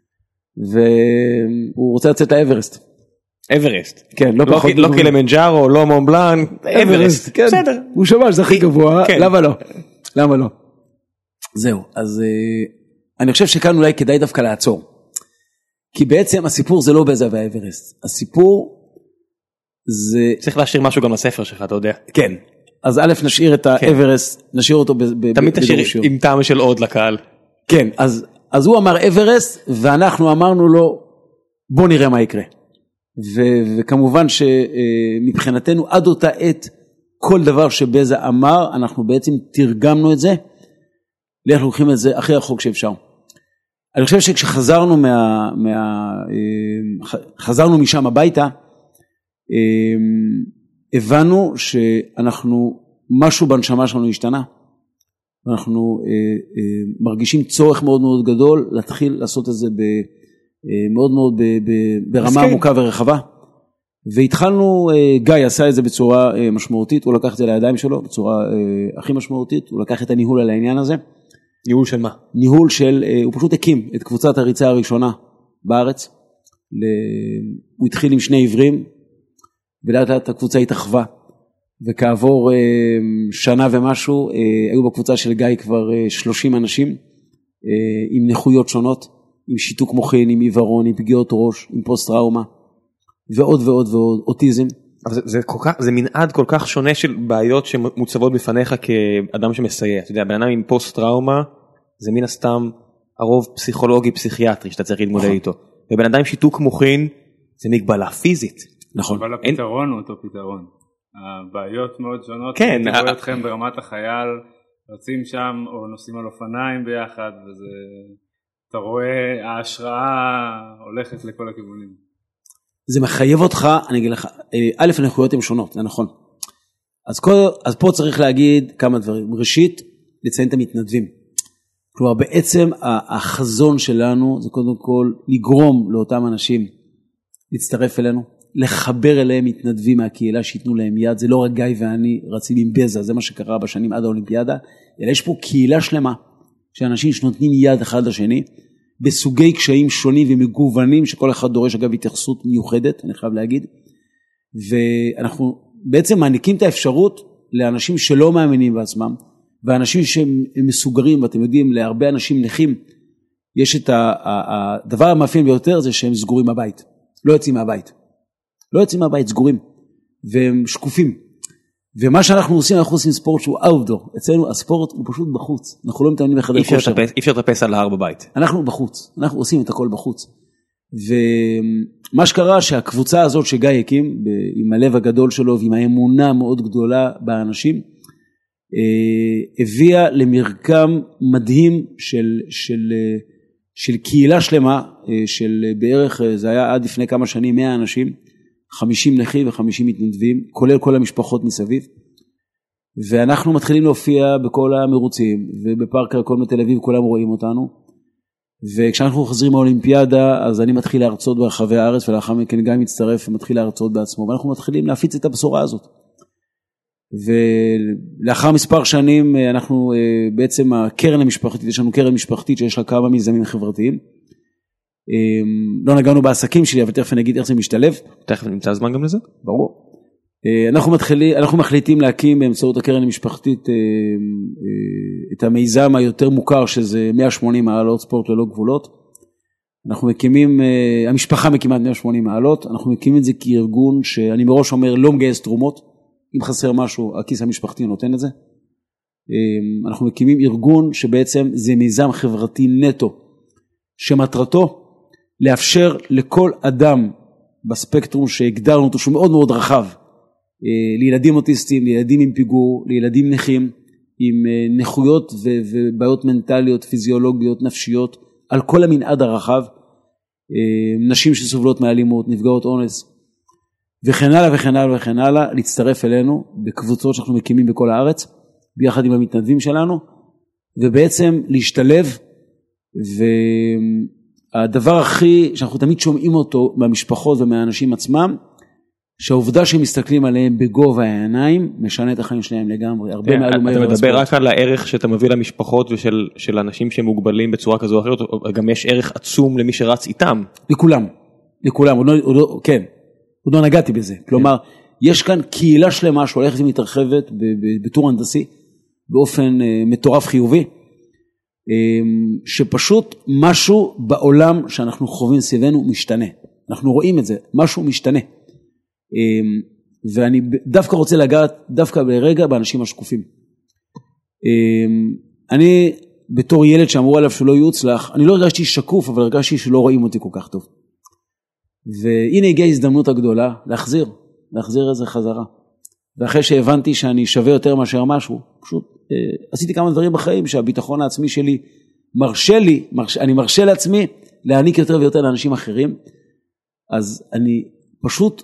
והוא רוצה לצאת לאברסט. אברסט. כן, לא פחות. לא קילימנג'ארו, לא מון בלאן, אברסט. כן, בסדר. הוא שמע שזה הכי גבוה, למה לא? למה לא? זהו, אז אני חושב שכאן אולי כדאי דווקא לעצור. כי בעצם הסיפור זה לא בזה והאברסט. הסיפור זה... צריך להשאיר משהו גם לספר שלך, אתה יודע. כן. אז א' נשאיר את האברסט, נשאיר אותו תמיד תשאיר עם טעם של עוד לקהל. כן, אז הוא אמר אברסט, ואנחנו אמרנו לו, בוא נראה מה יקרה. וכמובן שמבחינתנו עד אותה עת, כל דבר שבזה אמר, אנחנו בעצם תרגמנו את זה, לאיך לוקחים את זה הכי רחוק שאפשר. אני חושב שכשחזרנו חזרנו משם הביתה, הבנו שאנחנו, משהו בנשמה שלנו השתנה, ואנחנו מרגישים צורך מאוד מאוד גדול, להתחיל לעשות את זה מאוד מאוד ברמה עמוקה ורחבה, והתחלנו, גיא עשה את זה בצורה משמעותית, הוא לקח את זה לידיים שלו, בצורה הכי משמעותית, הוא לקח את הניהול על העניין הזה. ניהול של מה? ניהול של, הוא פשוט הקים את קבוצת הריצה הראשונה בארץ, הוא התחיל עם 2 עיוורים, ולאט לאט הקבוצה התרחבה, וכעבור שנה ומשהו, היו בקבוצה של גיא כבר 30 אנשים, עם נכויות שונות, עם שיתוק מוחין, עם עיוורון, עם פגיעות ראש, עם פוסט טראומה, ועוד ועוד ועוד, אוטיזם. אבל זה מנעד כל כך שונה של בעיות שמוצבות בפניך כאדם שמסייע. אתה יודע, בן אדם עם פוסט טראומה, זה מן הסתם הרוב פסיכולוגי, פסיכיאטרי, שאתה צריך להתמודד איתו. ובן אדם עם שיתוק מוחין, זה מגבלה פיזית. נכון. אבל הפתרון הוא אותו פתרון. הבעיות מאוד שונות. כן. אני רואה אתכם ברמת החייל, רצים שם, או נוסעים על אופניים ביחד, וזה, אתה רואה, ההשראה הולכת לכל הכיוונים. זה מחייב אותך, אני אגיד לך, א', הנכויות הן שונות, זה נכון. אז פה צריך להגיד כמה דברים. ראשית, לציין את המתנדבים. כלומר, בעצם החזון שלנו זה קודם כל לגרום לאותם אנשים להצטרף אלינו, לחבר אליהם מתנדבים מהקהילה שיתנו להם יד. זה לא רק גיא ואני רצים עם בזה, זה מה שקרה בשנים עד האולימפיאדה, אלא יש פה קהילה שלמה שאנשים שנותנים יד אחד לשני, בסוגי קשיים שונים ומגוונים, שכל אחד דורש אגב התייחסות מיוחדת, אני חייב להגיד, ואנחנו בעצם מעניקים את האפשרות לאנשים שלא מאמינים בעצמם, ואנשים שהם מסוגרים, ואתם יודעים, להרבה אנשים נכים, יש את הדבר המאפיין ביותר, זה שהם סגורים מהבית, לא יוצאים מהבית, סגורים, והם שקופים, ומה שאנחנו עושים, אנחנו עושים ספורט שהוא outdoor, אצלנו הספורט הוא פשוט בחוץ, אנחנו לא מתאמנים בחדר כושר. אי אפשר לטפס על ההר בבית. אנחנו בחוץ, אנחנו עושים את הכל בחוץ. ומה שקרה שהקבוצה הזאת שגיא הקים, עם הלב הגדול שלו ועם האמונה מאוד גדולה באנשים, הביאה למרקם מדהים של קהילה שלמה, של בערך, זה היה עד לפני כמה שנים 100 אנשים, 50 נכים ו50 מתנדבים, כולל כל המשפחות מסביב, ואנחנו מתחילים להופיע בכל המרוצים, ובפארק הירקון בתל אביב כולם רואים אותנו, וכשאנחנו חוזרים מהאולימפיאדה, אז אני מתחיל להרצות ברחבי הארץ, ולאחר מכן גם מצטרף ומתחיל להרצות בעצמו, ואנחנו מתחילים להפיץ את הבשורה הזאת. ולאחר מספר שנים, אנחנו בעצם הקרן המשפחתית, יש לנו קרן משפחתית שיש לה כמה מיזמים חברתיים, לא נגענו בעסקים שלי, אבל תכף נגיד איך זה משתלב. תכף נמצא זמן גם לזה? ברור. אנחנו מחליטים להקים באמצעות הקרן המשפחתית את המיזם היותר מוכר, שזה 180 מעלות ספורט ללא גבולות. אנחנו מקימים, המשפחה מקימה 180 מעלות, אנחנו מקימים את זה כארגון שאני מראש אומר לא מגייס תרומות, אם חסר משהו הכיס המשפחתי נותן את זה. אנחנו מקימים ארגון שבעצם זה מיזם חברתי נטו, שמטרתו לאפשר לכל אדם בספקטרום שהגדרנו אותו, שהוא מאוד מאוד רחב, לילדים אוטיסטים, לילדים עם פיגור, לילדים נכים, עם נכויות ובעיות מנטליות, פיזיולוגיות, נפשיות, על כל המנעד הרחב, נשים שסובלות מאלימות, נפגעות אונס, וכן הלאה וכן הלאה וכן הלאה, להצטרף אלינו בקבוצות שאנחנו מקימים בכל הארץ, ביחד עם המתנדבים שלנו, ובעצם להשתלב, והדבר הכי שאנחנו תמיד שומעים אותו מהמשפחות ומהאנשים עצמם, שהעובדה שהם מסתכלים עליהם בגובה העיניים, משנה את החיים שלהם לגמרי, הרבה מעל ומעבר. אתה מדבר רק על הערך שאתה מביא למשפחות ושל אנשים שמוגבלים בצורה כזו או אחרת, גם יש ערך עצום למי שרץ איתם. לכולם, כן, עוד לא נגעתי בזה. כלומר, יש כאן קהילה שלמה שהולכת ומתרחבת בטור הנדסי, באופן מטורף חיובי, שפשוט משהו בעולם שאנחנו חווים סביבנו משתנה. אנחנו רואים את זה, משהו משתנה. ואני דווקא רוצה לגעת דווקא ברגע באנשים השקופים. אני בתור ילד שאמרו עליו שלא יוצלח, אני לא הרגשתי שקוף, אבל הרגשתי שלא רואים אותי כל כך טוב. והנה הגיעה ההזדמנות הגדולה להחזיר את זה חזרה. ואחרי שהבנתי שאני שווה יותר מאשר משהו, פשוט עשיתי כמה דברים בחיים שהביטחון העצמי שלי אני מרשה לעצמי להעניק יותר ויותר לאנשים אחרים. אז אני פשוט,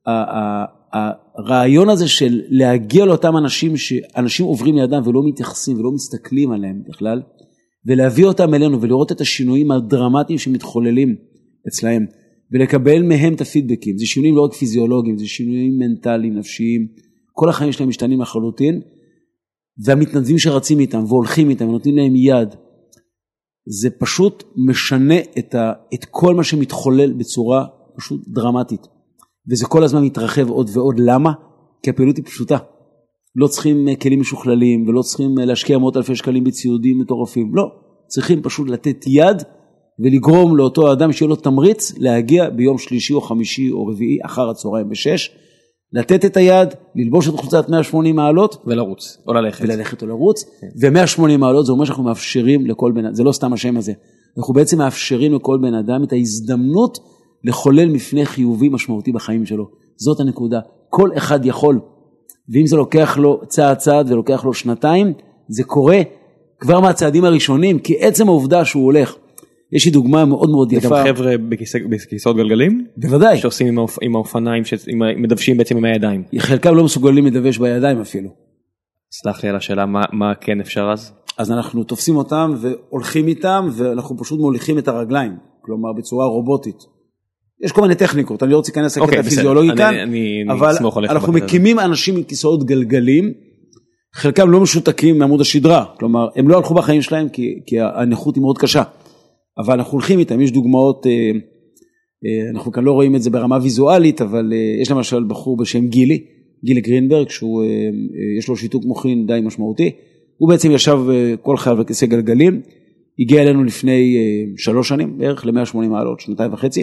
הרעיון הזה של להגיע לאותם אנשים שאנשים עוברים לידם ולא מתייחסים ולא מסתכלים עליהם בכלל, ולהביא אותם אלינו ולראות את השינויים הדרמטיים שמתחוללים אצלהם, ולקבל מהם את הפידבקים. זה שינויים לא רק פיזיולוגיים, זה שינויים מנטליים, נפשיים, כל החיים שלהם משתנים לחלוטין, והמתנדבים שרצים איתם והולכים איתם ונותנים להם יד, זה פשוט משנה את כל מה שמתחולל בצורה פשוט דרמטית. וזה כל הזמן מתרחב עוד ועוד. למה? כי הפעילות היא פשוטה. לא צריכים כלים משוכללים, ולא צריכים להשקיע מאות אלפי שקלים בציודים מטורפים. לא, צריכים פשוט לתת יד, ולגרום לאותו האדם שיהיה לו תמריץ, להגיע ביום שלישי או חמישי או רביעי, אחר הצהריים ב6, לתת את היד, ללבוש את חולצת 180 מעלות, ולרוץ, או ללכת. וללכת או לרוץ, ו180 מעלות זה אומר שאנחנו מאפשרים לכל בן אדם, זה לא סתם השם הזה, אנחנו בעצם מאפשרים לכל בן אדם את ההזדמנות לחולל מפנה חיובי משמעותי בחיים שלו. זאת הנקודה. כל אחד יכול, ואם זה לוקח לו צעד ולוקח לו שנתיים, זה קורה כבר מהצעדים הראשונים, כי עצם העובדה שהוא הולך, יש לי דוגמה מאוד מאוד יפה. וגם חבר'ה בכיסאות גלגלים? בוודאי. שעושים עם האופניים, מדוושים בעצם עם הידיים. חלקם לא מסוגלים לדווש בידיים אפילו. סלח לי על השאלה, מה כן אפשר אז? אז אנחנו תופסים אותם והולכים איתם, ואנחנו פשוט מוליכים את הרגליים, כלומר בצורה רובוטית. יש כל מיני טכניקות, אני לא רוצה להיכנס לקטע הפיזיולוגי כאן, אבל אנחנו מקימים אנשים עם כיסאות גלגלים, חלקם לא משותקים מעמוד השדרה, כלומר הם לא הלכו בחיים שלהם כי הנכות היא מאוד קשה. אבל אנחנו הולכים איתם, יש דוגמאות, אנחנו כאן לא רואים את זה ברמה ויזואלית, אבל יש למשל בחור בשם גילי גרינברג, שיש לו שיתוק מוחין די משמעותי, הוא בעצם ישב כל חייו בכיסא גלגלים, הגיע אלינו לפני 3 שנים, בערך ל-180 מעלות, 2.5,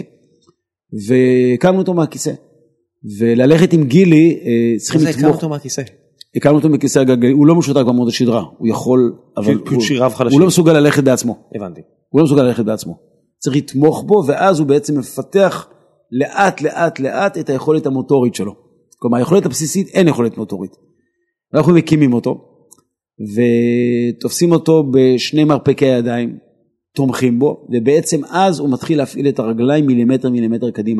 והקמנו אותו מהכיסא, וללכת עם גילי צריכים לתמוך. הקמנו אותו מהכיסא? הקמנו אותו מכיסא הגלגלי, הוא לא משותק בעמוד השדרה, הוא יכול, אבל הוא לא מסוגל ללכת בעצמו. הבנתי. הוא לא מסוגל ללכת בעצמו. צריך לתמוך בו, ואז הוא בעצם מפתח לאט את היכולת המוטורית שלו. כלומר, היכולת הבסיסית אין יכולת מוטורית. אנחנו מקימים אותו, ותופסים אותו בשני מרפקי ידיים, תומכים בו, ובעצם אז הוא מתחיל להפעיל את הרגליים מילימטר קדימה.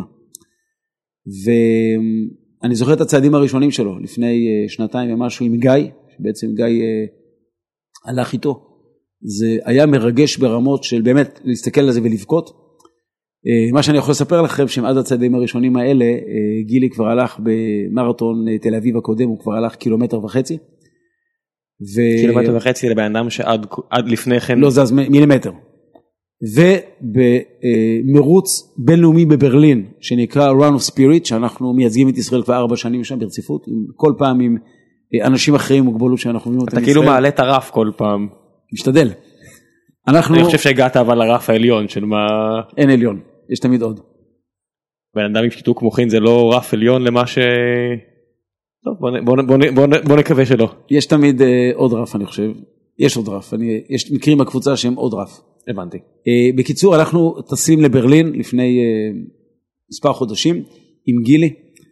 ואני זוכר את הצעדים הראשונים שלו, לפני 2 ומשהו עם גיא, שבעצם גיא הלך איתו. זה היה מרגש ברמות של באמת להסתכל על זה ולבכות. מה שאני יכול לספר לכם, שעד הצעדים הראשונים האלה, גילי כבר הלך במרתון תל אביב הקודם, הוא כבר הלך 1.5 קילומטר. 1.5 קילומטר לבן אדם שעד לפני כן... לא זז מילימטר. ובמרוץ בינלאומי בברלין, שנקרא Run of Spirit, שאנחנו מייצגים את ישראל כבר 4 שנים שם ברציפות, כל פעם עם אנשים אחרים מוגבלות שאנחנו מביאים אותם. אתה כאילו מעלה את הרף כל פעם. משתדל. אני חושב שהגעת אבל לרף העליון של מה... אין עליון, יש תמיד עוד. בן אדם עם שיתוק מוחין זה לא רף עליון למה ש... טוב, בוא נקווה שלא. יש תמיד עוד רף אני חושב. יש עוד רף. יש מקרים בקבוצה שהם עוד רף. הבנתי. בקיצור, אנחנו טסים לברלין לפני מספר חודשים עם גילי.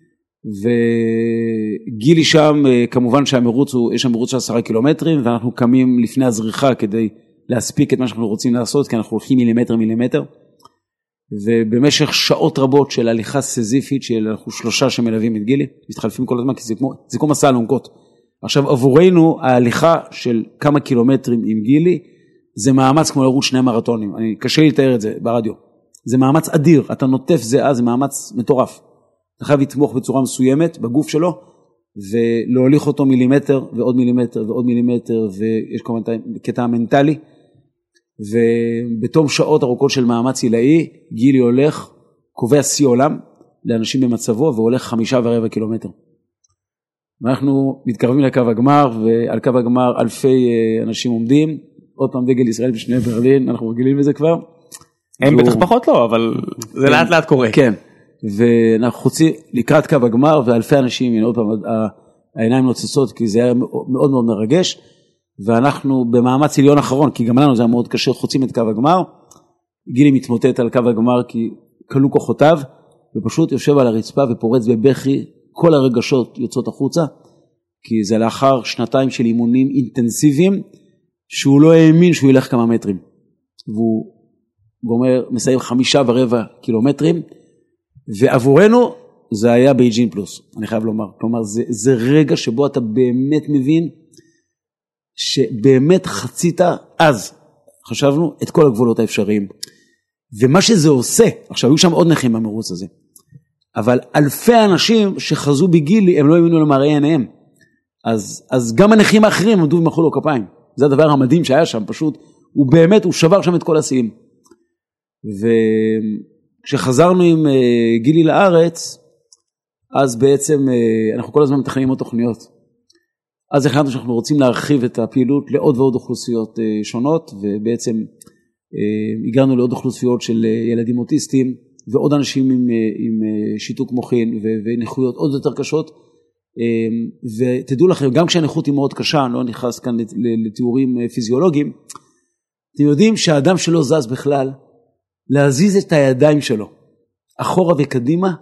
וגילי שם, כמובן שהמרוץ יש שם מרוץ של 10 קילומטרים, ואנחנו קמים לפני הזריחה כדי להספיק את מה שאנחנו רוצים לעשות, כי אנחנו הולכים מילימטר, ובמשך שעות רבות של הליכה סזיפית, אנחנו 3 שמלווים את גילי, מתחלפים כל הזמן, כי זה כמו מסע אלונקות. עכשיו עבורנו ההליכה של כמה קילומטרים עם גילי, זה מאמץ כמו לרוץ 2 מרתונים, קשה לי לתאר את זה ברדיו, זה מאמץ אדיר, אתה נוטף זהה, זה מאמץ מטורף, אתה חייב לתמוך בצורה מסוימת בגוף שלו, ולהוליך אותו מילימטר ועוד מילימטר ועוד מילימטר, ויש כמובן קטע מנטלי, ובתום שעות ארוכות של מאמץ עילאי, גילי הולך, קובע שיא עולם לאנשים במצבו, והולך 5.25 קילומטר. ואנחנו מתקרבים לקו הגמר, ועל קו הגמר אלפי אנשים עומדים, עוד פעם דגל ישראל בשני ברלין, אנחנו רגילים לזה כבר. הם בטח פחות לא, אבל זה לאט לאט קורה. כן, ואנחנו חוצים לקראת קו הגמר, ואלפי אנשים, עוד פעם, העיניים נוצצות, כי זה היה מאוד מאוד מרגש, ואנחנו במאמץ עליון אחרון, כי גם לנו זה היה מאוד קשה, חוצים את קו הגמר, גילי מתמוטט על קו הגמר, כי קלו כוחותיו, ופשוט יושב על הרצפה ופורץ בבכי, כל הרגשות יוצאות החוצה, כי זה לאחר 2 של אימונים אינטנסיביים, שהוא לא האמין שהוא ילך כמה מטרים, והוא מסיים 5.25 קילומטרים, ועבורנו זה היה בייג'ין פלוס, אני חייב לומר, כלומר זה רגע שבו אתה באמת מבין, שבאמת חצית אז, חשבנו, את כל הגבולות האפשריים, ומה שזה עושה, עכשיו היו שם עוד נכים במרוץ הזה, אבל אלפי אנשים שחזו בגילי, הם לא האמינו למראי עיניהם, אז גם הנכים האחרים עמדו ומחאו לו כפיים, זה הדבר המדהים שהיה שם, פשוט, הוא באמת, הוא שבר שם את כל השיאים, וכשחזרנו עם גילי לארץ, אז בעצם אנחנו כל הזמן מתכננים עוד תוכניות, אז החלטנו שאנחנו רוצים להרחיב את הפעילות לעוד ועוד אוכלוסיות שונות, ובעצם הגענו לעוד אוכלוסיות של ילדים אוטיסטים, ועוד אנשים עם שיתוק מוחין ונכויות עוד יותר קשות, ותדעו לכם, גם כשהנכות היא מאוד קשה, אני לא נכנס כאן לתיאורים פיזיולוגיים, אתם יודעים שהאדם שלו זז בכלל, להזיז את הידיים שלו, אחורה וקדימה,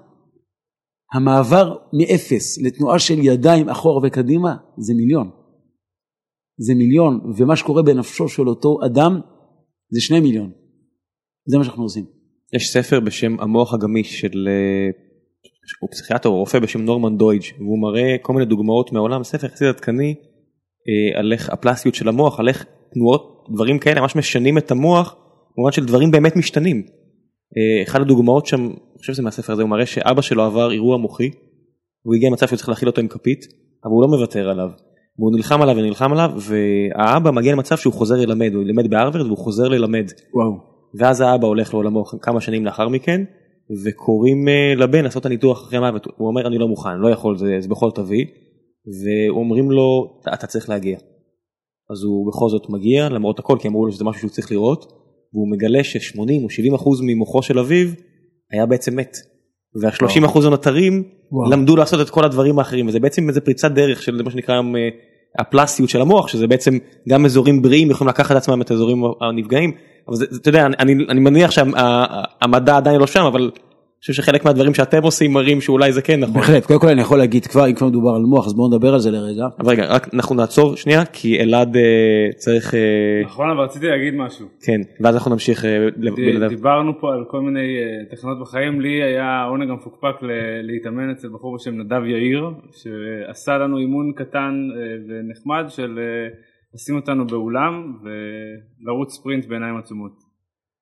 המעבר מאפס לתנועה של ידיים אחורה וקדימה, זה מיליון. זה מיליון, ומה שקורה בנפשו של אותו אדם, זה 2 מיליון. זה מה שאנחנו עושים. יש ספר בשם המוח הגמיש של הוא פסיכיאטר או רופא בשם נורמן דויג', והוא מראה כל מיני דוגמאות מהעולם, ספר יחסית עדכני, על איך הפלסטיות של המוח, על איך תנועות, דברים כאלה, ממש משנים את המוח, במובן של דברים באמת משתנים. אחד הדוגמאות שם, אני חושב שזה מהספר הזה, הוא מראה שאבא שלו עבר אירוע מוחי, והוא הגיע למצב שהוא צריך להכיל אותו עם כפית, אבל הוא לא מוותר עליו, והוא נלחם עליו ונלחם עליו, והאבא מגיע למצב שהוא חוזר ללמד, הוא ילמד בהרווארד והוא חוזר ללמד. וואו. ואז האבא הולך לעולמו כמה שנים לאחר מכן, וקוראים לבן לעשות את הניתוח אחרי המוות, הוא אומר אני לא מוכן, לא יכול, זה בכל תביא, ואומרים לו אתה צריך להגיע. אז הוא בכל זאת מגיע, למרות הכל, כי אמרו לו שזה משהו שהוא צריך לראות, והוא מגלה ש80 או 70% ממוחו של אביו היה בעצם מת, וה30% הנותרים למדו לעשות את כל הדברים האחרים, וזה בעצם איזה פריצת דרך של מה שנקרא הפלסטיות של המוח, שזה בעצם גם אזורים בריאים יכולים לקחת עצמם את האזורים הנפגעים, אבל זה, אתה יודע, אני מניח שהמדע עדיין לא שם, אבל אני חושב שחלק מהדברים שאתם עושים מראים שאולי זה כן נכון. בהחלט, קודם כל אני יכול להגיד כבר, אם כבר מדובר על מוח, אז בואו נדבר על זה לרגע. אבל רגע, רק אנחנו נעצור שנייה, כי אלעד צריך... נכון, אבל רציתי להגיד משהו. כן, ואז אנחנו נמשיך בלעדיו. דיברנו פה על כל מיני תחנות בחיים, לי היה עונג המפוקפק להתאמן אצל בחור בשם נדב יאיר, שעשה לנו אימון קטן ונחמד של לשים אותנו באולם ולרוץ ספרינט בעיניים עצומות.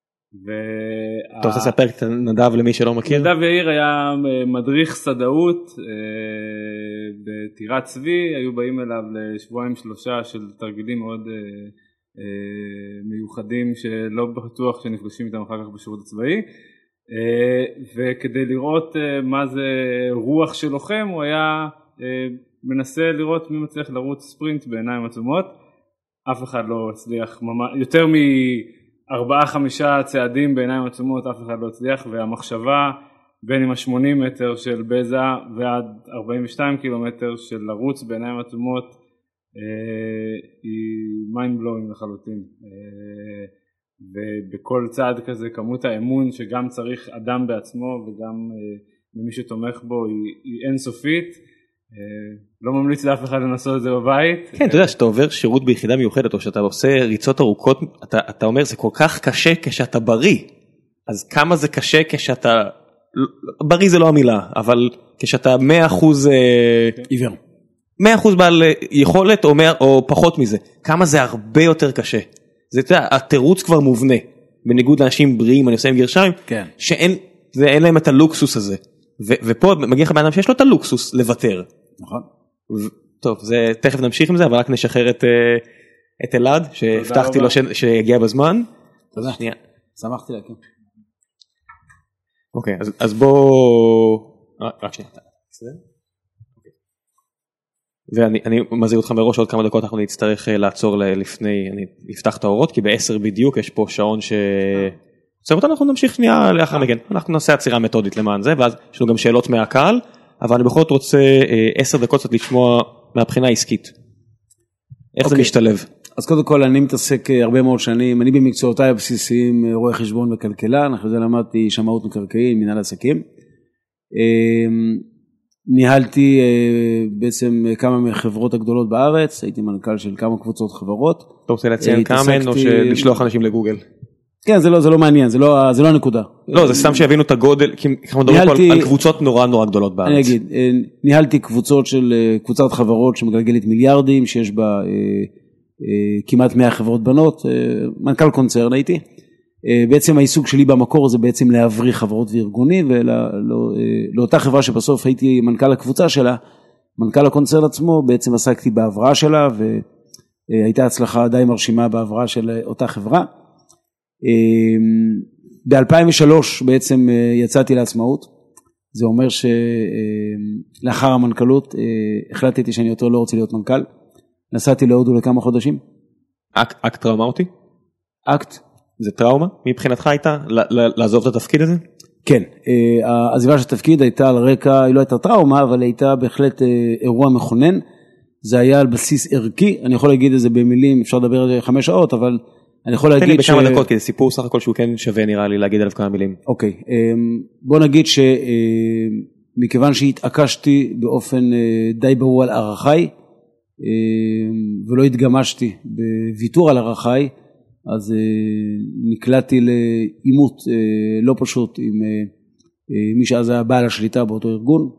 אתה רוצה לספר קצת נדב למי שלא מכיר? נדב יאיר היה מדריך סדאות בטירת צבי, היו באים אליו לשבועיים 3 של תרגילים מאוד מיוחדים שלא בטוח שנפגשים איתם אחר כך בשירות הצבאי, וכדי לראות מה זה רוח של לוחם הוא היה מנסה לראות מי מצליח לרוץ ספרינט בעיניים עצומות. אף אחד לא הצליח, יותר מ4-5 צעדים בעיניים עצומות אף אחד לא הצליח, והמחשבה בין עם 80 מטר של בזה ועד 42 קילומטר של לרוץ בעיניים עצומות היא mind blowing לחלוטין, ובכל צעד כזה כמות האמון שגם צריך אדם בעצמו וגם מי שתומך בו היא אינסופית. לא ממליץ לאף אחד לנסות את זה בבית. כן, אתה יודע שאתה עובר שירות ביחידה מיוחדת או שאתה עושה ריצות ארוכות, אתה אומר זה כל כך קשה כשאתה בריא, אז כמה זה קשה כשאתה, בריא זה לא המילה, אבל כשאתה 100% עיוור. 100% בעל יכולת או פחות מזה, כמה זה הרבה יותר קשה. זה, אתה יודע, התירוץ כבר מובנה, בניגוד לאנשים בריאים, אני עושה עם גרשיים, כן. שאין להם את הלוקסוס הזה. ופה מגיע לך באדם שיש לו את הלוקסוס לוותר. נכון. טוב, תכף נמשיך עם זה, אבל רק נשחרר את אלעד, שהבטחתי לו שיגיע בזמן. תודה. שנייה. שמחתי להקים. אוקיי, אז בוא... רק שנייה. ואני מזהיר אותך מראש, עוד כמה דקות אנחנו נצטרך לעצור לפני, אני אפתח את האורות, כי ב10 בדיוק יש פה שעון עוצר אותנו, אנחנו נמשיך שנייה לאחר מכן, אנחנו נעשה עצירה מתודית למען זה, ואז יש לנו גם שאלות מהקהל, אבל אני בכל זאת רוצה 10 דקות קצת לשמוע מהבחינה העסקית. איך זה משתלב? אז קודם כל אני מתעסק הרבה מאוד שנים, אני במקצועותיי הבסיסיים רואה חשבון וכלכלן, אחרי זה למדתי שמאות מקרקעין, מנהל עסקים. ניהלתי בעצם כמה מהחברות הגדולות בארץ, הייתי מנכ"ל של כמה קבוצות חברות. אתה רוצה לציין כמה או לשלוח אנשים לגוגל? כן, זה לא מעניין, זה לא הנקודה. לא, זה סתם שיבינו את הגודל, כי אנחנו מדברים על קבוצות נורא גדולות בארץ. אני אגיד, ניהלתי קבוצת חברות שמגלגלת מיליארדים, שיש בה כמעט 100 חברות בנות, מנכ"ל קונצרן הייתי. בעצם העיסוק שלי במקור זה בעצם להבריא חברות וארגונים, ולאותה חברה שבסוף הייתי מנכ"ל הקבוצה שלה, מנכ"ל הקונצרן עצמו, בעצם עסקתי בהבראה שלה, והייתה הצלחה די מרשימה בהבראה של אותה חברה. ב-2003 בעצם יצאתי לעצמאות, זה אומר שלאחר המנכ"לות החלטתי שאני יותר לא רוצה להיות מנכ"ל, נסעתי להודו לכמה חודשים. אקט טראומטי? אקט. זה טראומה? מבחינתך הייתה לעזוב את התפקיד הזה? כן, העזיבה של התפקיד הייתה על רקע, היא לא הייתה טראומה, אבל הייתה בהחלט אירוע מכונן, זה היה על בסיס ערכי, אני יכול להגיד את זה במילים, אפשר לדבר על זה 5 שעות, אבל אני יכול להגיד תן לי בכמה דקות, כי זה סיפור סך הכל שהוא כן שווה נראה לי להגיד עליו כמה מילים. אוקיי, בוא נגיד שמכיוון שהתעקשתי באופן די ברור על ערכיי, ולא התגמשתי בוויתור על ערכיי, אז נקלעתי לעימות לא פשוט עם מי שאז היה בעל השליטה באותו ארגון,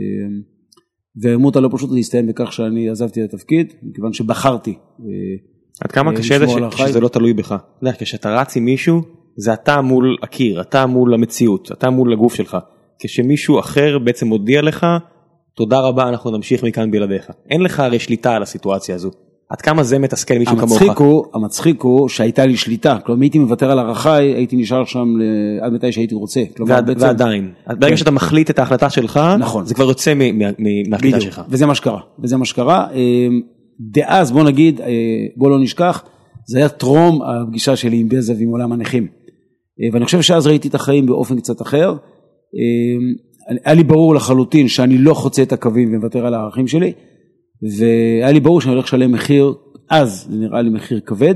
והעימות הלא פשוט להסתיים בכך שאני עזבתי את התפקיד, מכיוון שבחרתי. עד כמה קשה זה שזה לא תלוי בך? כשאתה רץ עם מישהו, זה אתה מול הקיר, אתה מול המציאות, אתה מול הגוף שלך. כשמישהו אחר בעצם מודיע לך, תודה רבה, אנחנו נמשיך מכאן בלעדיך. אין לך הרי שליטה על הסיטואציה הזו. עד כמה זה מתסכל מישהו כמוך? המצחיק הוא שהייתה לי שליטה, כלומר הייתי מוותר על ערכיי, הייתי נשאר שם עד מתי שהייתי רוצה. ועדיין, ברגע שאתה מחליט את ההחלטה שלך, זה כבר יוצא מהקליטה שלך. וזה מה שקרה. דאז בוא נגיד, בוא לא נשכח, זה היה טרום הפגישה שלי עם בזה ועם עולם הנכים. ואני חושב שאז ראיתי את החיים באופן קצת אחר. היה לי ברור לחלוטין שאני לא חוצה את הקווים ומוותר על הערכים שלי, והיה לי ברור שאני הולך לשלם מחיר, אז זה נראה לי מחיר כבד,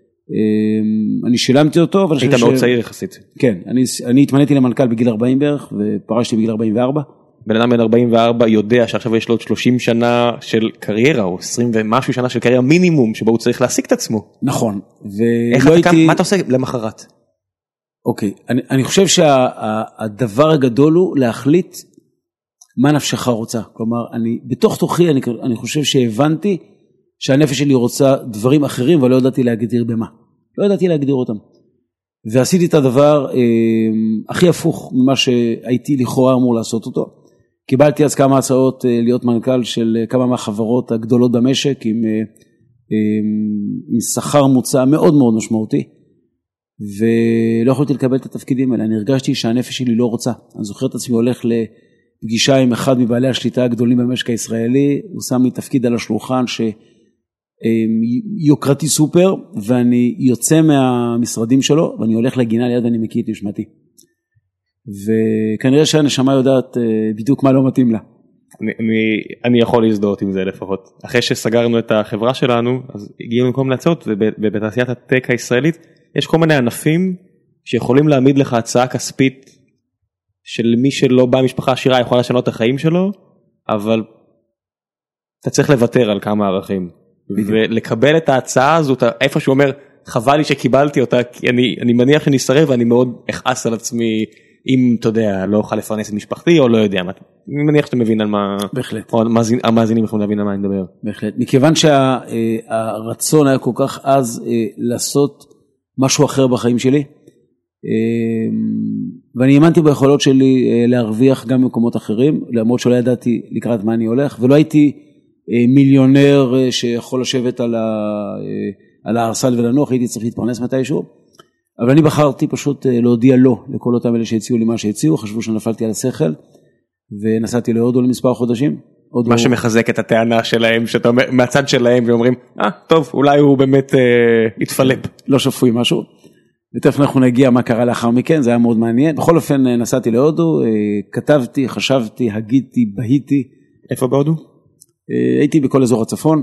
אני שילמתי אותו. היית מאוד צעיר יחסית. כן, אני התמניתי למנכ"ל בגיל 40 בערך, ופרשתי בגיל 44. בן אדם בן 44 יודע שעכשיו יש לו עוד 30 שנה של קריירה, או 20 ומשהו שנה של קריירה מינימום, שבו הוא צריך להשיג את עצמו. נכון. מה אתה עושה למחרת? אוקיי, אני חושב שהדבר הגדול הוא להחליט מה נפשך רוצה. כלומר, בתוך תוכי אני חושב שהבנתי שהנפש שלי רוצה דברים אחרים, אבל לא ידעתי להגדיר במה. לא ידעתי להגדיר אותם. ועשיתי את הדבר הכי הפוך ממה שהייתי לכאורה אמור לעשות אותו. קיבלתי אז כמה הצעות להיות מנכ"ל של כמה מהחברות הגדולות במשק, עם שכר מוצע מאוד מאוד משמעותי, ולא יכולתי לקבל את התפקידים האלה. אני הרגשתי שהנפש שלי לא רוצה. אני זוכר את עצמי הולך לפגישה עם אחד מבעלי השליטה הגדולים במשק הישראלי, הוא שם לי תפקיד על השולחן שיוקרתי סופר, ואני יוצא מהמשרדים שלו, ואני הולך לגינה ליד ואני מקיא את נשמתי. וכנראה שהנשמה יודעת בדיוק מה לא מתאים לה. אני יכול להזדהות עם זה לפחות. אחרי שסגרנו את החברה שלנו, אז הגיעו למקום להצעות, ובתעשיית הטק הישראלית, יש כל מיני ענפים שיכולים להעמיד לך הצעה כספית, של מי שלא בא משפחה עשירה יכול לשנות את החיים שלו, אבל אתה צריך לוותר על כמה ערכים, ולקבל את ההצעה הזו, איפה שהוא אומר, חבל לי שקיבלתי אותה, כי אני מניח שנסרב, ואני מאוד אכעס על עצמי, אם אתה יודע, לא אוכל לפרנס את משפחתי, או לא יודע, אני מניח שאתה מבין על מה, בהחלט. או המאזינים יכולים להבין על מה אני מדבר. בהחלט, מכיוון שהרצון היה כל כך אז לעשות משהו אחר בחיים שלי, ואני האמנתי ביכולות שלי להרוויח גם במקומות אחרים, למרות שלא ידעתי לקראת מה אני הולך, ולא הייתי מיליונר שיכול לשבת על הארסל ולנוח, הייתי צריך להתפרנס מתישהו, אבל אני בחרתי פשוט להודיע לא לכל אותם אלה שהציעו לי מה שהציעו, חשבו שנפלתי על השכל, ונסעתי להודו למספר חודשים. מה שמחזק את הטענה שלהם, שאתה מהצד שלהם ואומרים, טוב, אולי הוא באמת יתפלפ. לא שפוי משהו. ותכף אנחנו נגיע מה קרה לאחר מכן, זה היה מאוד מעניין. בכל אופן נסעתי להודו, כתבתי, חשבתי, הגיתי, בהיתי. איפה בהודו? הייתי בכל אזור הצפון.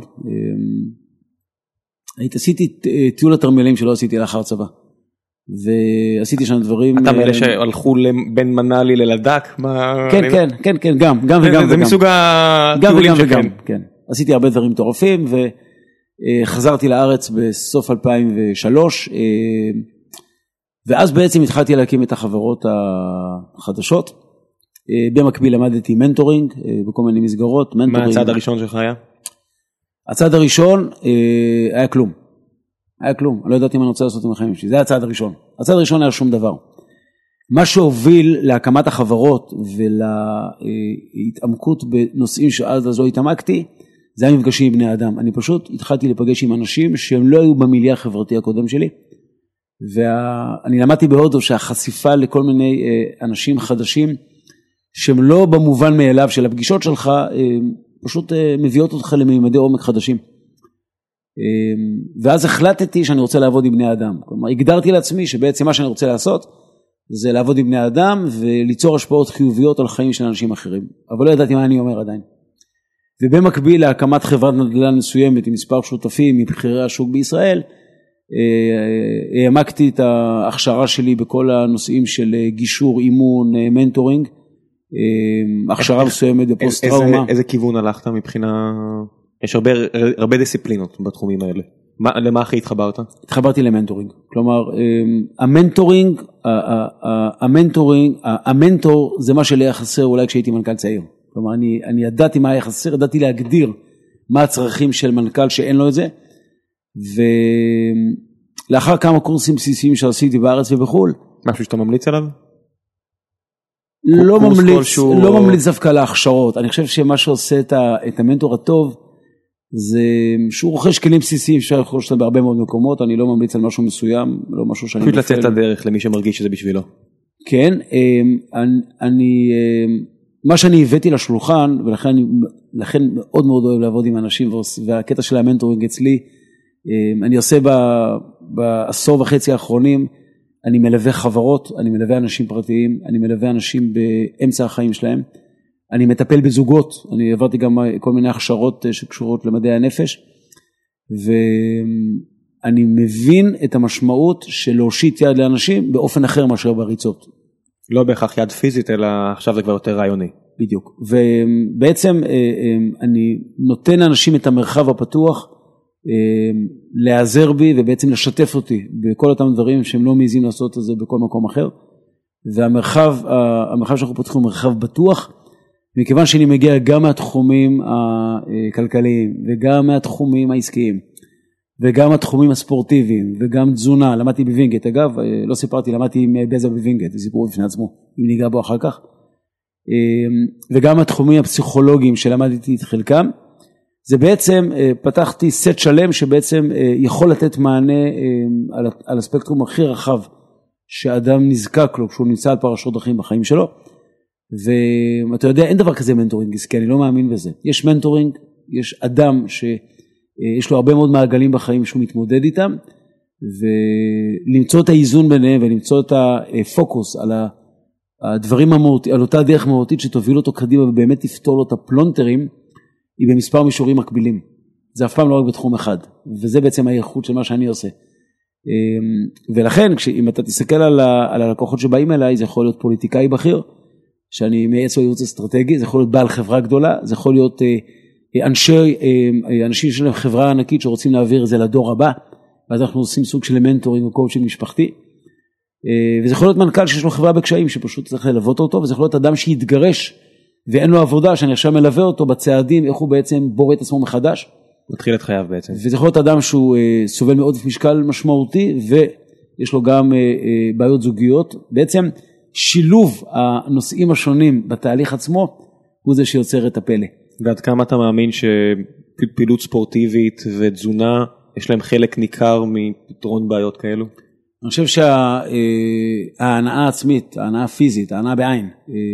עשיתי טיול התרמילים שלא עשיתי לאחר צבא. ועשיתי שם דברים. אתה מאלה שהלכו בין מנאלי ללדק? כן, גם וגם. זה מסוג הטיולים שכן. כן. עשיתי הרבה דברים מטורפים, וחזרתי לארץ בסוף 2003, ואז בעצם התחלתי להקים את החברות החדשות. במקביל למדתי מנטורינג בכל מיני מסגרות. מה הצעד הראשון שלך היה? הצעד הראשון היה כלום. אני לא ידעתי מה אני רוצה לעשות עם החיים שלי, זה היה הצעד הראשון. הצעד הראשון היה שום דבר. מה שהוביל להקמת החברות ולהתעמקות בנושאים שעד לא התעמקתי, זה היה מפגשים עם בני אדם. אני פשוט התחלתי לפגש עם אנשים שהם לא היו במיליה החברתי הקודם שלי, ואני למדתי בהודו שהחשיפה לכל מיני אנשים חדשים, שהם לא במובן מאליו של הפגישות שלך, פשוט מביאות אותך לממדי עומק חדשים. ואז החלטתי שאני רוצה לעבוד עם בני אדם. כלומר, הגדרתי לעצמי שבעצם מה שאני רוצה לעשות, זה לעבוד עם בני אדם, וליצור השפעות חיוביות על חיים של אנשים אחרים. אבל לא ידעתי מה אני אומר עדיין. ובמקביל להקמת חברת נדל"ן מסוימת, עם מספר שותפים, מבחירי השוק בישראל, העמקתי את ההכשרה שלי בכל הנושאים של גישור, אימון, מנטורינג, הכשרה מסוימת בפוסט טראומה. איזה כיוון הלכת מבחינה... יש הרבה דיסציפלינות בתחומים האלה. למה הכי התחברת? התחברתי למנטורינג. כלומר, המנטור זה מה שלי היה חסר אולי כשהייתי מנכ"ל צעיר. כלומר, אני ידעתי מה היה חסר, ידעתי להגדיר מה הצרכים של מנכ"ל שאין לו את זה, ולאחר כמה קורסים בסיסיים שעשיתי בארץ ובחול. משהו שאתה ממליץ עליו? לא ממליץ דווקא להכשרות. אני חושב שמה שעושה את המנטור הטוב, זה שהוא רוכש כלים בסיסיים שאפשר לרכוש אותם בהרבה מאוד מקומות. אני לא ממליץ על משהו מסוים, לא משהו שאני פשוט לצאת לדרך למי שמרגיש שזה בשבילו. כן, מה שאני הבאתי לשולחן, ולכן מאוד מאוד אוהב לעבוד עם אנשים, והקטע של המנטורינג אצלי, אני עושה בעשור וחצי האחרונים, אני מלווה חברות, אני מלווה אנשים פרטיים, אני מלווה אנשים באמצע החיים שלהם, אני מטפל בזוגות, אני עברתי גם כל מיני הכשרות שקשורות למדעי הנפש, ואני מבין את המשמעות של להושיט יד לאנשים באופן אחר מאשר בריצות. לא בהכרח יד פיזית, אלא עכשיו זה כבר יותר רעיוני. בדיוק, ובעצם אני נותן לאנשים את המרחב הפתוח, להיעזר בי ובעצם לשתף אותי בכל אותם דברים שהם לא מעיזים לעשות את זה בכל מקום אחר, והמרחב שאנחנו פותחים הוא מרחב בטוח, מכיוון שאני מגיע גם מהתחומים הכלכליים וגם מהתחומים העסקיים וגם מהתחומים הספורטיביים וגם תזונה, למדתי בווינגייט, אגב לא סיפרתי, למדתי עם בזה בווינגייט, זה סיפור בפני עצמו, אם ניגע בו אחר כך, וגם התחומים הפסיכולוגיים שלמדתי את חלקם, זה בעצם פתחתי סט שלם שבעצם יכול לתת מענה על הספקטרום הכי רחב שאדם נזקק לו כשהוא נמצא על פרשות דרכים בחיים שלו, ואתה יודע, אין דבר כזה מנטורינג עסקי, אני לא מאמין בזה. יש מנטורינג, יש אדם שיש לו הרבה מאוד מעגלים בחיים שהוא מתמודד איתם, ולמצוא את האיזון ביניהם ולמצוא את הפוקוס על הדברים המהותיים, על אותה דרך מהותית שתוביל אותו קדימה ובאמת תפתור לו את הפלונטרים, היא במספר מישורים מקבילים. זה אף פעם לא רק בתחום אחד, וזה בעצם האיכות של מה שאני עושה. ולכן, אם אתה תסתכל על הלקוחות שבאים אליי, זה יכול להיות פוליטיקאי בכיר, שאני מייעץ בייעוץ אסטרטגי, זה יכול להיות בעל חברה גדולה, זה יכול להיות אנשים של חברה ענקית שרוצים להעביר את זה לדור הבא, ואז אנחנו עושים סוג של מנטורינג או קואוצ'ינג משפחתי, וזה יכול להיות מנכ"ל שיש לו חברה בקשיים, שפשוט צריך ללוות אותו, וזה יכול להיות אדם שיתגרש, ואין לו עבודה, שאני עכשיו מלווה אותו בצעדים, איך הוא בעצם בורא את עצמו מחדש. מתחיל את חייו בעצם. וזה יכול להיות אדם שהוא סובל מעודף משקל משמעותי, ויש לו גם בעיות זוגיות. בעצם שילוב הנושאים השונים בתהליך עצמו, הוא זה שיוצר את הפלא. ועד כמה אתה מאמין שפעילות ספורטיבית ותזונה, יש להם חלק ניכר מפתרון בעיות כאלו? אני חושב שההנאה העצמית, ההנאה הפיזית, ההנאה בעין,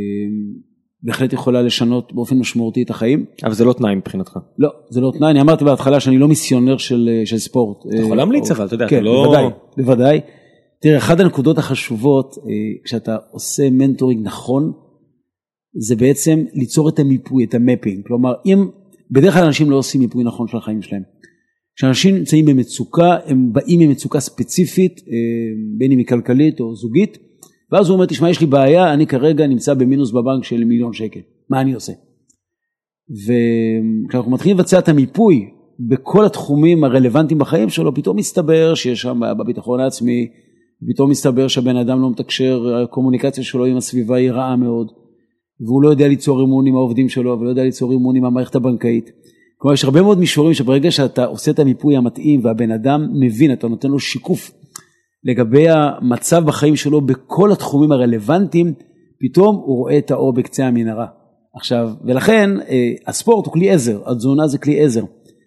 בהחלט יכולה לשנות באופן משמעותי את החיים. אבל זה לא תנאי מבחינתך. לא, זה לא תנאי. אני אמרתי בהתחלה שאני לא מיסיונר של ספורט. אתה יכול להמליץ אבל, אתה יודע, כן, אתה לא... בוודאי. תראה, אחת הנקודות החשובות, כשאתה עושה מנטורינג נכון, זה בעצם ליצור את המיפוי, את המפינג. כלומר, אם בדרך כלל אנשים לא עושים מיפוי נכון של החיים שלהם. כשאנשים נמצאים במצוקה, הם באים ממצוקה ספציפית, בין אם היא כלכלית או זוגית, ואז הוא אומר, תשמע, יש לי בעיה, אני כרגע נמצא במינוס בבנק של 1,000,000 שקל. מה אני עושה? וכשאנחנו מתחילים לבצע את המיפוי בכל התחומים הרלוונטיים בחיים שלו, פתאום מסתבר שיש שם בביטחון העצמי, פתאום מסתבר שהבן אדם לא מתקשר, הקומוניקציה שלו עם הסביבה היא רעה מאוד, והוא לא יודע ליצור אמון עם העובדים שלו, ולא יודע ליצור אמון עם המערכת הבנקאית. כלומר, יש הרבה מאוד מישורים שברגע שאתה עושה את המיפוי המתאים, והבן אדם מבין, אתה נותן לו שיקוף לגבי המצב בחיים שלו בכל התחומים הרלוונטיים, פתאום הוא רואה את האור בקצה המנהרה. עכשיו, ולכן הספורט הוא כלי עזר, התזונה זה כלי עזר,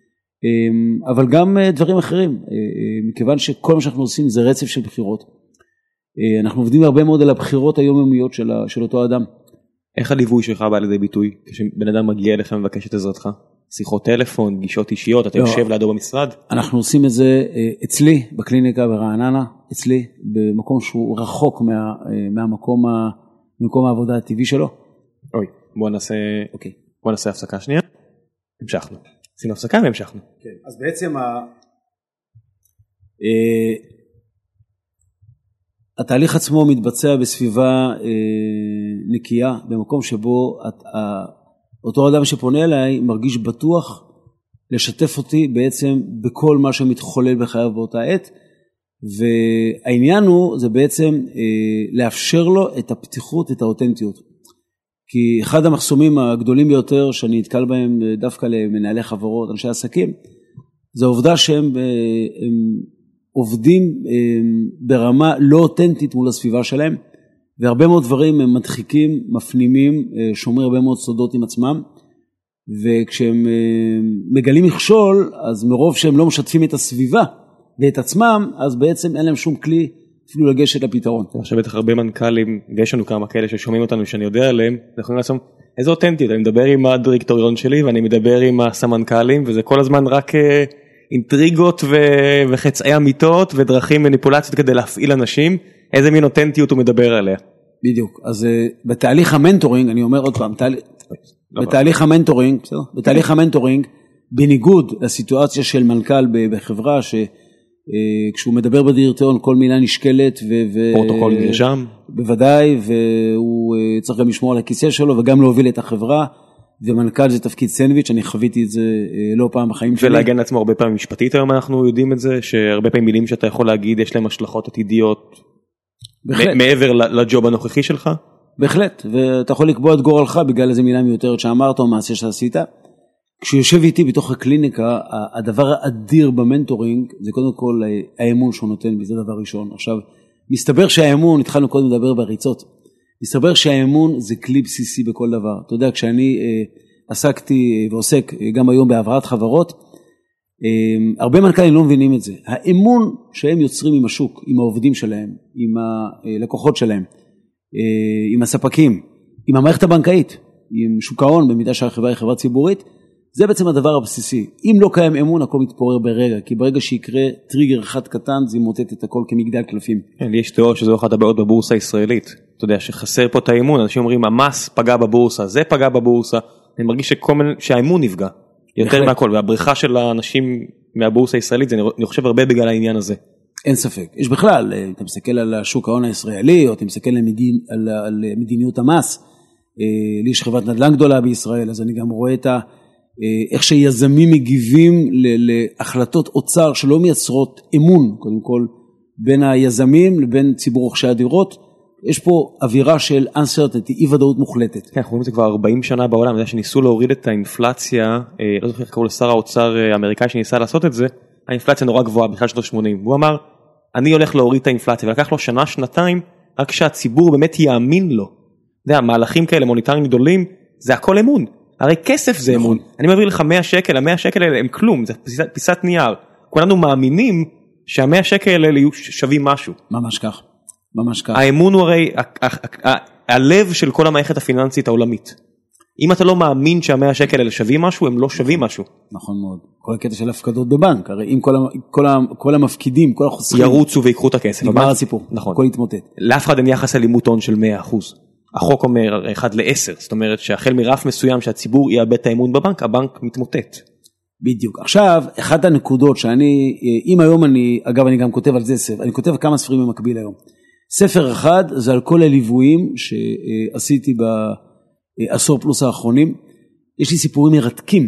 אבל גם דברים אחרים, מכיוון שכל מה שאנחנו עושים זה רצף של בחירות. אנחנו עובדים הרבה מאוד על הבחירות היומיומיות של אותו אדם. איך הליווי שלך בא לידי ביטוי? כשבן אדם מגיע אליך ומבקש את עזרתך? שיחות טלפון, גישות אישיות, אתה יושב לידו במשרד? אנחנו עושים את זה אצלי, בקליניקה ברעננה, אצלי, במקום שהוא רחוק ממקום העבודה הטבעי שלו. אוי, בוא נעשה הפסקה שנייה. המשכנו. עשינו הפסקה והמשכנו. כן, אז בעצם התהליך עצמו מתבצע בסביבה נקייה, במקום שבו אותו אדם שפונה אליי מרגיש בטוח לשתף אותי בעצם בכל מה שמתחולל בחייו באותה עת, והעניין הוא זה בעצם לאפשר לו את הפתיחות, את האותנטיות. כי אחד המחסומים הגדולים ביותר שאני נתקל בהם דווקא למנהלי חברות, אנשי עסקים, זה העובדה שהם עובדים ברמה לא אותנטית מול הסביבה שלהם, והרבה מאוד דברים הם מדחיקים, מפנימים, שומרים הרבה מאוד סודות עם עצמם, וכשהם מגלים מכשול, אז מרוב שהם לא משתפים את הסביבה ואת עצמם, אז בעצם אין להם שום כלי אפילו לגשת לפתרון. עכשיו בטח הרבה מנכ"לים, ויש לנו כמה כאלה ששומעים אותנו שאני יודע עליהם, אנחנו יכולים לעשות איזה אותנטיות, אני מדבר עם הדירקטוריון שלי ואני מדבר עם הסמנכ"לים, וזה כל הזמן רק אינטריגות וחצאי אמיתות ודרכים מניפולציות כדי להפעיל אנשים, איזה מין אותנטיות הוא מדבר עליה. בדיוק, אז בתהליך המנטורינג, אני אומר עוד פעם, בתהליך המנטורינג, בניגוד לסיטואציה של מנכ"ל בחברה, כשהוא מדבר בדירקטוריון כל מילה נשקלת, פרוטוקול נרשם, בוודאי, והוא צריך גם לשמור על הכיסא שלו, וגם להוביל את החברה, ומנכ"ל זה תפקיד סנדוויץ', אני חוויתי את זה לא פעם בחיים שלי. ולהגן לעצמו הרבה פעמים משפטית היום אנחנו יודעים את זה, שהרבה פעמים מילים שאתה יכול להגיד, יש להם השלכות עתידיות, מעבר לג'וב הנוכחי שלך? בהחלט, ואתה יכול לקבוע את גורלך בגלל איזה מילה מיותרת שאמרת או מעשה שעשית. כשיושב איתי בתוך הקליניקה, הדבר האדיר במנטורינג, זה קודם כל האמון שהוא נותן בי, זה דבר ראשון. עכשיו, מסתבר שהאמון, התחלנו קודם לדבר בריצות, מסתבר שהאמון זה כלי בסיסי בכל דבר. אתה יודע, כשאני עסקתי ועוסק גם היום בהעברת חברות, הרבה מנכ"לים לא מבינים את זה. האמון שהם יוצרים עם השוק, עם העובדים שלהם, עם הלקוחות שלהם, עם הספקים, עם המערכת הבנקאית, עם שוק ההון, במידה שהחברה היא חברה ציבורית, זה בעצם הדבר הבסיסי. אם לא קיים אמון, הכל מתפורר ברגע, כי ברגע שיקרה טריגר אחד קטן, זה ימוטט את הכל כמגדל קלפים. לי יש תיאוריה שזו אחת הבעיות בבורסה הישראלית. אתה יודע, שחסר פה את האמון, אנשים אומרים, המס פגע בבורסה, זה פגע בבורסה, אני מרגיש שהאמון נפגע, יותר מהכל, והבריחה של האנשים מהבורסה הישראלית, זה אני חושב הרבה בגלל העניין הזה. אין ספק. יש בכלל, אתה מסתכל על השוק ההון הישראלי, או אתה מסתכל על מדיניות המס, לי יש חברת נדל"ן גדולה בישראל, אז אני גם רואה איך שיזמים מגיבים להחלטות אוצר שלא מייצרות אמון, קודם כל, בין היזמים לבין ציבור רוכשי הדירות. יש פה אווירה של uncertainty, אי ודאות מוחלטת. כן, אנחנו רואים את זה כבר 40 שנה בעולם, זה שניסו להוריד את האינפלציה, לא זוכר איך קראו לשר האוצר האמריקאי שניסה לעשות את זה, האינפלציה נורא גבוהה בכלל שנות ה-80, הוא אמר, אני הולך להוריד את האינפלציה, ולקח לו שנה, שנתיים, רק שהציבור באמת יאמין לו. זה המהלכים כאלה, מוניטריים גדולים, זה הכל אמון. הרי כסף זה אמון. אני מעביר לך 100 שקל, ה-100 שקל האלה הם כלום, זה פיסת נייר. כולנו מאמינים שה100 שקל האלה יהיו שווים משהו. ממש כך, ממש כך. האמון הוא הרי הלב של כל המערכת הפיננסית העולמית. אם אתה לא מאמין שה100 שקל האלה שווים משהו, הם לא שווים משהו. נכון מאוד. כל הקטע של הפקדות בבנק, הרי אם כל המפקידים, כל החוסכים ירוצו ויקחו את הכסף. נגמר הסיפור. נכון. הכל יתמוטט. לאף אחד אין יחס אלימות הון של 100%. החוק אומר 1/10, זאת אומרת שהחל מרף מסוים שהציבור יאבד את האמון בבנק, הבנק מתמוטט. בדיוק. עכשיו, אחת הנקודות שאני, אם היום אגב אני גם כותב על זה ספר, אני כותב כמה ספרים במקביל היום. ספר אחד זה על כל הליוויים שעשיתי בעשור פלוס האחרונים. יש לי סיפורים מרתקים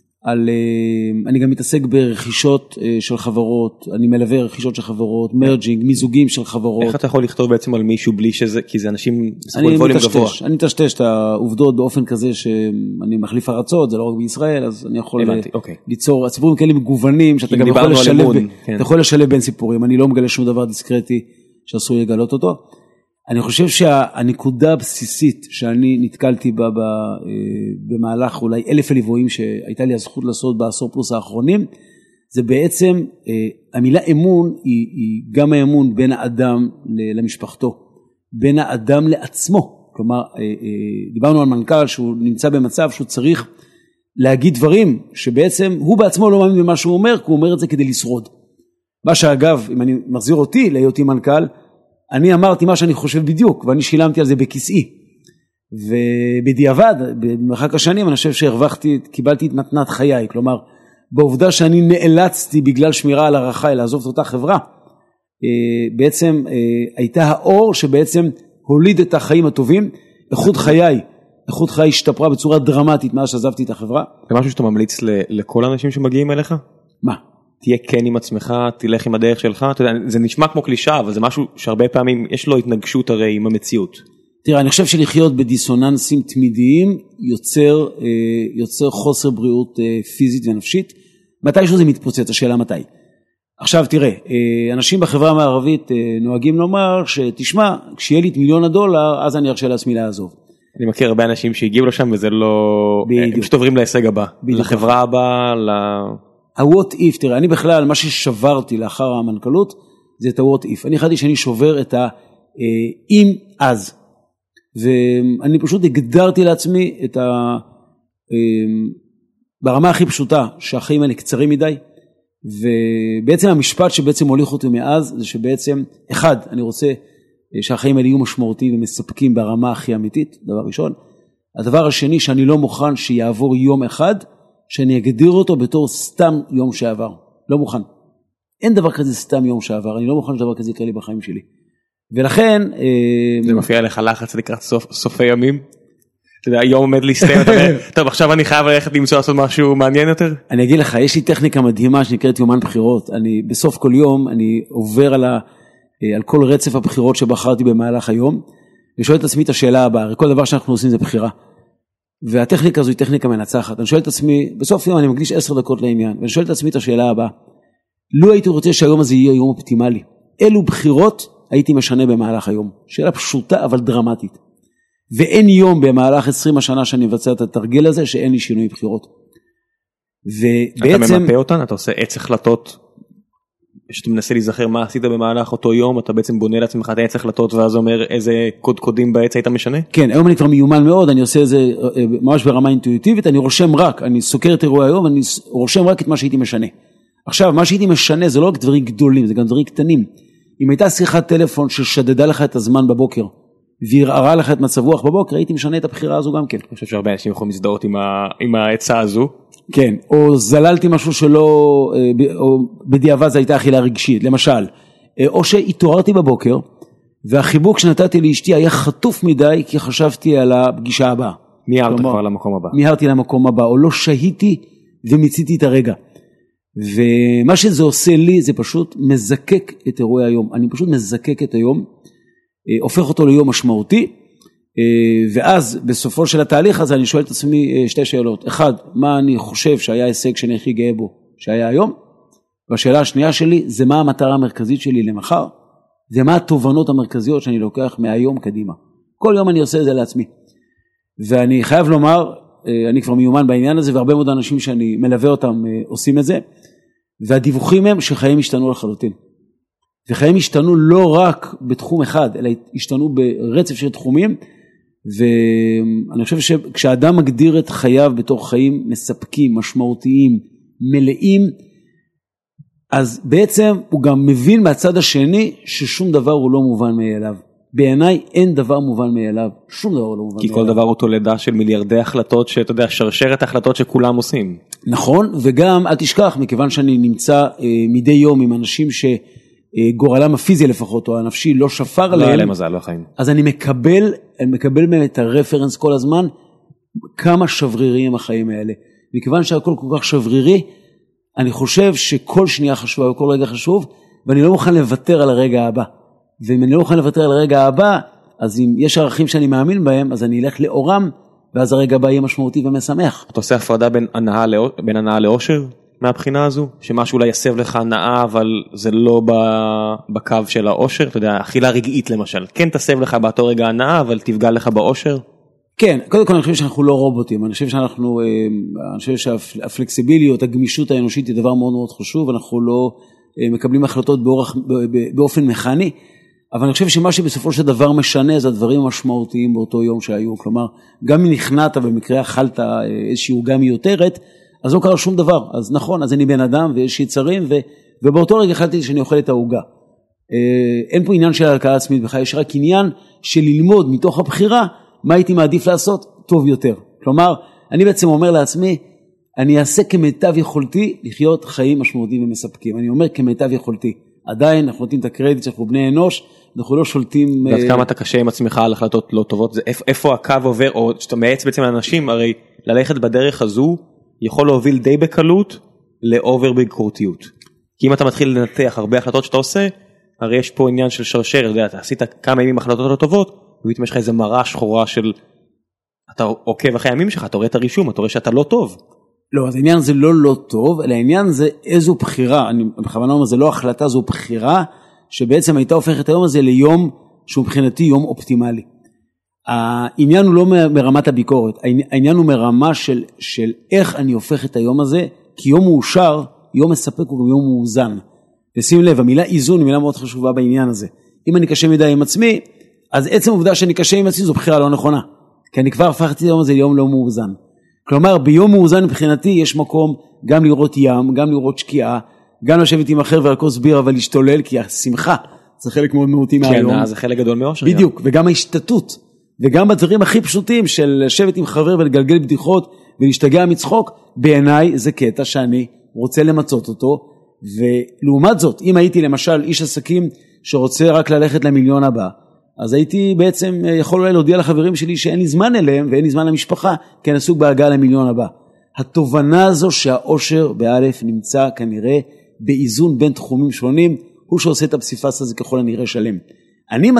אני גם מתעסק ברכישות של חברות, אני מלווה רכישות של חברות, מרג'ינג, מיזוגים של חברות. איך אתה יכול לכתוב בעצם על מישהו בלי שזה, כי זה אנשים בסופו ווליום גבוה? אני מטשטש את העובדות באופן כזה שאני מחליף הרצות, זה לא רק בישראל, אז אני יכול ליצור, הסיפורים כאלה מגוונים, שאתה גם יכול לשלב בין סיפורים, אני לא מגלה שום דבר דיסקרטי שאסור לגלות אותו. אני חושב שהנקודה הבסיסית שאני נתקלתי בה במהלך אולי 1,000 הליוויים שהייתה לי הזכות לעשות בעשור פלוס האחרונים, זה בעצם המילה אמון היא גם האמון בין האדם למשפחתו, בין האדם לעצמו. כלומר, דיברנו על מנכ"ל שהוא נמצא במצב שהוא צריך להגיד דברים שבעצם הוא בעצמו לא מאמין במה שהוא אומר, כי הוא אומר את זה כדי לשרוד. מה שאגב, אם אני מחזיר אותי להיותי מנכ"ל, אני אמרתי מה שאני חושב בדיוק, ואני שילמתי על זה בכיסאי. ובדיעבד, במרחק השנים, אני חושב שהרווחתי, קיבלתי את מתנת חיי. כלומר, בעובדה שאני נאלצתי בגלל שמירה על ערכיי לעזוב את אותה חברה, בעצם הייתה האור שבעצם הוליד את החיים הטובים. איכות חיי השתפרה בצורה דרמטית מאז שעזבתי את החברה. זה משהו שאתה ממליץ לכל האנשים שמגיעים אליך? מה? תהיה כן עם עצמך, תלך עם הדרך שלך, אתה יודע, זה נשמע כמו קלישה, אבל זה משהו שהרבה פעמים יש לו התנגשות הרי עם המציאות. תראה, אני חושב שלחיות בדיסוננסים תמידיים יוצר חוסר בריאות פיזית ונפשית. מתישהו זה מתפוצץ, השאלה מתי. עכשיו תראה, אנשים בחברה המערבית נוהגים לומר שתשמע, כשיהיה לי $1,000,000, אז אני ארשה לעצמי לעזוב. אני מכיר הרבה אנשים שהגיעו לשם וזה לא, הם פשוט עוברים להישג הבא, לחברה הבאה, ה-what if, תראה, אני בכלל, מה ששברתי לאחר המנכ"לות, זה את ה-what if. אני החלטתי שאני שובר את ה-אם אז. ואני פשוט הגדרתי לעצמי את ברמה הכי פשוטה, שהחיים האלה קצרים מדי, ובעצם המשפט שבעצם הוליך אותי מאז, זה שבעצם, אחד, אני רוצה שהחיים האלה יהיו משמעותיים ומספקים ברמה הכי אמיתית, דבר ראשון. הדבר השני, שאני לא מוכן שיעבור יום אחד, שאני אגדיר אותו בתור סתם יום שעבר. לא מוכן. אין דבר כזה סתם יום שעבר. אני לא מוכן שדבר כזה יקרה לי בחיים שלי. ולכן... זה מפריע לך לחץ לקראת סופי ימים? אתה יודע, היום עומד להסתיים, טוב, עכשיו אני חייב ללכת למצוא לעשות משהו מעניין יותר? אני אגיד לך, יש לי טכניקה מדהימה שנקראת יומן בחירות. בסוף כל יום אני עובר על כל רצף הבחירות שבחרתי במהלך היום, ושואל את עצמי את השאלה הבאה. הרי כל דבר שאנחנו עושים זה בחירה. והטכניקה הזו היא טכניקה מנצחת. אני שואל את עצמי, בסוף יום אני מקדיש 10 דקות לעניין, ואני שואל את עצמי את השאלה הבאה, לא הייתי רוצה שהיום הזה יהיה יום אופטימלי. אילו בחירות הייתי משנה במהלך היום? שאלה פשוטה אבל דרמטית. ואין יום במהלך 20 השנה שאני מבצע את התרגיל הזה, שאין לי שינוי בחירות. ובעצם... אתה ממפה אותן? אתה עושה עץ החלטות? שאתה מנסה להיזכר מה עשית במהלך אותו יום, אתה בעצם בונה לעצמך את העץ החלטות, ואז אומר איזה קודקודים בעץ היית משנה? כן, היום אני כבר מיומן מאוד, אני עושה את זה ממש ברמה אינטואיטיבית, אני רושם רק, אני סוקר את אירועי היום, אני רושם רק את מה שהייתי משנה. עכשיו, מה שהייתי משנה זה לא רק דברים גדולים, זה גם דברים קטנים. אם הייתה שיחת טלפון ששדדה לך את הזמן בבוקר, והרערה לך את מצב רוח בבוקר, הייתי משנה את הבחירה הזו גם כן. אני חושב שהרבה אנשים יכולים להזדהות עם העצה הזו. כן, או זללתי משהו שלא, או בדיעבד זו הייתה אכילה רגשית, למשל, או שהתעוררתי בבוקר, והחיבוק שנתתי לאשתי היה חטוף מדי, כי חשבתי על הפגישה הבאה. מיהרת כבר למקום הבא. מיהרתי למקום הבא, או לא שהיתי ומיציתי את הרגע. ומה שזה עושה לי, זה פשוט מזקק את אירועי היום. אני פשוט מזקק את היום, הופך אותו ליום משמעותי, ואז בסופו של התהליך הזה אני שואל את עצמי שתי שאלות. אחד, מה אני חושב שהיה הישג שאני הכי גאה בו, שהיה היום? והשאלה השנייה שלי, זה מה המטרה המרכזית שלי למחר, ומה התובנות המרכזיות שאני לוקח מהיום קדימה. כל יום אני עושה את זה לעצמי. ואני חייב לומר, אני כבר מיומן בעניין הזה, והרבה מאוד אנשים שאני מלווה אותם עושים את זה, והדיווחים הם שחיים השתנו לחלוטין. וחיים השתנו לא רק בתחום אחד, אלא השתנו ברצף של תחומים, ואני חושב שכשאדם מגדיר את חייו בתור חיים מספקים, משמעותיים, מלאים, אז בעצם הוא גם מבין מהצד השני ששום דבר הוא לא מובן מאליו. בעיניי אין דבר מובן מאליו, שום דבר לא מובן מאליו. כי כל דבר הוא תולדה של מיליארדי החלטות שאתה יודע, שרשרת החלטות שכולם עושים. נכון, וגם אל תשכח, מכיוון שאני נמצא מדי יום עם אנשים שגורלם הפיזי לפחות, או הנפשי לא שפר עליהם. לא היה להם מזל, לא חיים. אז אני מקבל מהם את הרפרנס כל הזמן, כמה שבריריים החיים האלה. מכיוון שהכל כל כך שברירי, אני חושב שכל שנייה חשובה וכל רגע חשוב, ואני לא מוכן לוותר על הרגע הבא. ואם אני לא מוכן לוותר על הרגע הבא, אז אם יש ערכים שאני מאמין בהם, אז אני אלך לאורם, ואז הרגע הבא יהיה משמעותי ומשמח. אתה עושה הפרדה בין הנאה לאושר מהבחינה הזו? שמשהו אולי יסב לך הנאה, אבל זה לא בקו של האושר? אתה יודע, אכילה רגעית למשל. כן תסב לך באותו רגע הנאה, אבל תפגע לך באושר? כן, קודם כל אני חושב שאנחנו לא רובוטים. אני חושב שהפלקסיביליות, הגמישות האנושית היא דבר מאוד מאוד חשוב, אנחנו לא מקבלים החלטות באופן מכני, אבל אני חושב שמה שבסופו של דבר משנה זה הדברים המשמעותיים באותו יום שהיו, כלומר, גם אם נכנעת במקרה אכלת איזושהי עוגה מיותרת, אז לא קרה שום דבר, אז נכון, אז אני בן אדם ויש יצרים, ובאותו רגע החלטתי שאני אוכל את העוגה. אין פה עניין של הלקאה עצמית בכלל, יש רק עניין של ללמוד מתוך הבחירה, מה הייתי מעדיף לעשות טוב יותר. כלומר, אני בעצם אומר לעצמי, אני אעשה כמיטב יכולתי לחיות חיים משמעותיים ומספקים. אני אומר כמיטב יכולתי. עדיין אנחנו נותנים את הקרדיט שאנחנו בני אנוש, אנחנו לא שולטים... ועד כמה אתה קשה עם עצמך על החלטות לא טובות, זה איפה הקו עובר, או שאתה מייעץ בעצם לאנשים, הרי ללכת בדרך הזו, יכול להוביל די בקלות לאובר ביקורתיות. כי אם אתה מתחיל לנתח הרבה החלטות שאתה עושה, הרי יש פה עניין של שרשר, אתה עשית כמה ימים החלטות לא טובות, ובאמת יש לך איזו מראה שחורה של, אתה עוקב אחרי הימים שלך, אתה רואה את הרישום, אתה רואה שאתה לא טוב. לא, אז העניין זה לא טוב, אלא העניין זה איזו בחירה, אני בכוונה אומר, זה לא החלטה, זו בחירה, שבעצם הייתה הופכת היום הזה ליום, שהוא מבחינתי יום אופטימלי. העניין הוא לא מרמת הביקורת, העניין הוא מרמה של איך אני הופך את היום הזה, כי יום מאושר, יום מספק הוא גם יום מאוזן. ושים לב, המילה איזון היא מילה מאוד חשובה בעניין הזה. אם אני קשה מדי עם עצמי, אז עצם העובדה שאני קשה עם עצמי זו בחירה לא נכונה, כי אני כבר הפכתי את היום הזה ליום לא מאוזן. כלומר, ביום מאוזן מבחינתי יש מקום גם לראות ים, גם לראות שקיעה, גם לשבת עם אחר ולכוס בירה ולהשתולל, כי השמחה זה חלק מאוד מהותי מהיום. כן, זה חלק גדול מאושר. בדיוק, וגם ההשתתות, וגם בדברים הכי פשוטים של לשבת עם חבר ולגלגל בדיחות ולהשתגע מצחוק, בעיניי זה קטע שאני רוצה למצות אותו, ולעומת זאת, אם הייתי למשל איש עסקים שרוצה רק ללכת למיליון הבא, אז הייתי בעצם יכול אולי להודיע לחברים שלי שאין לי זמן אליהם ואין לי זמן למשפחה, כי אני עסוק בהגעה למיליון הבא. התובנה הזו שהאושר באלף נמצא כנראה באיזון בין תחומים שונים, הוא שעושה את הפסיפס הזה ככל הנראה שלם. אני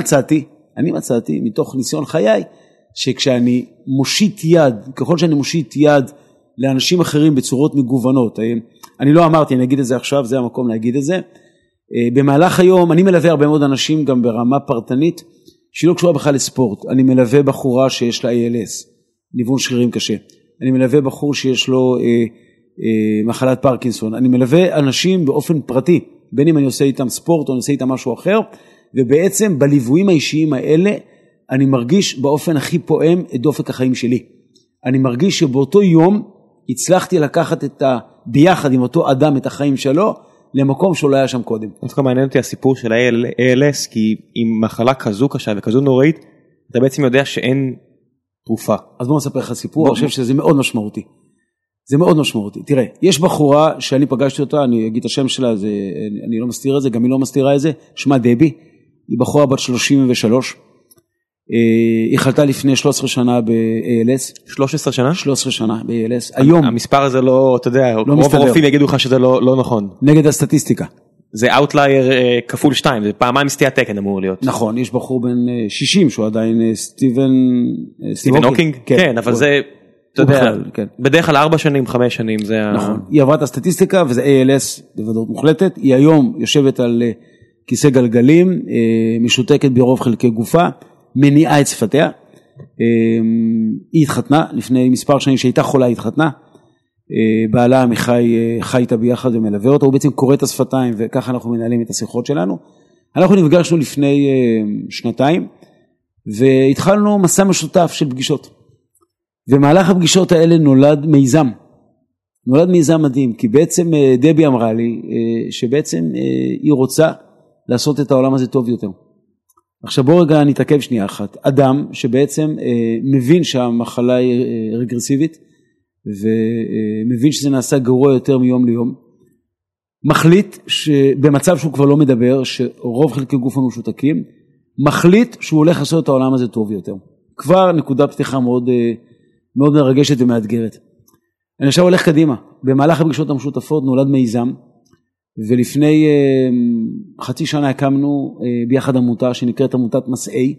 מצאתי מתוך ניסיון חיי, שכשאני מושיט יד, ככל שאני מושיט יד לאנשים אחרים בצורות מגוונות, אני לא אמרתי, אני אגיד את זה עכשיו, זה המקום להגיד את זה, במהלך היום אני מלווה הרבה מאוד אנשים גם ברמה פרטנית, שהיא לא קשורה בכלל לספורט. אני מלווה בחורה שיש לה ALS, ניוון שרירים קשה. אני מלווה בחור שיש לו מחלת פרקינסון. אני מלווה אנשים באופן פרטי, בין אם אני עושה איתם ספורט או אני עושה איתם משהו אחר, ובעצם בליוויים האישיים האלה, אני מרגיש באופן הכי פועם את דופק החיים שלי. אני מרגיש שבאותו יום הצלחתי לקחת ביחד עם אותו אדם את החיים שלו, למקום שלא היה שם קודם. דווקא מעניין אותי הסיפור של ה-ALS, כי עם מחלה כזו קשה וכזו נוראית, אתה בעצם יודע שאין תרופה. אז בוא נספר לך סיפור, אני חושב שזה מאוד משמעותי. זה מאוד משמעותי. תראה, יש בחורה שאני פגשתי אותה, אני אגיד את השם שלה, אני לא מסתיר את זה, גם היא לא מסתירה את זה, שמה דבי, היא בחורה בת 33, היא חלתה לפני 13 שנה ב-ALS. 13 שנה? 13 שנה ב-ALS. היום. המספר הזה לא, אתה יודע, רוב הרופאים יגידו לך שזה לא נכון. נגד הסטטיסטיקה. זה אאוטלייר כפול 2, זה פעמיים סטיית תקן אמור להיות. נכון, יש בחור בן 60 שהוא עדיין סטיבן הוקינג? כן, אבל זה, אתה יודע, בדרך כלל 4 שנים, 5 שנים זה... נכון, היא עברה את הסטטיסטיקה וזה ALS בוודאות מוחלטת, היא היום יושבת על כיסא גלגלים, משותקת ברוב חלקי גופה, מניעה את שפתיה, היא התחתנה, לפני מספר שנים שהייתה חולה היא התחתנה, בעלה עמיחי חי איתה ביחד ומלווה אותה, הוא בעצם קורא את השפתיים וככה אנחנו מנהלים את השיחות שלנו. אנחנו נפגשנו לפני 2 והתחלנו מסע משותף של פגישות. ומהלך הפגישות האלה נולד מיזם מדהים, כי בעצם דבי אמרה לי שבעצם היא רוצה לעשות את העולם הזה טוב יותר. עכשיו בואו רגע נתעכב שנייה אחת. אדם שבעצם מבין שהמחלה היא רגרסיבית, ומבין שזה נעשה גרוע יותר מיום ליום, מחליט שבמצב שהוא כבר לא מדבר, שרוב חלקי גוף משותקים, מחליט שהוא הולך לעשות את העולם הזה טוב יותר. כבר נקודה פתיחה מאוד, מאוד מרגשת ומאתגרת. אני עכשיו הולך קדימה. במהלך הפגישות המשותפות נולד מיזם, ולפני חצי שנה הקמנו ביחד עמותה שנקראת עמותת מסעי.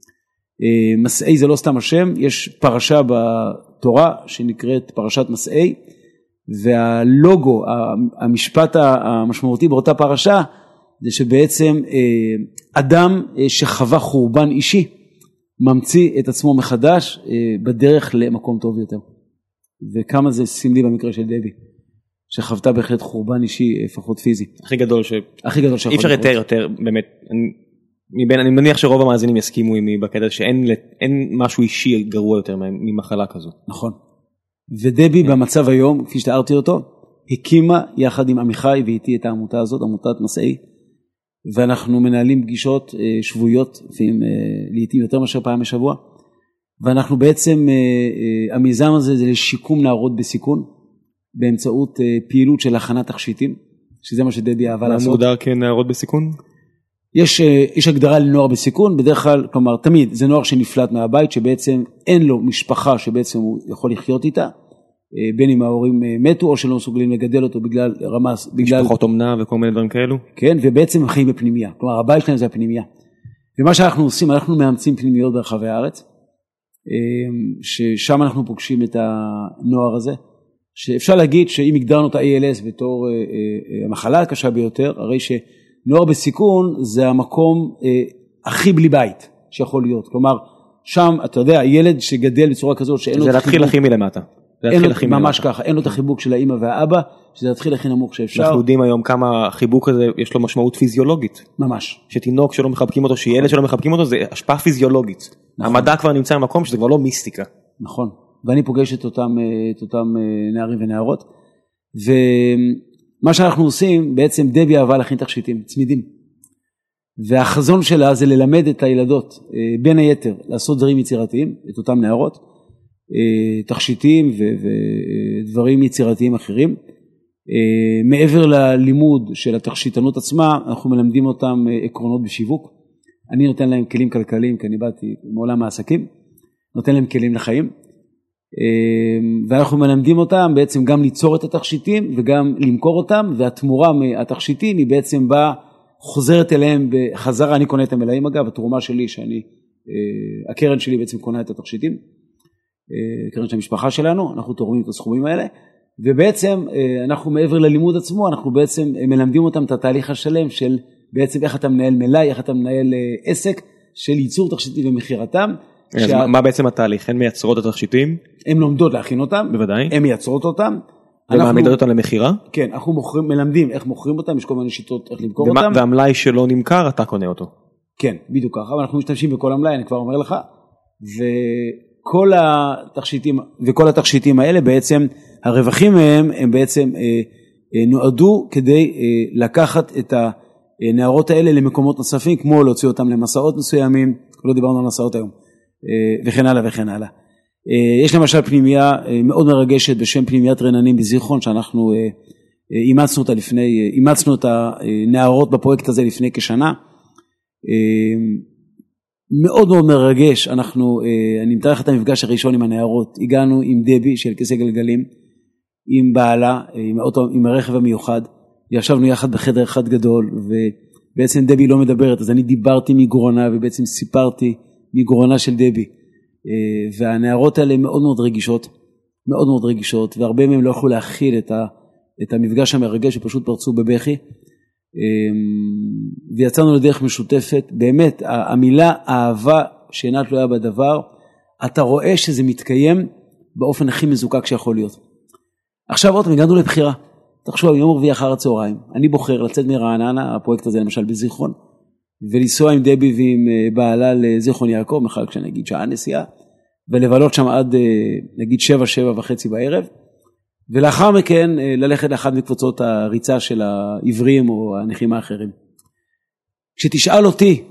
מסעי זה לא סתם השם, יש פרשה בתורה שנקראת פרשת מסעי, והלוגו, המשפט המשמעותי באותה פרשה, זה שבעצם אדם שחווה חורבן אישי, ממציא את עצמו מחדש בדרך למקום טוב יותר. וכמה זה סמלי במקרה של דבי, שחוותה בהחלט חורבן אישי, לפחות פיזי. הכי גדול אי אפשר יותר, באמת, אני מניח שרוב המאזינים יסכימו עמי בקטע שאין משהו אישי גרוע יותר ממחלה כזו. נכון. ודבי במצב היום, כפי שתיארתי אותו, הקימה יחד עם עמיחי ואיתי את העמותה הזאת, עמותת מסעי, ואנחנו מנהלים פגישות שבועיות, לעתים יותר מאשר פעם בשבוע, ואנחנו בעצם, המיזם הזה זה לשיקום נערות בסיכון, באמצעות פעילות של הכנת תכשיטים, שזה מה שדבי אהבה לעשות. מה מוגדר כנערות בסיכון? יש הגדרה לנוער בסיכון, בדרך כלל, כלומר, תמיד זה נוער שנפלט מהבית, שבעצם אין לו משפחה שבעצם הוא יכול לחיות איתה, בין אם ההורים מתו או שלא מסוגלים לגדל אותו בגלל רמס, משפחות אומנה וכל מיני דברים כאלו. כן, ובעצם הם חיים בפנימיה, כלומר, הבית שלהם זה הפנימיה. ומה שאנחנו עושים, אנחנו מאמצים פנימיות ברחבי הארץ, ששם אנחנו פוגשים את הנוער הזה, שאפשר להגיד שאם הגדרנו את ה-ALS בתור המחלה הקשה ביותר, הרי שנוער בסיכון זה המקום הכי בלי בית שיכול להיות. כלומר, שם, אתה יודע, ילד שגדל בצורה כזאת שאין לו... זה להתחיל הכי מלמטה. ממש ככה, אין לו את החיבוק של האמא והאבא, שזה להתחיל הכי נמוך שאפשר. אנחנו יודעים היום כמה החיבוק הזה יש לו משמעות פיזיולוגית. ממש. שתינוק שלא מחבקים אותו, שילד שלא מחבקים אותו, זה השפעה פיזיולוגית. המדע כבר נמצא במקום שזה כבר לא מיסטיקה. נכון. ואני פוגש את אותם נערים ונערות, ומה שאנחנו עושים, בעצם דבי אהבה להכין תכשיטים, צמידים, והחזון שלה זה ללמד את הילדות, בין היתר, לעשות דברים יצירתיים, את אותם נערות, תכשיטים ודברים יצירתיים אחרים, מעבר ללימוד של התכשיטנות עצמה, אנחנו מלמדים אותם עקרונות בשיווק, אני נותן להם כלים כלכליים, כי אני באתי מעולם העסקים, נותן להם כלים לחיים, ואנחנו מלמדים אותם בעצם גם ליצור את התכשיטים וגם למכור אותם, והתמורה מהתכשיטים היא בעצם באה, חוזרת אליהם בחזרה, אני קונה את המלאים אגב, התרומה שלי הקרן שלי בעצם קונה את התכשיטים, קרן של המשפחה שלנו, אנחנו תורמים את הסכומים האלה, ובעצם אנחנו מעבר ללימוד עצמו, אנחנו בעצם מלמדים אותם את התהליך השלם של בעצם איך אתה מנהל מלאי, איך אתה מנהל עסק של ייצור תכשיטים ומחירתם, מה בעצם התהליך? הן מייצרות את התכשיטים? הן לומדות להכין אותם. בוודאי. הן מייצרות אותם. ומעמידות אותם למחירה? כן, אנחנו מלמדים איך מוכרים אותם, יש כל מיני שיטות איך למכור אותם. והמלאי שלא נמכר, אתה קונה אותו. כן, בדיוק ככה, ואנחנו משתמשים בכל המלאי, אני כבר אומר לך, וכל התכשיטים האלה בעצם, הרווחים מהם, הם בעצם נועדו כדי לקחת את הנערות האלה למקומות נוספים, כמו להוציא אותם למסעות מסוימים, לא דיברנו על מסעות היום. וכן הלאה וכן הלאה. יש למשל פנימייה מאוד מרגשת בשם פנימיית רננים בזיכרון, שאנחנו אימצנו את הנערות בפרויקט הזה לפני כשנה. מאוד מאוד מרגש, אני מתאר לך את המפגש הראשון עם הנערות, הגענו עם דבי של כיסא גלגלים, עם בעלה, עם הרכב המיוחד, ישבנו יחד בחדר אחד גדול, ובעצם דבי לא מדברת, אז אני דיברתי מגרונה, ובעצם סיפרתי מגרונה של דבי, והנערות האלה מאוד מאוד רגישות, מאוד מאוד רגישות, והרבה מהם לא יכלו להכיל את המפגש המרגש, שפשוט פרצו בבכי, ויצאנו לדרך משותפת, באמת המילה אהבה שאינה תלויה בדבר, אתה רואה שזה מתקיים באופן הכי מזוקק שיכול להיות. עכשיו עוד הגענו לבחירה, תחשוב יום רביעי אחר הצהריים, אני בוחר לצאת מרעננה, הפרויקט הזה למשל בזיכרון, ולנסוע עם דבי ועם בעלה לזיכרון יעקב, מחר כשנגיד שעה נסיעה, ולבלות שם עד נגיד 7:30 בערב, ולאחר מכן ללכת לאחד מקבוצות הריצה של העברים או הנכים האחרים. כשתשאל אותי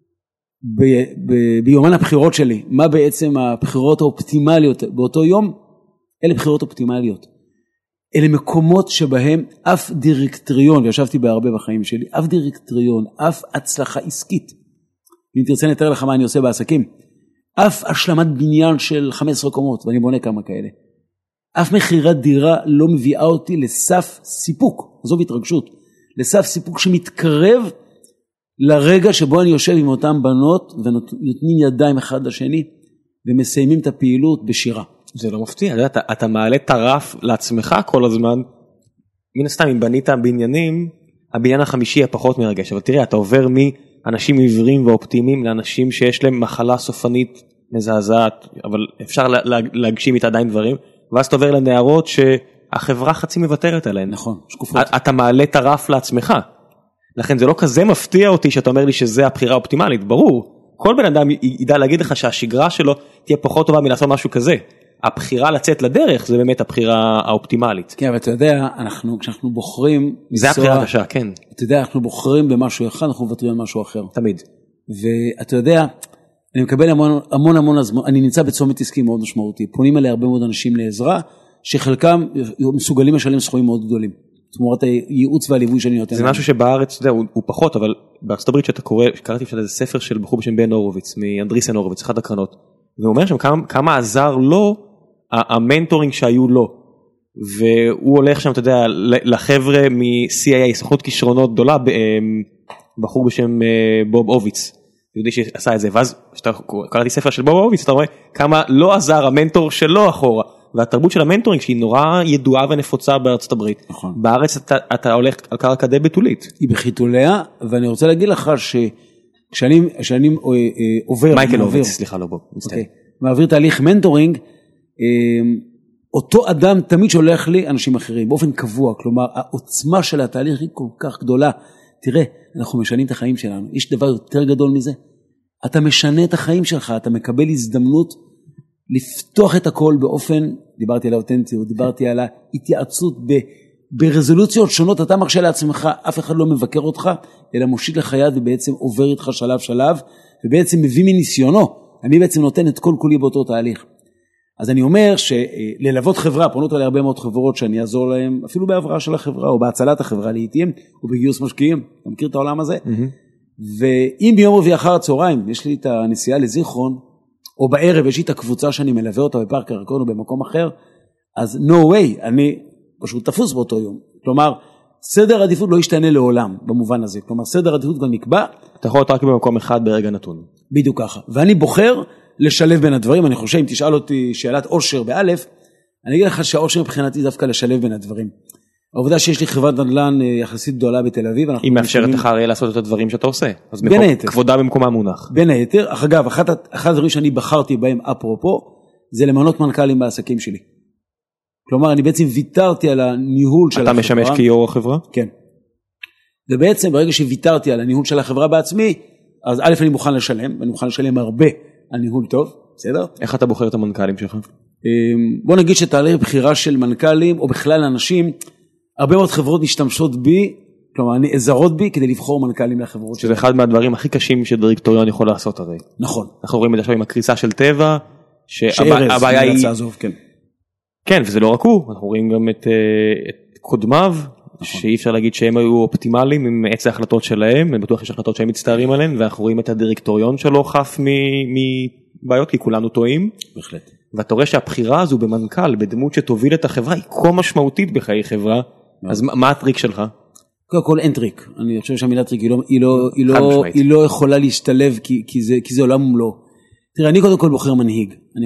ביומן הבחירות שלי, מה בעצם הבחירות האופטימליות באותו יום, אלה בחירות אופטימליות. אלה מקומות שבהם אף דירקטוריון, וישבתי בהרבה בחיים שלי, אף דירקטוריון, אף הצלחה עסקית, אם תרצה נתאר לך מה אני עושה בעסקים, אף השלמת בניין של 15 קומות, ואני בונה כמה כאלה, אף מחירת דירה לא מביאה אותי לסף סיפוק, עזוב התרגשות, לסף סיפוק שמתקרב לרגע שבו אני יושב עם אותם בנות, ונותנים ידיים אחד לשני, ומסיימים את הפעילות בשירה. זה לא מפתיע, אתה מעלה את הרף לעצמך כל הזמן, מן הסתם אם בנית בניינים, הבניין החמישי הפחות מרגש, אבל תראה, אתה עובר מאנשים עיוורים ואופטימיים, לאנשים שיש להם מחלה סופנית מזעזעת, אבל אפשר להגשים איתה עדיין דברים, ואז אתה עובר לנערות שהחברה חצי מוותרת עליהן. נכון, שקופות. אתה מעלה את הרף לעצמך, לכן זה לא כזה מפתיע אותי שאתה אומר לי שזה הבחירה האופטימלית, ברור, כל בן אדם ידע להגיד לך שהשגרה שלו תהיה פחות טובה מלעשות משהו כזה, הבחירה לצאת לדרך זה באמת הבחירה האופטימלית. כן, אבל אתה יודע, כשאנחנו בוחרים... זה הבחירה הקשה, כן. אתה יודע, אנחנו בוחרים במשהו אחד, אנחנו מוותרים על משהו אחר. תמיד. ואתה יודע, אני מקבל המון הזמן, אני נמצא בצומת עסקי מאוד משמעותי, פונים אליי הרבה מאוד אנשים לעזרה, שחלקם מסוגלים לשלם סכומים מאוד גדולים. תמורת הייעוץ והליווי שאני נותן. זה משהו שבארץ, אתה יודע, הוא פחות, אבל בארצות הברית שאתה קורא, קראתי איזה ספר של בחור בשם בן הורוביץ, מאנדריסן הורוביץ, אחת הקרנות, והוא אומר שם כמה עזר לו, המנטורינג שהיו לו, והוא הולך שם, אתה יודע, לחבר'ה מ-CIA, סוכנות כישרונות גדולה, בחור בשם בוב הוביץ, יהודי שעשה את זה, ואז קראתי ספר של בוב הוביץ, אתה רואה כמה לא עזר המנטור שלו אחורה, והתרבות של המנטורינג שהיא נורא ידועה ונפוצה בארצות הברית. נכון. בארץ אתה הולך על קרקע די בתולית. היא בחיתוליה, ואני רוצה להגיד לך כשאני עובר... מייקל הוביץ, סליחה, לא בוב. מעביר תהליך מנטורינג, אותו אדם תמיד שולח לי אנשים אחרים, באופן קבוע, כלומר, העוצמה של התהליך היא כל כך גדולה. תראה, אנחנו משנים את החיים שלנו. יש דבר יותר גדול מזה. אתה משנה את החיים שלך, אתה מקבל הזדמנות לפתוח את הכל באופן, דיברתי על האותנטיות, דיברתי על ההתייעצות ברזולוציות שונות, אתה מרשה לעצמך, אף אחד לא מבקר אותך, אלא מושיט לך יד ובעצם עובר איתך שלב שלב, ובעצם מביא מניסיונו, אני בעצם נותן את כל כולי באותו תהליך. אז אני אומר שללוות חברה, פונות עלי הרבה מאוד חברות שאני אעזור להם, אפילו בהבראה של החברה, או בהצלת החברה לעתים, או בגיוס משקיעים, אתה מכיר את העולם הזה? ואם ביום רביעי אחר הצהריים, יש לי את הנסיעה לזיכרון, או בערב יש לי את הקבוצה שאני מלווה אותה בפארק הירקון או במקום אחר, אז no way, אני פשוט תפוס באותו יום. כלומר, סדר עדיפות לא ישתנה לעולם במובן הזה. כלומר, סדר עדיפות כבר נקבע. אתה יכול להיות רק במקום אחד ברגע נתון. בדיוק ככה. ואני בוחר לשלב בין הדברים. אני חושב, אם תשאל אותי שאלת אושר באלף, אני אגיד לך שהאושר מבחינתי דווקא לשלב בין הדברים. העובדה שיש לי חברת נדל"ן יחסית גדולה בתל אביב. היא מאפשרת לך הרי לעשות את הדברים שאתה עושה. אז בין היתר. כבודה במקומה מונח. בין היתר. אגב, אחד הדברים שאני בחרתי בהם אפרופו, זה למנות מנכ"לים בעסקים שלי. כלומר, אני בעצם ויתרתי על הניהול של החברה. אתה משמש כיו"ר החברה? כן. ובעצם ברגע שוויתרתי על הניהול של החברה בעצמי, אז א' אני מוכן לשלם, ואני מוכן לשלם הרבה על ניהול טוב, בסדר? איך אתה בוחר את המנכ"לים שלך? בוא נגיד שתהליך בחירה של מנכ"לים, או בכלל אנשים, הרבה מאוד חברות משתמשות בי, כלומר, נעזרות בי כדי לבחור מנכ"לים לחברות שזה אחד מהדברים הכי קשים שדירקטוריון יכול לעשות הרי. נכון. אנחנו רואים את זה עכשיו עם הקריסה של טבע, שהבעיה היא... כן. כן, וזה לא רק הוא, אנחנו רואים גם את קודמיו, שאי אפשר להגיד שהם היו אופטימליים עם עץ ההחלטות שלהם, אני בטוח יש החלטות שהם מצטערים עליהן, ואנחנו רואים את הדירקטוריון שלו חף מבעיות, כי כולנו טועים. בהחלט. ואתה רואה שהבחירה הזו במנכ"ל, בדמות שתוביל את החברה, היא כה משמעותית בחיי חברה, אז מה הטריק שלך? קודם כל אין טריק, אני חושב שהמילה טריק היא לא יכולה להשתלב, כי זה עולם ומלואו. תראה, אני קודם כל בוחר מנהיג, אני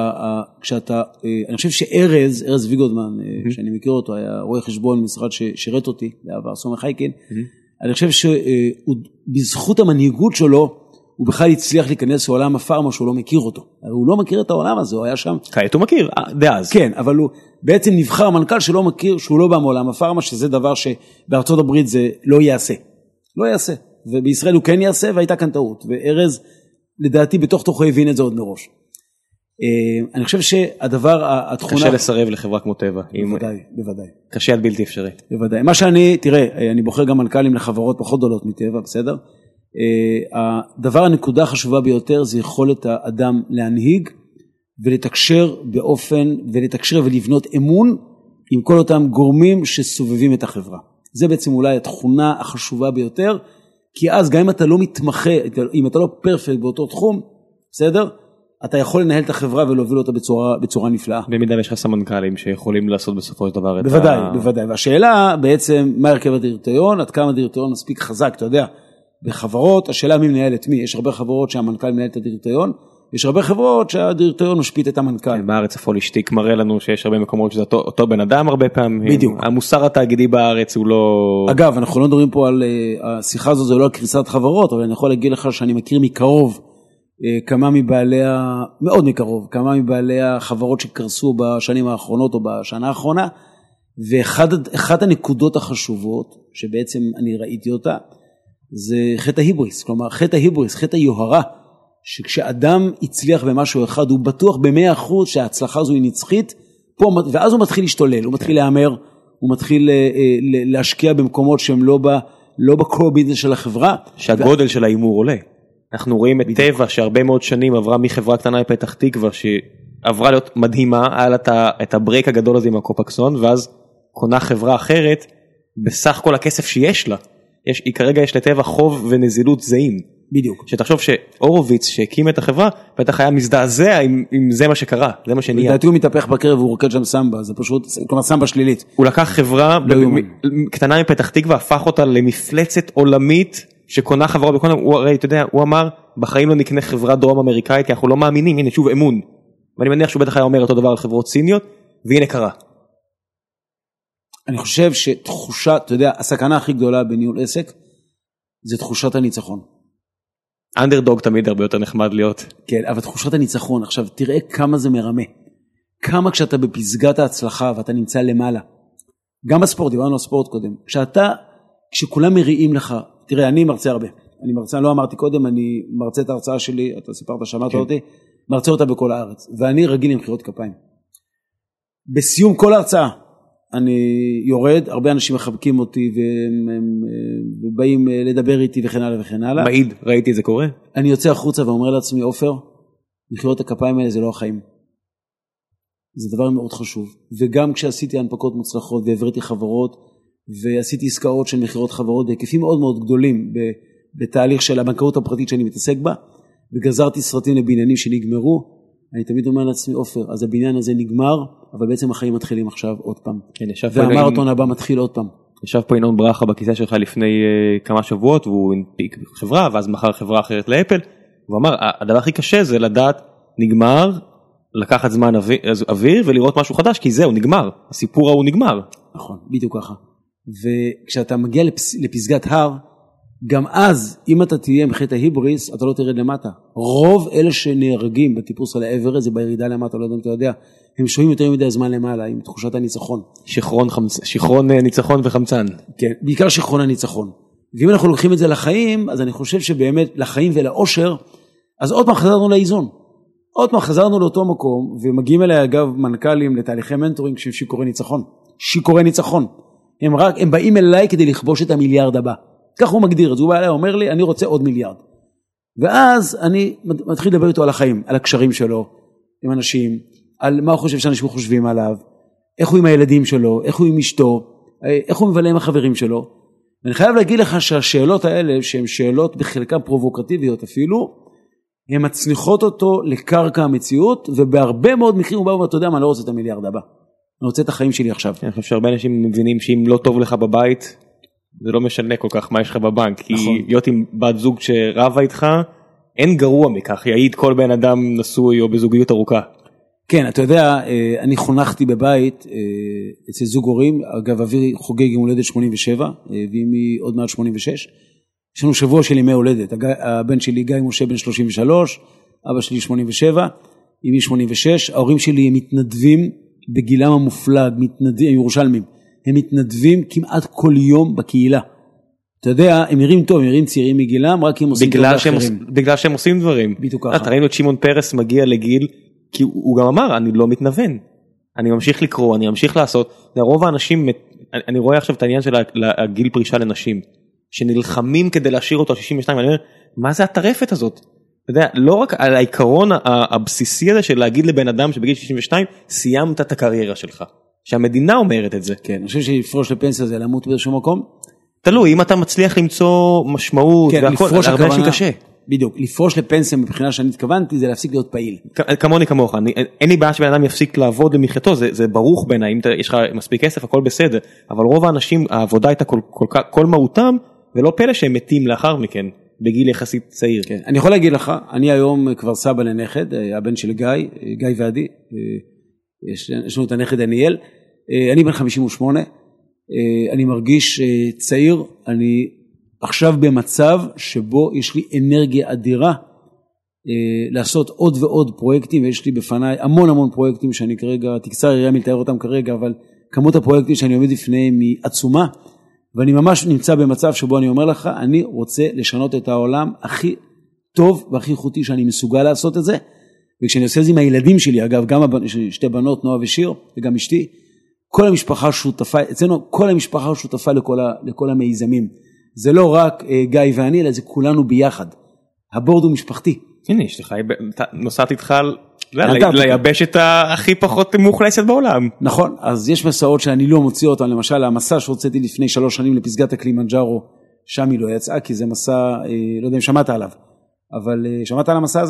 חושב שארז ויגודמן, שאני מכיר אותו, היה רואה חשבון משרד ששירת אותי, בעבר סומך חייקין, אני חושב שבזכות המנהיגות שלו, הוא בכלל הצליח להיכנס לעולם הפארמה שהוא לא מכיר אותו. הוא לא מכיר את העולם הזה, הוא היה שם. כעת הוא מכיר, דאז. כן, אבל הוא בעצם נבחר מנכ"ל שלא מכיר, שהוא לא בא מעולם הפארמה, שזה דבר שבארצות הברית זה לא יעשה. לא יעשה. ובישראל הוא כן יעשה, והייתה כאן טעות. וארז, לדעתי, בתוך תוכו הבין את זה עוד מראש. אני חושב שהדבר, התכונה... קשה לסרב לחברה כמו טבע. בוודאי. קשה עד בלתי אפשרי. בוודאי. תראה, אני בוחר גם מנכ"לים לחברות פחות גדולות מטבע, בסדר? הדבר הנקודה החשובה ביותר זה יכולת האדם להנהיג ולתקשר ולבנות אמון עם כל אותם גורמים שסובבים את החברה. זה בעצם אולי התכונה החשובה ביותר, כי אז גם אם אתה לא מתמחה, אם אתה לא פרפקט באותו תחום, בסדר? אתה יכול לנהל את החברה ולהוביל אותה בצורה נפלאה. במידה יש לך סמנכ"לים שיכולים לעשות בסופו של דבר את בוודאי. והשאלה בעצם, מה הרכב הדירקטוריון, עד כמה הדירקטוריון מספיק חזק, אתה יודע, בחברות, השאלה מי מנהל את מי, יש הרבה חברות שהמנכ"ל מנהל את הדירקטוריון, יש הרבה חברות שהדירקטוריון משפיט את המנכ"ל. בארץ הפולישטיק מראה לנו שיש הרבה מקומות שזה אותו בן אדם הרבה פעמים. בדיוק. המוסר התאגידי בארץ הוא לא... אגב, אנחנו לא מדברים פה על, השיחה הזו זה לא על קריסת חברות, אבל אני יכול להגיד לך שאני מכיר מקרוב, מאוד מקרוב, כמה מבעלי החברות שקרסו בשנים האחרונות או בשנה האחרונה, ואחת הנקודות החשובות, שבעצם אני ראיתי אותה, זה חטא ההיבריס, כלומר חטא היוהרה, שכשאדם הצליח במשהו אחד, הוא בטוח ב100% שההצלחה הזו היא נצחית, ואז הוא מתחיל להשתולל, הוא מתחיל להאמר, הוא מתחיל להשקיע במקומות שהם לא בקור ביזנס של החברה. שהגודל של האימור עולה. אנחנו רואים את טבע שהרבה מאוד שנים עברה מחברה קטנה לפתח תקווה, שעברה להיות מדהימה, היה לה את הברייק הגדול הזה עם הקופקסון, ואז קונה חברה אחרת, בסך כל הכסף שיש לה. כרגע יש לטבע חוב ונזילות זהים. בדיוק. שתחשוב שאורוביץ שהקים את החברה, בטח היה מזדעזע אם זה מה שקרה, זה מה שנהיה. לדעתי הוא מתהפך בקרב והוא רוקד שם סמבה, זה פשוט, כלומר סמבה שלילית. הוא לקח חברה קטנה מפתח תקווה, הפך אותה למפלצת עולמית, שקונה חברה בכל העולם, הרי אתה יודע, הוא אמר, בחיים לא נקנה חברה דרום אמריקאית, כי אנחנו לא מאמינים, הנה שוב אמון. ואני מניח שהוא בטח היה אומר אותו דבר על חברות סיניות, והנה קרה. אני חושב שתחושה, אתה יודע, הסכנה הכי גדולה בניהול עסק, זה תחושת הניצחון. אנדרדוג תמיד הרבה יותר נחמד להיות. כן, אבל תחושת הניצחון, עכשיו תראה כמה זה מרמה. כמה כשאתה בפסגת ההצלחה ואתה נמצא למעלה. גם בספורט, דיברנו על ספורט קודם. כשכולם מריעים לך, תראה, אני מרצה הרבה. אני לא אמרתי קודם, אני מרצה את ההרצאה שלי, אתה סיפרת, שמעת אותי, מרצה אותה בכל הארץ. ואני רגיל עם מחיאות כפיים. בסיום כל ההרצאה, אני יורד, הרבה אנשים מחבקים אותי ובאים לדבר איתי וכן הלאה וכן הלאה. מעיד, ראיתי זה קורה. אני יוצא החוצה ואומר לעצמי, עופר, מחיאות הכפיים האלה זה לא החיים. זה דבר מאוד חשוב. וגם כשעשיתי הנפקות מוצלחות והעברתי חברות, ועשיתי עסקאות של מחירות חברות בהיקפים מאוד מאוד גדולים בתהליך של הבנקאות הפרטית שאני מתעסק בה, וגזרתי סרטים לבניינים שנגמרו, אני תמיד אומר לעצמי, עופר, אז הבניין הזה נגמר, אבל בעצם החיים מתחילים עכשיו עוד פעם. והמרתון הבא מתחיל עוד פעם. ישב פה ינון ברכה בכיסא שלך לפני כמה שבועות, והוא הנפיק חברה, ואז מחר חברה אחרת לאפל, והוא אמר, הדבר הכי קשה זה לדעת, נגמר, לקחת זמן אוויר, ולראות משהו חדש, כי זהו, נגמר. הסיפור ההוא נגמר. נכון, בדיוק ככה. וכשאתה מגיע לפסגת הר, גם אז, אם אתה תהיה עם חטא ההיבריס, אתה לא תרד למטה. רוב אלה שנהרגים בטיפוס על האברסט, זה בירידה למטה, לא יודע אם אתה יודע, הם שוהים יותר מדי זמן למעלה, עם תחושת הניצחון. שיכרון ניצחון וחמצן. כן, בעיקר שיכרון הניצחון. ואם אנחנו לוקחים את זה לחיים, אז אני חושב שבאמת לחיים ולאושר, אז עוד פעם חזרנו לאיזון. עוד פעם חזרנו לאותו מקום, ומגיעים אליי אגב מנכ"לים לתהליכי מנטורינג של שיכורי ניצחון. שיכורי ניצחון. הם באים אליי כדי לכבוש את המיליארד הבא. כך הוא מגדיר את זה, הוא בא אליי, אומר לי, אני רוצה עוד מיליארד. ואז אני מתחיל לדבר איתו על החיים, על הקשרים שלו, עם אנשים, על מה הוא חושב שאנשים חושבים עליו, איך הוא עם הילדים שלו, איך הוא עם אשתו, איך הוא מבלה עם החברים שלו. ואני חייב להגיד לך שהשאלות האלה, שהן שאלות בחלקן פרובוקטיביות אפילו, הן מצניחות אותו לקרקע המציאות, ובהרבה מאוד מקרים הוא בא ואומר, אתה יודע מה, אני לא רוצה את המיליארד הבא. אני רוצה את החיים שלי עכשיו. אני חושב שהרבה אנשים מבינים שאם לא טוב לך בבית, זה לא משנה כל כך מה יש לך בבנק, כי להיות עם בת זוג שרבה איתך, אין גרוע מכך, יעיד כל בן אדם נשוי או בזוגיות ארוכה. כן, אתה יודע, אני חונכתי בבית אצל זוג הורים, אגב אבי חוגג יום הולדת 87, ואמי עוד מעט 86, יש לנו שבוע של ימי הולדת, הבן שלי גיא משה בן 33, אבא שלי 87, אמי 86, ההורים שלי הם מתנדבים בגילם המופלג, מתנדבים, ירושלמים, הם מתנדבים כמעט כל יום בקהילה. אתה יודע, הם נראים טוב, הם נראים צעירים מגילם, רק הם עושים דברים אחרים. בגלל שהם עושים דברים. בדיוק ככה. ראינו את שמעון פרס מגיע לגיל, כי הוא גם אמר, אני לא מתנוון. אני ממשיך לקרוא, אני ממשיך לעשות. רוב האנשים, אני רואה עכשיו את העניין של הגיל פרישה לנשים, שנלחמים כדי להשאיר אותו 62, אני אומר, מה זה הטרפת הזאת? אתה יודע, לא רק על העיקרון הבסיסי הזה של להגיד לבן אדם שבגיל 62, סיימת את הקריירה שלך. שהמדינה אומרת את זה. כן, אני חושב שלפרוש לפנסיה זה למות באיזשהו מקום. תלוי, אם אתה מצליח למצוא משמעות, כן, והכל, הרבה אנשים קשה. בדיוק, לפרוש לפנסיה מבחינה שאני התכוונתי, זה להפסיק להיות פעיל. כמוני כמוך, אין לי בעיה שבן אדם יפסיק לעבוד למחייתו, זה ברוך בעיניי, אם יש לך מספיק כסף, הכל בסדר, אבל רוב האנשים, העבודה הייתה כל מהותם, ולא פלא שהם מתים לאחר מכן, בגיל יחסית צעיר. כן, אני יכול להגיד לך, אני היום כבר סבא לנכד, הבן של גיא ועדי, יש לנו את הנכד דניאל, אני בן 58, אני מרגיש צעיר, אני עכשיו במצב שבו יש לי אנרגיה אדירה לעשות עוד ועוד פרויקטים, ויש לי בפניי המון פרויקטים שאני כרגע, תקצר יראה מלתאר אותם כרגע, אבל כמות הפרויקטים שאני עומד לפניהם היא עצומה, ואני ממש נמצא במצב שבו אני אומר לך, אני רוצה לשנות את העולם הכי טוב והכי איכותי שאני מסוגל לעשות את זה, וכשאני עושה את זה עם הילדים שלי, אגב, גם שתי בנות, נועה ושיר, וגם אשתי, כל המשפחה שותפה, אצלנו כל המשפחה שותפה לכל המיזמים. זה לא רק גיא ואני, אלא זה כולנו ביחד. הבורד הוא משפחתי. הנה, יש לך, נוסעת איתך ליבשת הכי פחות מאוכלסת בעולם. נכון, אז יש מסעות שאני לא מוציא אותם, למשל, המסע שהוצאתי לפני 3 שנים לפסגת הקלימנג'ארו, שם היא לא יצאה, כי זה מסע, לא יודע אם שמעת עליו, אבל שמעת על המסע הזה?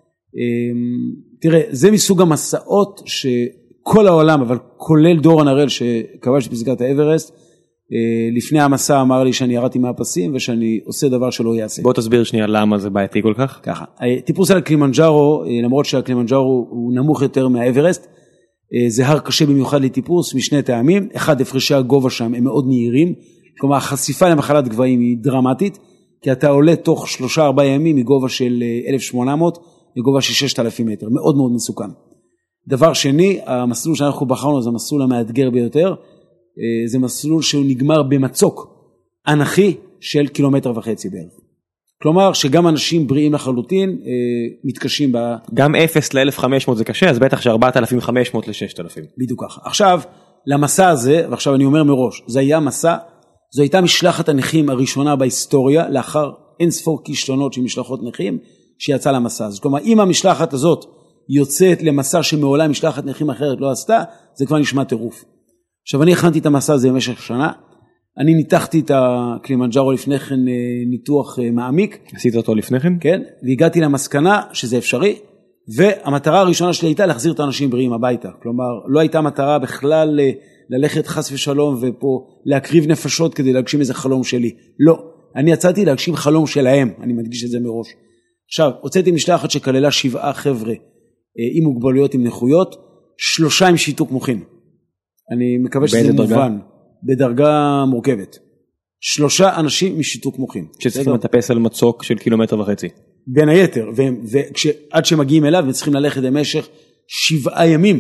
תראה, זה מסוג המסעות שכל העולם, אבל כולל דורון הראל שכבש בפסגת האברסט, לפני המסע אמר לי שאני ירדתי מהפסים ושאני עושה דבר שלא יעשה. בוא תסביר שנייה למה זה בעייתי כל כך. ככה, טיפוס על הקלימנג'ארו, למרות שהקלימנג'ארו הוא נמוך יותר מהאברסט, זה הר קשה במיוחד לטיפוס משני טעמים. אחד, הפרשי הגובה שם הם מאוד מהירים, כלומר החשיפה למחלת גבהים היא דרמטית, כי אתה עולה תוך 3-4 ימים מגובה של 1,800 לגובה של 6,000 מטר, מאוד מאוד מסוכן. דבר שני, המסלול שאנחנו בחרנו זה המסלול המאתגר ביותר, זה מסלול שהוא נגמר במצוק אנכי של 1.5 קילומטר בערך. כלומר שגם אנשים בריאים לחלוטין מתקשים גם 0 ל-1,500 זה קשה, אז בטח ש-4,500 ל-6,000. בדיוק ככה. עכשיו, למסע הזה, ועכשיו אני אומר מראש, זה היה מסע, זו הייתה משלחת הנכים הראשונה בהיסטוריה, לאחר אין ספור כישלונות של משלחות נכים, שיצא למסע הזה. כלומר, אם המשלחת הזאת יוצאת למסע שמעולם משלחת נכים אחרת לא עשתה, זה כבר נשמע טירוף. עכשיו אני הכנתי את המסע הזה במשך שנה, אני ניתחתי את הקלימנג'ארו לפני כן ניתוח מעמיק. עשית אותו לפני כן? כן, והגעתי למסקנה שזה אפשרי, והמטרה הראשונה שלי הייתה להחזיר את האנשים בריאים הביתה, כלומר לא הייתה מטרה בכלל ללכת חס ושלום ופה להקריב נפשות כדי להגשים איזה חלום שלי, לא, אני יצאתי להגשים חלום שלהם, אני מדגיש את זה מראש. עכשיו, הוצאתי משלחת שכללה 7 חבר'ה עם מוגבלויות, עם נכויות, 3 עם שיתוק מוחין. אני מקווה שזה מובן, בדרגה מורכבת. 3 אנשים משיתוק מוחין. שצריכים לטפס על מצוק של 1.5 קילומטר. בין היתר, ועד שמגיעים אליו, הם צריכים ללכת במשך 7 ימים.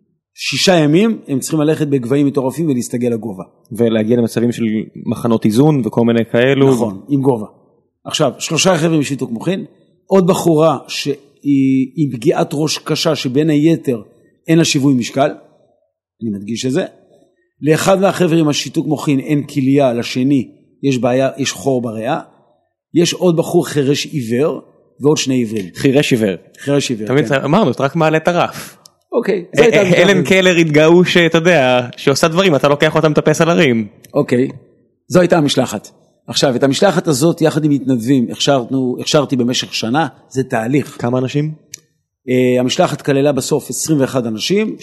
6 ימים, הם צריכים ללכת בגבהים מטורפים ולהסתגל לגובה. ולהגיע למצבים של מחנות איזון וכל מיני כאלו. נכון, עם גובה. עכשיו, 3 חבר'ה משיתוק מוחין, עוד בחורה שהיא פגיעת ראש קשה, שבין היתר אין לה שיווי משקל, אני מדגיש את זה. לאחד מהחבר'ה עם השיתוק מוחין אין כליה, לשני יש בעיה, יש חור בריאה. יש עוד בחור חירש עיוור ועוד 2 עיוורים. חירש עיוור. חירש עיוור. תמיד אמרנו, אתה רק מעלה את הרף. אוקיי. אלן קלר התגאו שאתה יודע, שעושה דברים, אתה לוקח אותם טפס על הרים. אוקיי, זו הייתה המשלחת. עכשיו, את המשלחת הזאת יחד עם מתנדבים, הכשרתי במשך שנה, זה תהליך. כמה אנשים? המשלחת כללה בסוף 21 אנשים,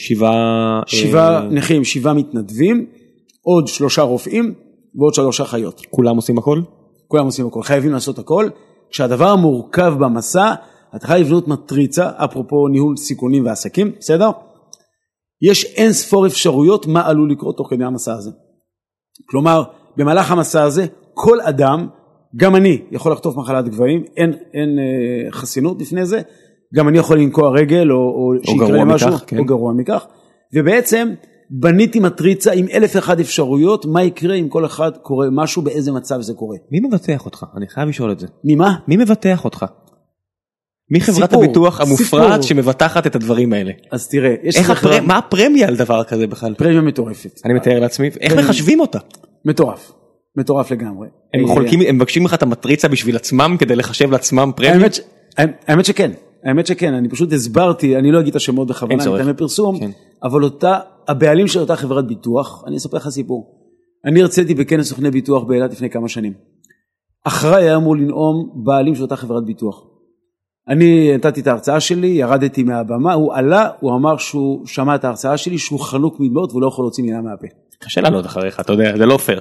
7 נכים, 7 מתנדבים, עוד 3 רופאים ועוד 3 אחיות. כולם עושים הכל? כולם עושים הכל, חייבים לעשות הכל. כשהדבר המורכב במסע, אתה חייב לבנות מטריצה, אפרופו ניהול סיכונים ועסקים, בסדר? יש אין ספור אפשרויות מה עלול לקרות תוך כדי המסע הזה. כלומר, במהלך המסע הזה, כל אדם, גם אני יכול לחטוף מחלת גבהים, אין חסינות לפני זה, גם אני יכול לנקוע רגל או שיקרה לי משהו, כן. או גרוע מכך, ובעצם בניתי מטריצה עם 1001 אפשרויות, מה יקרה אם כל אחד קורה משהו, באיזה מצב זה קורה. מי מבטח אותך? אני חייב לשאול את זה. ממה? מי מבטח אותך? מי חברת סיפור, הביטוח המופרעת שמבטחת את הדברים האלה? אז תראה, יש מה הפרמיה על דבר כזה בכלל? פרמיה מטורפת. אני מתאר לעצמי, איך מחשבים אותה? מטורף, מטורף לגמרי. הם מבקשים לך את המטריצה בשביל עצמם כדי לחשב לעצמם פרמיה? האמת שכן, אני פשוט הסברתי, אני לא אגיד את השמות בכוונה, אני אתן בפרסום, אבל הבעלים של אותה חברת ביטוח, אני אספר לך סיפור. אני הרציתי בכנס סוכני ביטוח באילת לפני כמה שנים. אחריי היה אמור לנאום בעלים של אותה חברת ביטוח. אני נתתי את ההרצאה שלי, ירדתי מהבמה, הוא עלה, הוא אמר שהוא שמע את ההרצאה שלי, שהוא חנוק מדמעות והוא לא יכול להוציא מילה מהפה. קשה לעלות אחריך, אתה יודע, זה לא פייר.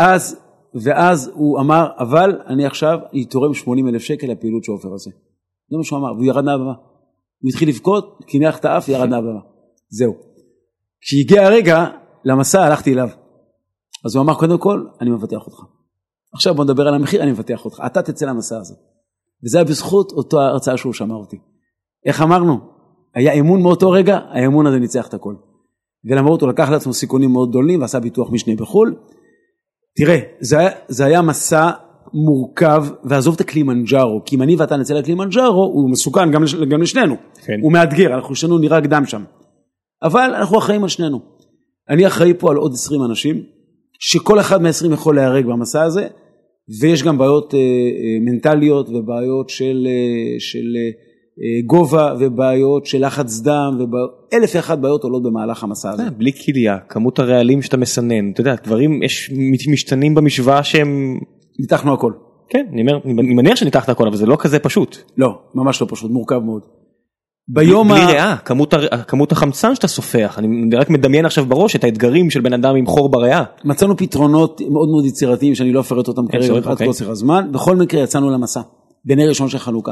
ואז הוא אמר, אבל אני עכשיו תורם 80,000 שקל לפעילות שעופר הזה. זה מה שהוא אמר, והוא ירד מהבמה. הוא התחיל לבכות, קינח את האף וירד מהבמה. זהו. כשהגיע הרגע, למסע הלכתי אליו. אז הוא אמר, קודם כל, אני מבטח אותך. עכשיו בוא נדבר על המחיר, אני מבטח אותך. אתה תצא למסע הזה. וזה היה בזכות אותו הרצאה שהוא שמע אותי. איך אמרנו? היה אמון מאותו רגע, האמון הזה ניצח את הכל. ולמרות הוא לקח לעצמו סיכונים מאוד גדולים, ועשה ביטוח משנה בחול. תראה, זה היה מסע מורכב, ועזוב את הקלימנג'ארו, כי אם אני ואתה נצא לקלימנג'ארו, הוא מסוכן גם לשנינו. כן. הוא מאתגר, אנחנו שנינו נראה קדם שם. אבל אנחנו אחראים על שנינו. אני אחראי פה על עוד 20 אנשים, שכל אחד מה-20 יכול להיהרג במסע הזה, ויש גם בעיות מנטליות, ובעיות של גובה, ובעיות של לחץ דם, ואלף ואחת בעיות עולות במהלך המסע הזה. בלי כליה, כמות הרעלים שאתה מסנן, אתה יודע, דברים, יש משתנים במשוואה שהם... ניתחנו הכל. כן, אני מניח שניתחת הכל, אבל זה לא כזה פשוט. לא, ממש לא פשוט, מורכב מאוד. בלי ריאה, כמות החמצן שאתה סופח, אני רק מדמיין עכשיו בראש את האתגרים של בן אדם עם חור בריאה. מצאנו פתרונות מאוד מאוד יצירתיים, שאני לא אפרט אותם כרגע מפאת קוצר הזמן, בכל מקרה יצאנו למסע, בני ראשון של חנוכה.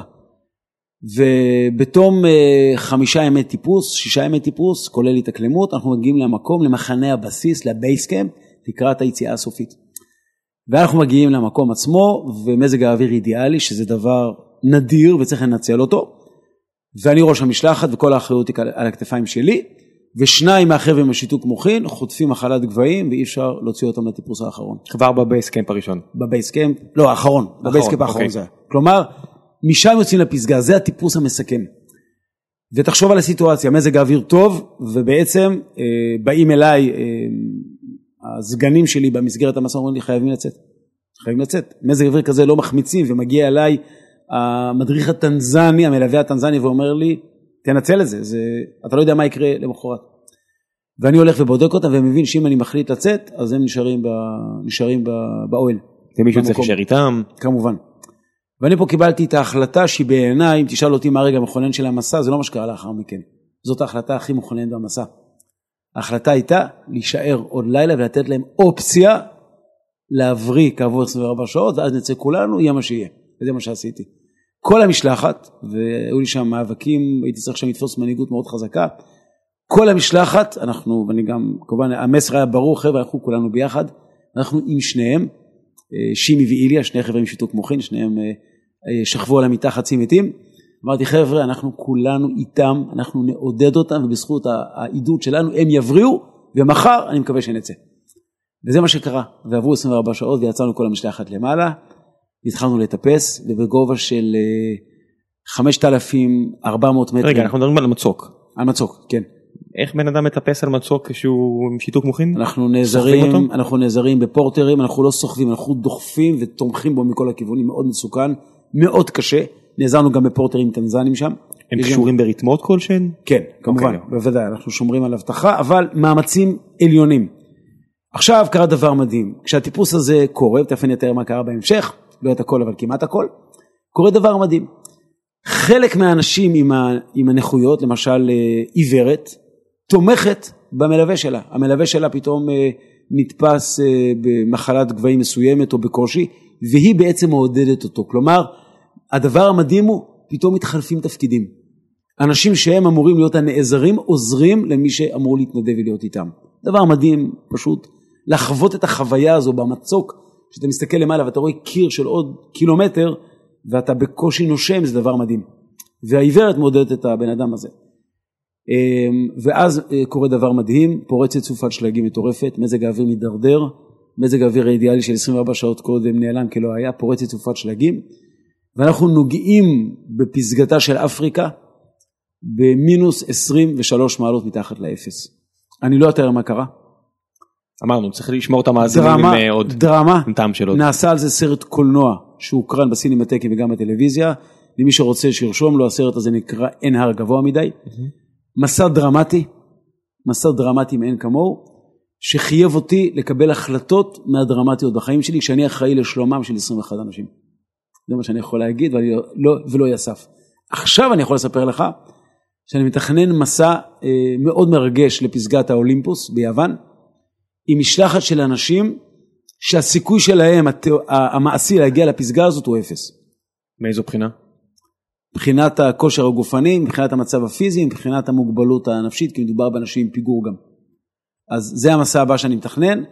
ובתום 5 ימי טיפוס, 6 ימי טיפוס, כולל התאקלמות, אנחנו מגיעים למקום, למחנה הבסיס, לבייסקאמפ, לקראת היציאה הסופית. ואנחנו מגיעים למקום עצמו, ומזג האוויר אידיאלי, שזה דבר נדיר וצריך לנצל אותו. ואני ראש המשלחת, וכל האחריות היא על הכתפיים שלי, ושניים מהחבר'ה משיתוק מוחין, חוטפים מחלת גבהים, ואי אפשר להוציא אותם לטיפוס האחרון. כבר בבייסקאמפ הראשון. בבייסקאמפ, לא, האחרון. בבייסקאמפ האחרון זה. כלומר, משם יוצאים לפסגה, זה הטיפוס המסכם. ותחשוב על הסיטואציה, מזג האוויר טוב, ובעצם באים אליי, הסגנים שלי במסגרת המסע אומרים לי, חייבים לצאת. מזג האוויר כזה לא מחמיצים, ומגיע אליי המדריך הטנזני, המלווה הטנזני, ואומר לי, תנצל את זה, אתה לא יודע מה יקרה למחרת. ואני הולך ובודק אותם, ומבין שאם אני מחליט לצאת, אז הם נשארים באוהל. ומישהו צריך להישאר איתם. כמובן. ואני פה קיבלתי את ההחלטה שהיא בעיניי, אם תשאל אותי מה הרגע המכונן של המסע, זה לא מה שקרה לאחר מכן. זאת ההחלטה הכי מכוננת במסע. ההחלטה הייתה להישאר עוד לילה ולתת להם אופציה להבריא כעבור 24 שעות, ואז נצא כולנו, יהיה מה שיהיה. וזה מה שעשיתי. כל המשלחת, והיו לי שם מאבקים, הייתי צריך שם לתפוס מנהיגות מאוד חזקה, כל המשלחת, ואני גם, כמובן, המסר היה ברור, חבר'ה, אנחנו כולנו ביחד, אנחנו עם שניהם, שימי ואיליה, שני חבר'ה עם שיתוק מוחין, שניהם שכבו על המיטה חצי מתים, אמרתי, חבר'ה, אנחנו כולנו איתם, אנחנו נעודד אותם, ובזכות העידוד שלנו, הם יבריאו, ומחר אני מקווה שנצא. וזה מה שקרה, ועברו 24 שעות, ויצאנו כל המשלחת למעלה, התחלנו לטפס, ובגובה של 5,400 מטרים. רגע, אנחנו מדברים על מצוק. על מצוק, כן. איך בן אדם מטפס על מצוק כשהוא עם שיתוק מוחין? אנחנו נעזרים בפורטרים, אנחנו לא סוחבים, אנחנו דוחפים ותומכים בו מכל הכיוונים, מאוד מסוכן, מאוד קשה. נעזרנו גם בפורטרים טנזנים שם. הם קשורים בריתמות כלשהן? כן, כמובן, בוודאי, אנחנו שומרים על הבטחה, אבל מאמצים עליונים. עכשיו קרה דבר מדהים, כשהטיפוס הזה קורה, תכף אני אתאר מה קרה בהמשך, לא את הכל אבל כמעט הכל, קורה דבר מדהים. חלק מהאנשים עם הנכויות, למשל עיוורת, תומכת במלווה שלה. המלווה שלה פתאום נתפס במחלת גבהים מסוימת או בקושי, והיא בעצם מעודדת אותו. כלומר, הדבר המדהים הוא, פתאום מתחלפים תפקידים. אנשים שהם אמורים להיות הנעזרים, עוזרים למי שאמור להתנדב ולהיות איתם. דבר מדהים, פשוט, לחוות את החוויה הזו במצוק, שאתה מסתכל למעלה ואתה רואה קיר של עוד קילומטר, ואתה בקושי נושם, זה דבר מדהים. והעיוורת מעודדת את הבן אדם הזה. ואז קורה דבר מדהים, פורצת סופת שלגים מטורפת, מזג האוויר מדרדר, מזג האוויר האידיאלי של 24 שעות קודם נעלם כלא היה, פורצת סופת שלגים, ואנחנו נוגעים בפסגתה של אפריקה, במינוס 23 מעלות מתחת לאפס. אני לא אתאר מה קרה. אמרנו, צריך לשמור את המאזינים עם עוד דרמה, טעם של עוד. נעשה על זה סרט קולנוע, שהוקרן בסינמטקים וגם בטלוויזיה, למי שרוצה שירשום לו, הסרט הזה נקרא אין הר גבוה מדי, מסע דרמטי מאין כמוהו, שחייב אותי לקבל החלטות מהדרמטיות בחיים שלי, כשאני אחראי לשלומם של 21 אנשים. זה מה שאני יכול להגיד, ולא יסף. עכשיו אני יכול לספר לך, שאני מתכנן מסע מאוד מרגש לפסגת האולימפוס ביוון, עם משלחת של אנשים, שהסיכוי שלהם, המעשי להגיע לפסגה הזאת הוא אפס. מאיזו בחינה? מבחינת הכושר הגופני, מבחינת המצב הפיזי, מבחינת המוגבלות הנפשית, כי מדובר באנשים עם פיגור גם. אז זה המסע הבא שאני מתכנן,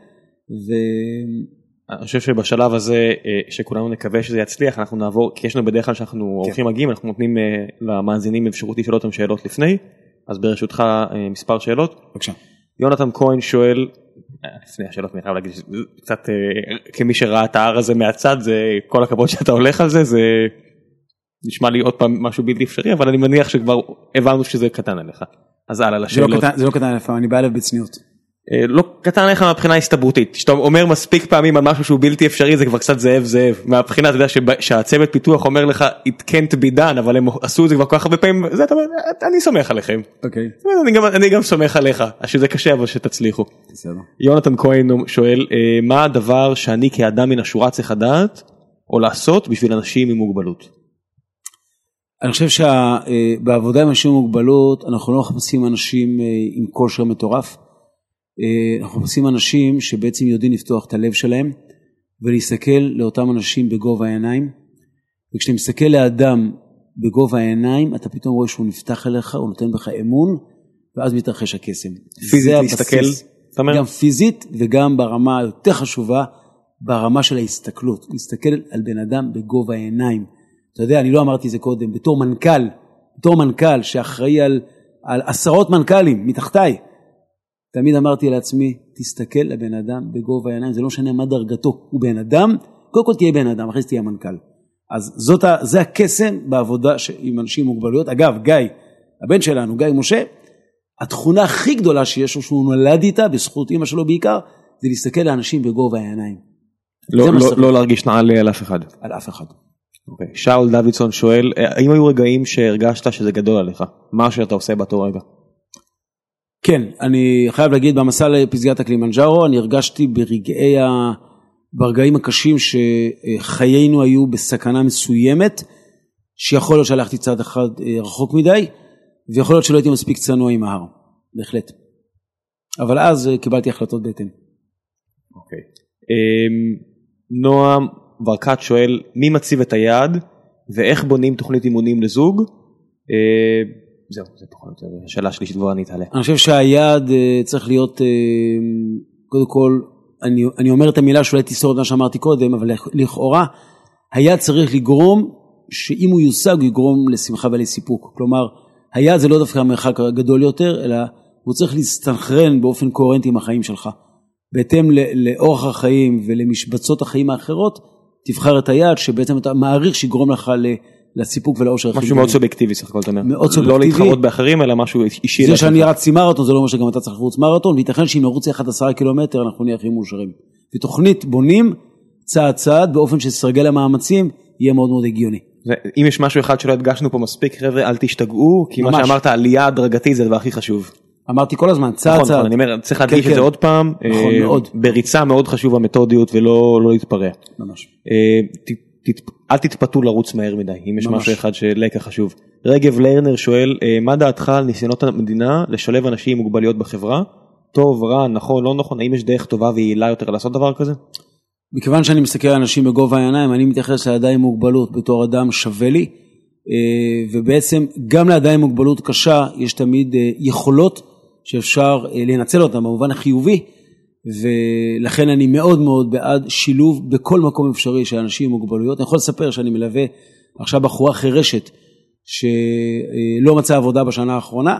אני חושב שבשלב הזה, שכולנו נקווה שזה יצליח, אנחנו נעבור, כי יש לנו בדרך כלל שאנחנו אורחים מגיעים, אנחנו נותנים למאזינים אפשרותי שאלות עם שאלות לפני, אז ברשותך מספר שאלות. בבקשה. יונתן כהן שואל, לפני השאלות אני חייב להגיד, קצת כמי שראה את ההר הזה מהצד, זה כל הכבוד שאתה הולך על זה, זה נשמע לי עוד פעם משהו בלתי אפשרי, אבל אני מניח שכבר הבנו שזה קטן עליך. אז הלאה לשאלות. זה לא קטן עליך, אני בא אליו בצניעות. לא קטן עליך מהבחינה הסתברותית, שאתה אומר מספיק פעמים על משהו שהוא בלתי אפשרי, זה כבר קצת זאב, מהבחינה אתה יודע שהצוות פיתוח אומר לך it can't be done, אבל הם עשו את זה כבר כל כך הרבה פעמים, זה אתה אומר, אני סומך עליכם. אוקיי. אני גם סומך עליך, שזה קשה אבל שתצליחו. בסדר. יונתן כהן שואל, מה הדבר שאני כאדם מן השורה צריך לדעת, או לעשות בשביל אנשים עם מוגבלות? אני חושב שבעבודה עם אנשים עם מוגבלות, אנחנו לא מחפשים אנשים עם כושר מטורף, אנחנו מחפשים אנשים שבעצם יודעים לפתוח את הלב שלהם, ולהסתכל לאותם אנשים בגובה העיניים, וכשאתה מסתכל לאדם בגובה העיניים, אתה פתאום רואה שהוא נפתח אליך, הוא נותן בך אמון, ואז מתרחש הקסם. פיזית להסתכל? גם פיזית וגם ברמה היותר חשובה, ברמה של ההסתכלות, להסתכל על בן אדם בגובה העיניים. אתה יודע, אני לא אמרתי זה קודם, בתור מנכ"ל שאחראי על עשרות מנכ"לים מתחתיי, תמיד אמרתי לעצמי, תסתכל לבן אדם בגובה העיניים, זה לא משנה מה דרגתו, הוא בן אדם, קודם כל תהיה בן אדם, אחרי זה תהיה מנכ"ל. אז זה הקסם בעבודה עם אנשים מוגבלויות. אגב, גיא, הבן שלנו, גיא משה, התכונה הכי גדולה שיש לו, שהוא נולד איתה, בזכות אמא שלו בעיקר, זה להסתכל לאנשים בגובה העיניים. לא להרגיש נעל על אף אחד. על אף אחד. אוקיי. שאול דוידסון שואל, האם היו רגעים שהרגשת שזה גדול עליך? מה שאתה עושה באותו רגע? כן, אני חייב להגיד, במסע לפסגת הקלימנג'ארו, אני הרגשתי ברגעים הקשים שחיינו היו בסכנה מסוימת, שיכול להיות שהלכתי צעד אחד רחוק מדי, ויכול להיות שלא הייתי מספיק צנוע עם ההר, בהחלט. אבל אז קיבלתי החלטות בהתאם. אוקיי. נועם ברקת שואל, מי מציב את היעד, ואיך בונים תוכנית אימונים לזוג? זהו, זה פחות או יותר, השאלה שלישית כבר אני אתעלה. אני חושב שהיעד צריך להיות, קודם כל, אני אומר את המילה שאולי תסתור את מה שאמרתי קודם, אבל לכאורה, היעד צריך לגרום, שאם הוא יושג, הוא יגרום לשמחה ולסיפוק. כלומר, היעד זה לא דווקא המרחק הגדול יותר, אלא הוא צריך להסתנכרן באופן קוהרנטי עם החיים שלך. בהתאם לאורח החיים ולמשבצות החיים האחרות, תבחר את היעד שבעצם אתה מעריך שיגרום לך לסיפוק ולאושר. משהו מאוד סובייקטיבי, סך הכל תאמר. מאוד סובייקטיבי. לא להתחרות באחרים, אלא משהו אישי. זה שאני רצתי מרתון, זה לא אומר שגם אתה צריך לרוץ מרתון, וייתכן שאם נרוץ יחד 10 קילומטר, אנחנו נהיה הכי מאושרים. ותוכנית בונים צעד צעד, באופן שסרגל המאמצים, יהיה מאוד מאוד הגיוני. אם יש משהו אחד שלא הדגשנו פה מספיק, חבר'ה, אל תשתגעו, כי מה שאמרת, עלייה הדרגתית זה הדבר הכי חשוב. אמרתי כל הזמן, צעד צעד. אני אומר, צריך להדגיש את זה עוד פעם, בריצה מאוד חשוב המתודיות ולא להתפרע. ממש. אל תתפתו לרוץ מהר מדי, אם יש משהו אחד שלקח חשוב. רגב לרנר שואל, מה דעתך על ניסיונות המדינה לשלב אנשים עם מוגבלויות בחברה? טוב, רע, נכון, לא נכון, האם יש דרך טובה ויעילה יותר לעשות דבר כזה? מכיוון שאני מסתכל על אנשים בגובה העיניים, אני מתייחס לאדם עם מוגבלות בתור אדם שווה לי, ובעצם גם לאדם עם מוגבלות קשה יש תמיד יכולות שאפשר לנצל אותן במובן החיובי, ולכן אני מאוד מאוד בעד שילוב בכל מקום אפשרי של אנשים עם מוגבלויות. אני יכול לספר שאני מלווה עכשיו בחורה חירשת שלא מצאה עבודה בשנה האחרונה,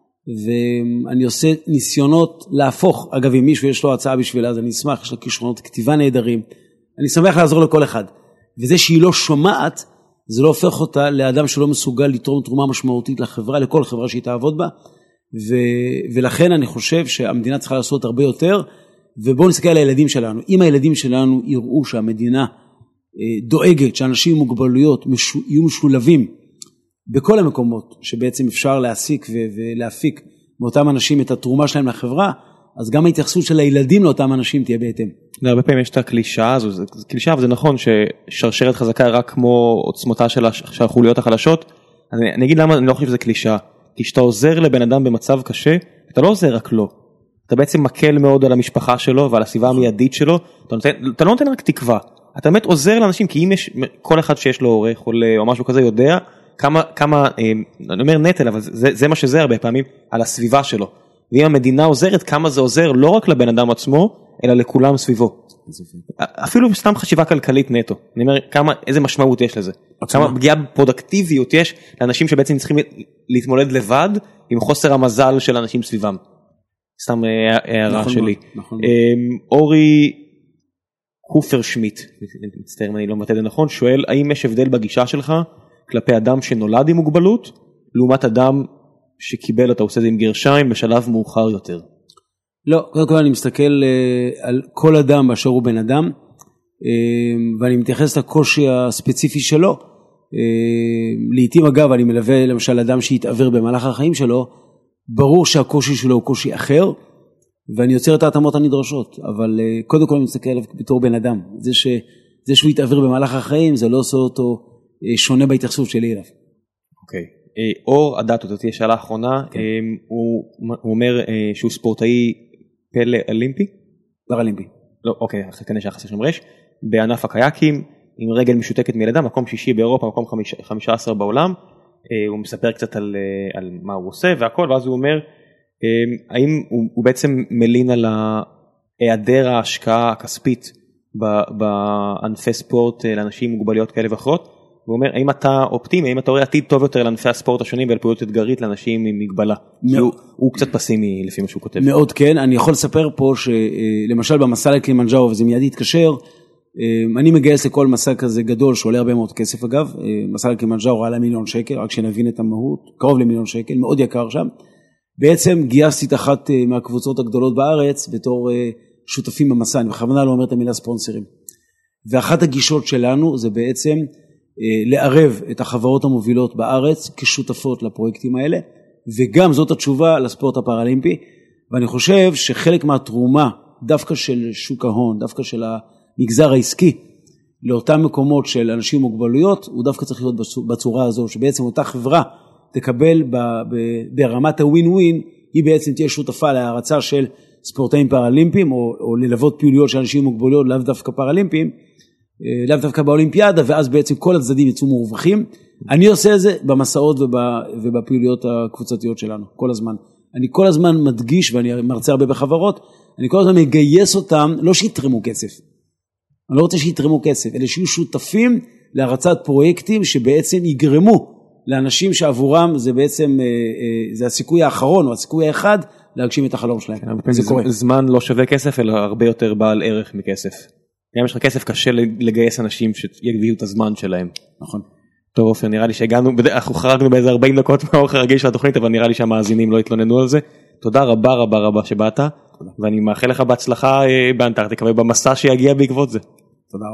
ואני עושה ניסיונות להפוך, אגב אם מישהו יש לו הצעה בשבילה אז אני אשמח, יש לה כישרונות כתיבה נהדרים, אני שמח לעזור לכל אחד, וזה שהיא לא שומעת זה לא הופך אותה לאדם שלא מסוגל לתרום תרומה משמעותית לחברה, לכל חברה שהיא תעבוד בה, ולכן אני חושב שהמדינה צריכה לעשות הרבה יותר, ובואו נסתכל על הילדים שלנו, אם הילדים שלנו יראו שהמדינה דואגת שאנשים עם מוגבלויות יהיו משולבים בכל המקומות שבעצם אפשר להסיק ולהפיק מאותם אנשים את התרומה שלהם לחברה, אז גם ההתייחסות של הילדים לאותם אנשים תהיה בהתאם. הרבה פעמים יש את הקלישאה הזו, זה קלישאה, אבל זה נכון ששרשרת חזקה רק כמו עוצמתה של החוליות החלשות. אני אגיד למה אני לא חושב שזה קלישאה, כי כשאתה עוזר לבן אדם במצב קשה, אתה לא עוזר רק לו, אתה בעצם מקל מאוד על המשפחה שלו ועל הסביבה המיידית שלו, אתה לא נותן רק תקווה, אתה באמת עוזר לאנשים, כי אם יש כל אחד שיש לו הורה חולה או משהו כזה יודע, כמה, אני אומר נטל, אבל זה מה שזה הרבה פעמים, על הסביבה שלו. ואם המדינה עוזרת, כמה זה עוזר לא רק לבן אדם עצמו, אלא לכולם סביבו. אפילו סתם חשיבה כלכלית נטו. אני אומר, איזה משמעות יש לזה? כמה פגיעה בפרודקטיביות יש לאנשים שבעצם צריכים להתמודד לבד, עם חוסר המזל של אנשים סביבם. סתם הערה שלי. אורי קופרשמיט, מצטער אם אני לא מבטא את זה נכון, שואל, האם יש הבדל בגישה שלך כלפי אדם שנולד עם מוגבלות, לעומת אדם שקיבל, אתה עושה את זה עם גרשיים, בשלב מאוחר יותר? לא, קודם כל אני מסתכל על כל אדם באשר הוא בן אדם, ואני מתייחס לקושי הספציפי שלו. לעתים אגב, אני מלווה למשל אדם שהתעבר במהלך החיים שלו, ברור שהקושי שלו הוא קושי אחר, ואני יוצר את ההתאמות הנדרשות, אבל קודם כל אני מסתכל עליו בתור בן אדם. זה שהוא התעבר במהלך החיים, זה לא עושה אותו שונה בהתייחסות שלי אליו. אוקיי. אור עדת, אותי השאלה האחרונה, הוא אומר שהוא ספורטאי פלא אולימפי? פראלימפי. לא, אוקיי, כנראה שהחסר שם רש, בענף הקייקים, עם רגל משותקת מלידה, מקום 6 באירופה, מקום 15 בעולם, הוא מספר קצת על מה הוא עושה והכל, ואז הוא אומר, האם הוא בעצם מלין על היעדר ההשקעה הכספית בענפי ספורט לאנשים עם מוגבלויות כאלה ואחרות, הוא אומר, האם אתה אופטימי, האם אתה רואה עתיד טוב יותר לענפי הספורט השונים ולפעילות אתגרית לאנשים עם מגבלה? הוא קצת פסימי לפי מה שהוא כותב. מאוד כן, אני יכול לספר פה שלמשל במסע לקלימנג'ארו, וזה מיד יתקשר, אני מגייס לכל מסע כזה גדול שעולה הרבה מאוד כסף אגב, מסע לקלימנג'ארו עלה $1,000,000, רק שנבין את המהות, קרוב ל$1,000,000, מאוד יקר שם. בעצם גייסתי את אחת מהקבוצות הגדולות בארץ בתור שותפים במסע, אני בכוונה לא אומר את המילה ספונסרים. ואחת הגישות שלנו זה בעצם לערב את החברות המובילות בארץ כשותפות לפרויקטים האלה, וגם זאת התשובה לספורט הפראלימפי, ואני חושב שחלק מהתרומה דווקא של שוק ההון, דווקא של המגזר העסקי, לאותם מקומות של אנשים עם מוגבלויות, הוא דווקא צריך להיות בצורה הזו, שבעצם אותה חברה תקבל ברמת הווין ווין, היא בעצם תהיה שותפה להרצה של ספורטאים פראלימפיים, או ללוות פעילויות של אנשים עם מוגבלויות, לאו דווקא פראלימפיים, לאו דווקא באולימפיאדה, ואז בעצם כל הצדדים יצאו מורווחים. אני עושה את זה במסעות ובפעילויות הקבוצתיות שלנו, כל הזמן. אני כל הזמן מדגיש, ואני מרצה הרבה בחברות, אני כל הזמן מגייס אותם, לא שיתרמו כסף. אני לא רוצה שיתרמו כסף, אלא שיהיו שותפים להרצת פרויקטים שבעצם יגרמו לאנשים שעבורם זה בעצם, זה הסיכוי האחרון או הסיכוי האחד להגשים את החלום שלהם. זה קורה. זמן לא שווה כסף, אלא הרבה יותר בעל ערך מכסף. גם יש לך כסף קשה לגייס אנשים שיגביאו את הזמן שלהם. נכון. טוב אופן, נראה לי שהגענו, אנחנו חרגנו באיזה 40 דקות מהאורך הרגיל של התוכנית, אבל נראה לי שהמאזינים לא התלוננו על זה. תודה רבה רבה רבה שבאת, ואני מאחל לך בהצלחה באנטארקטיקה ובמסע שיגיע בעקבות זה. תודה רבה.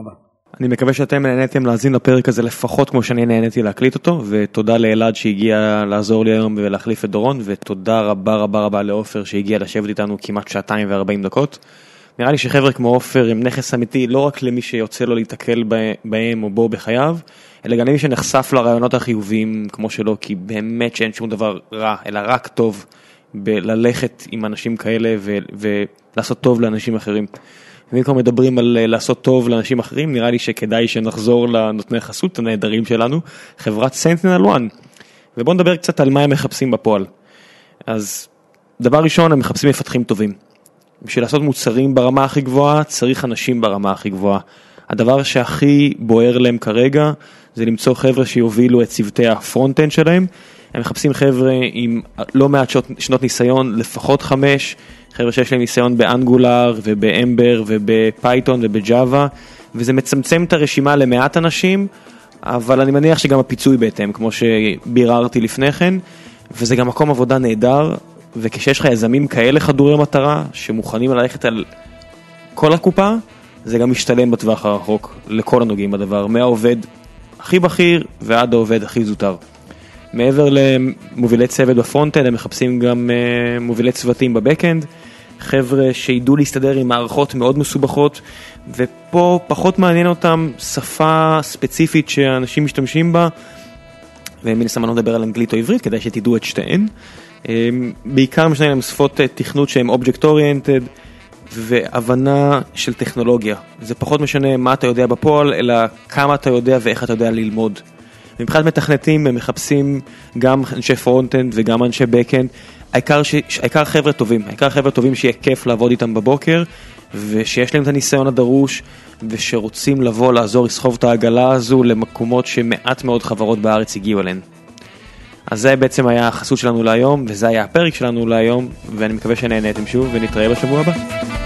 אני מקווה שאתם נהניתם להאזין לפרק הזה לפחות כמו שאני נהניתי להקליט אותו, ותודה לאלעד שהגיע לעזור לי היום ולהחליף את דורון, ותודה רבה רבה רבה לאופר שהגיע לשבת איתנו כמעט 2:40. נראה לי שחבר'ה כמו אופר הם נכס אמיתי לא רק למי שיוצא לו להתקל בהם או בו בחייו, אלא גם למי שנחשף לרעיונות החיוביים כמו שלו, כי באמת שאין שום דבר רע, אלא רק טוב בללכת עם אנשים כאלה ולעשות טוב לאנשים אחרים. ואם כבר מדברים על לעשות טוב לאנשים אחרים, נראה לי שכדאי שנחזור לנותני חסות הנהדרים שלנו, חברת Sentinel-1. ובואו נדבר קצת על מה הם מחפשים בפועל. אז דבר ראשון, הם מחפשים מפתחים טובים. בשביל לעשות מוצרים ברמה הכי גבוהה, צריך אנשים ברמה הכי גבוהה. הדבר שהכי בוער להם כרגע, זה למצוא חבר'ה שיובילו את צוותי הפרונט-אנד שלהם. הם מחפשים חבר'ה עם לא מעט שנות ניסיון, לפחות 5, חבר'ה שיש להם ניסיון באנגולר ובאמבר ובפייתון ובג'אווה, וזה מצמצם את הרשימה למעט אנשים, אבל אני מניח שגם הפיצוי בהתאם, כמו שביררתי לפני כן, וזה גם מקום עבודה נהדר, וכשיש לך יזמים כאלה חדורי מטרה, שמוכנים ללכת על כל הקופה, זה גם משתלם בטווח הרחוק לכל הנוגעים בדבר, מהעובד הכי בכיר ועד העובד הכי זוטר. מעבר למובילי צוות בפרונט-אנד, הם מחפשים גם מובילי צוותים בבק-אנד, חבר'ה שידעו להסתדר עם מערכות מאוד מסובכות, ופה פחות מעניין אותם שפה ספציפית שאנשים משתמשים בה, ומן הסתם אני לא מדבר על אנגלית או עברית, כדי שתדעו את שתיהן. בעיקר משנה להם שפות תכנות שהן אובייקט אוריינטד, והבנה של טכנולוגיה. זה פחות משנה מה אתה יודע בפועל, אלא כמה אתה יודע ואיך אתה יודע ללמוד. מבחינת מתכנתים הם מחפשים גם אנשי פרונט-אנד וגם אנשי בק-אנד, העיקר חבר'ה טובים, העיקר חבר'ה טובים שיהיה כיף לעבוד איתם בבוקר, ושיש להם את הניסיון הדרוש, ושרוצים לבוא לעזור לסחוב את העגלה הזו למקומות שמעט מאוד חברות בארץ הגיעו אליהן. אז זה בעצם היה החסות שלנו להיום, וזה היה הפרק שלנו להיום, ואני מקווה שנהניתם שוב, ונתראה בשבוע הבא.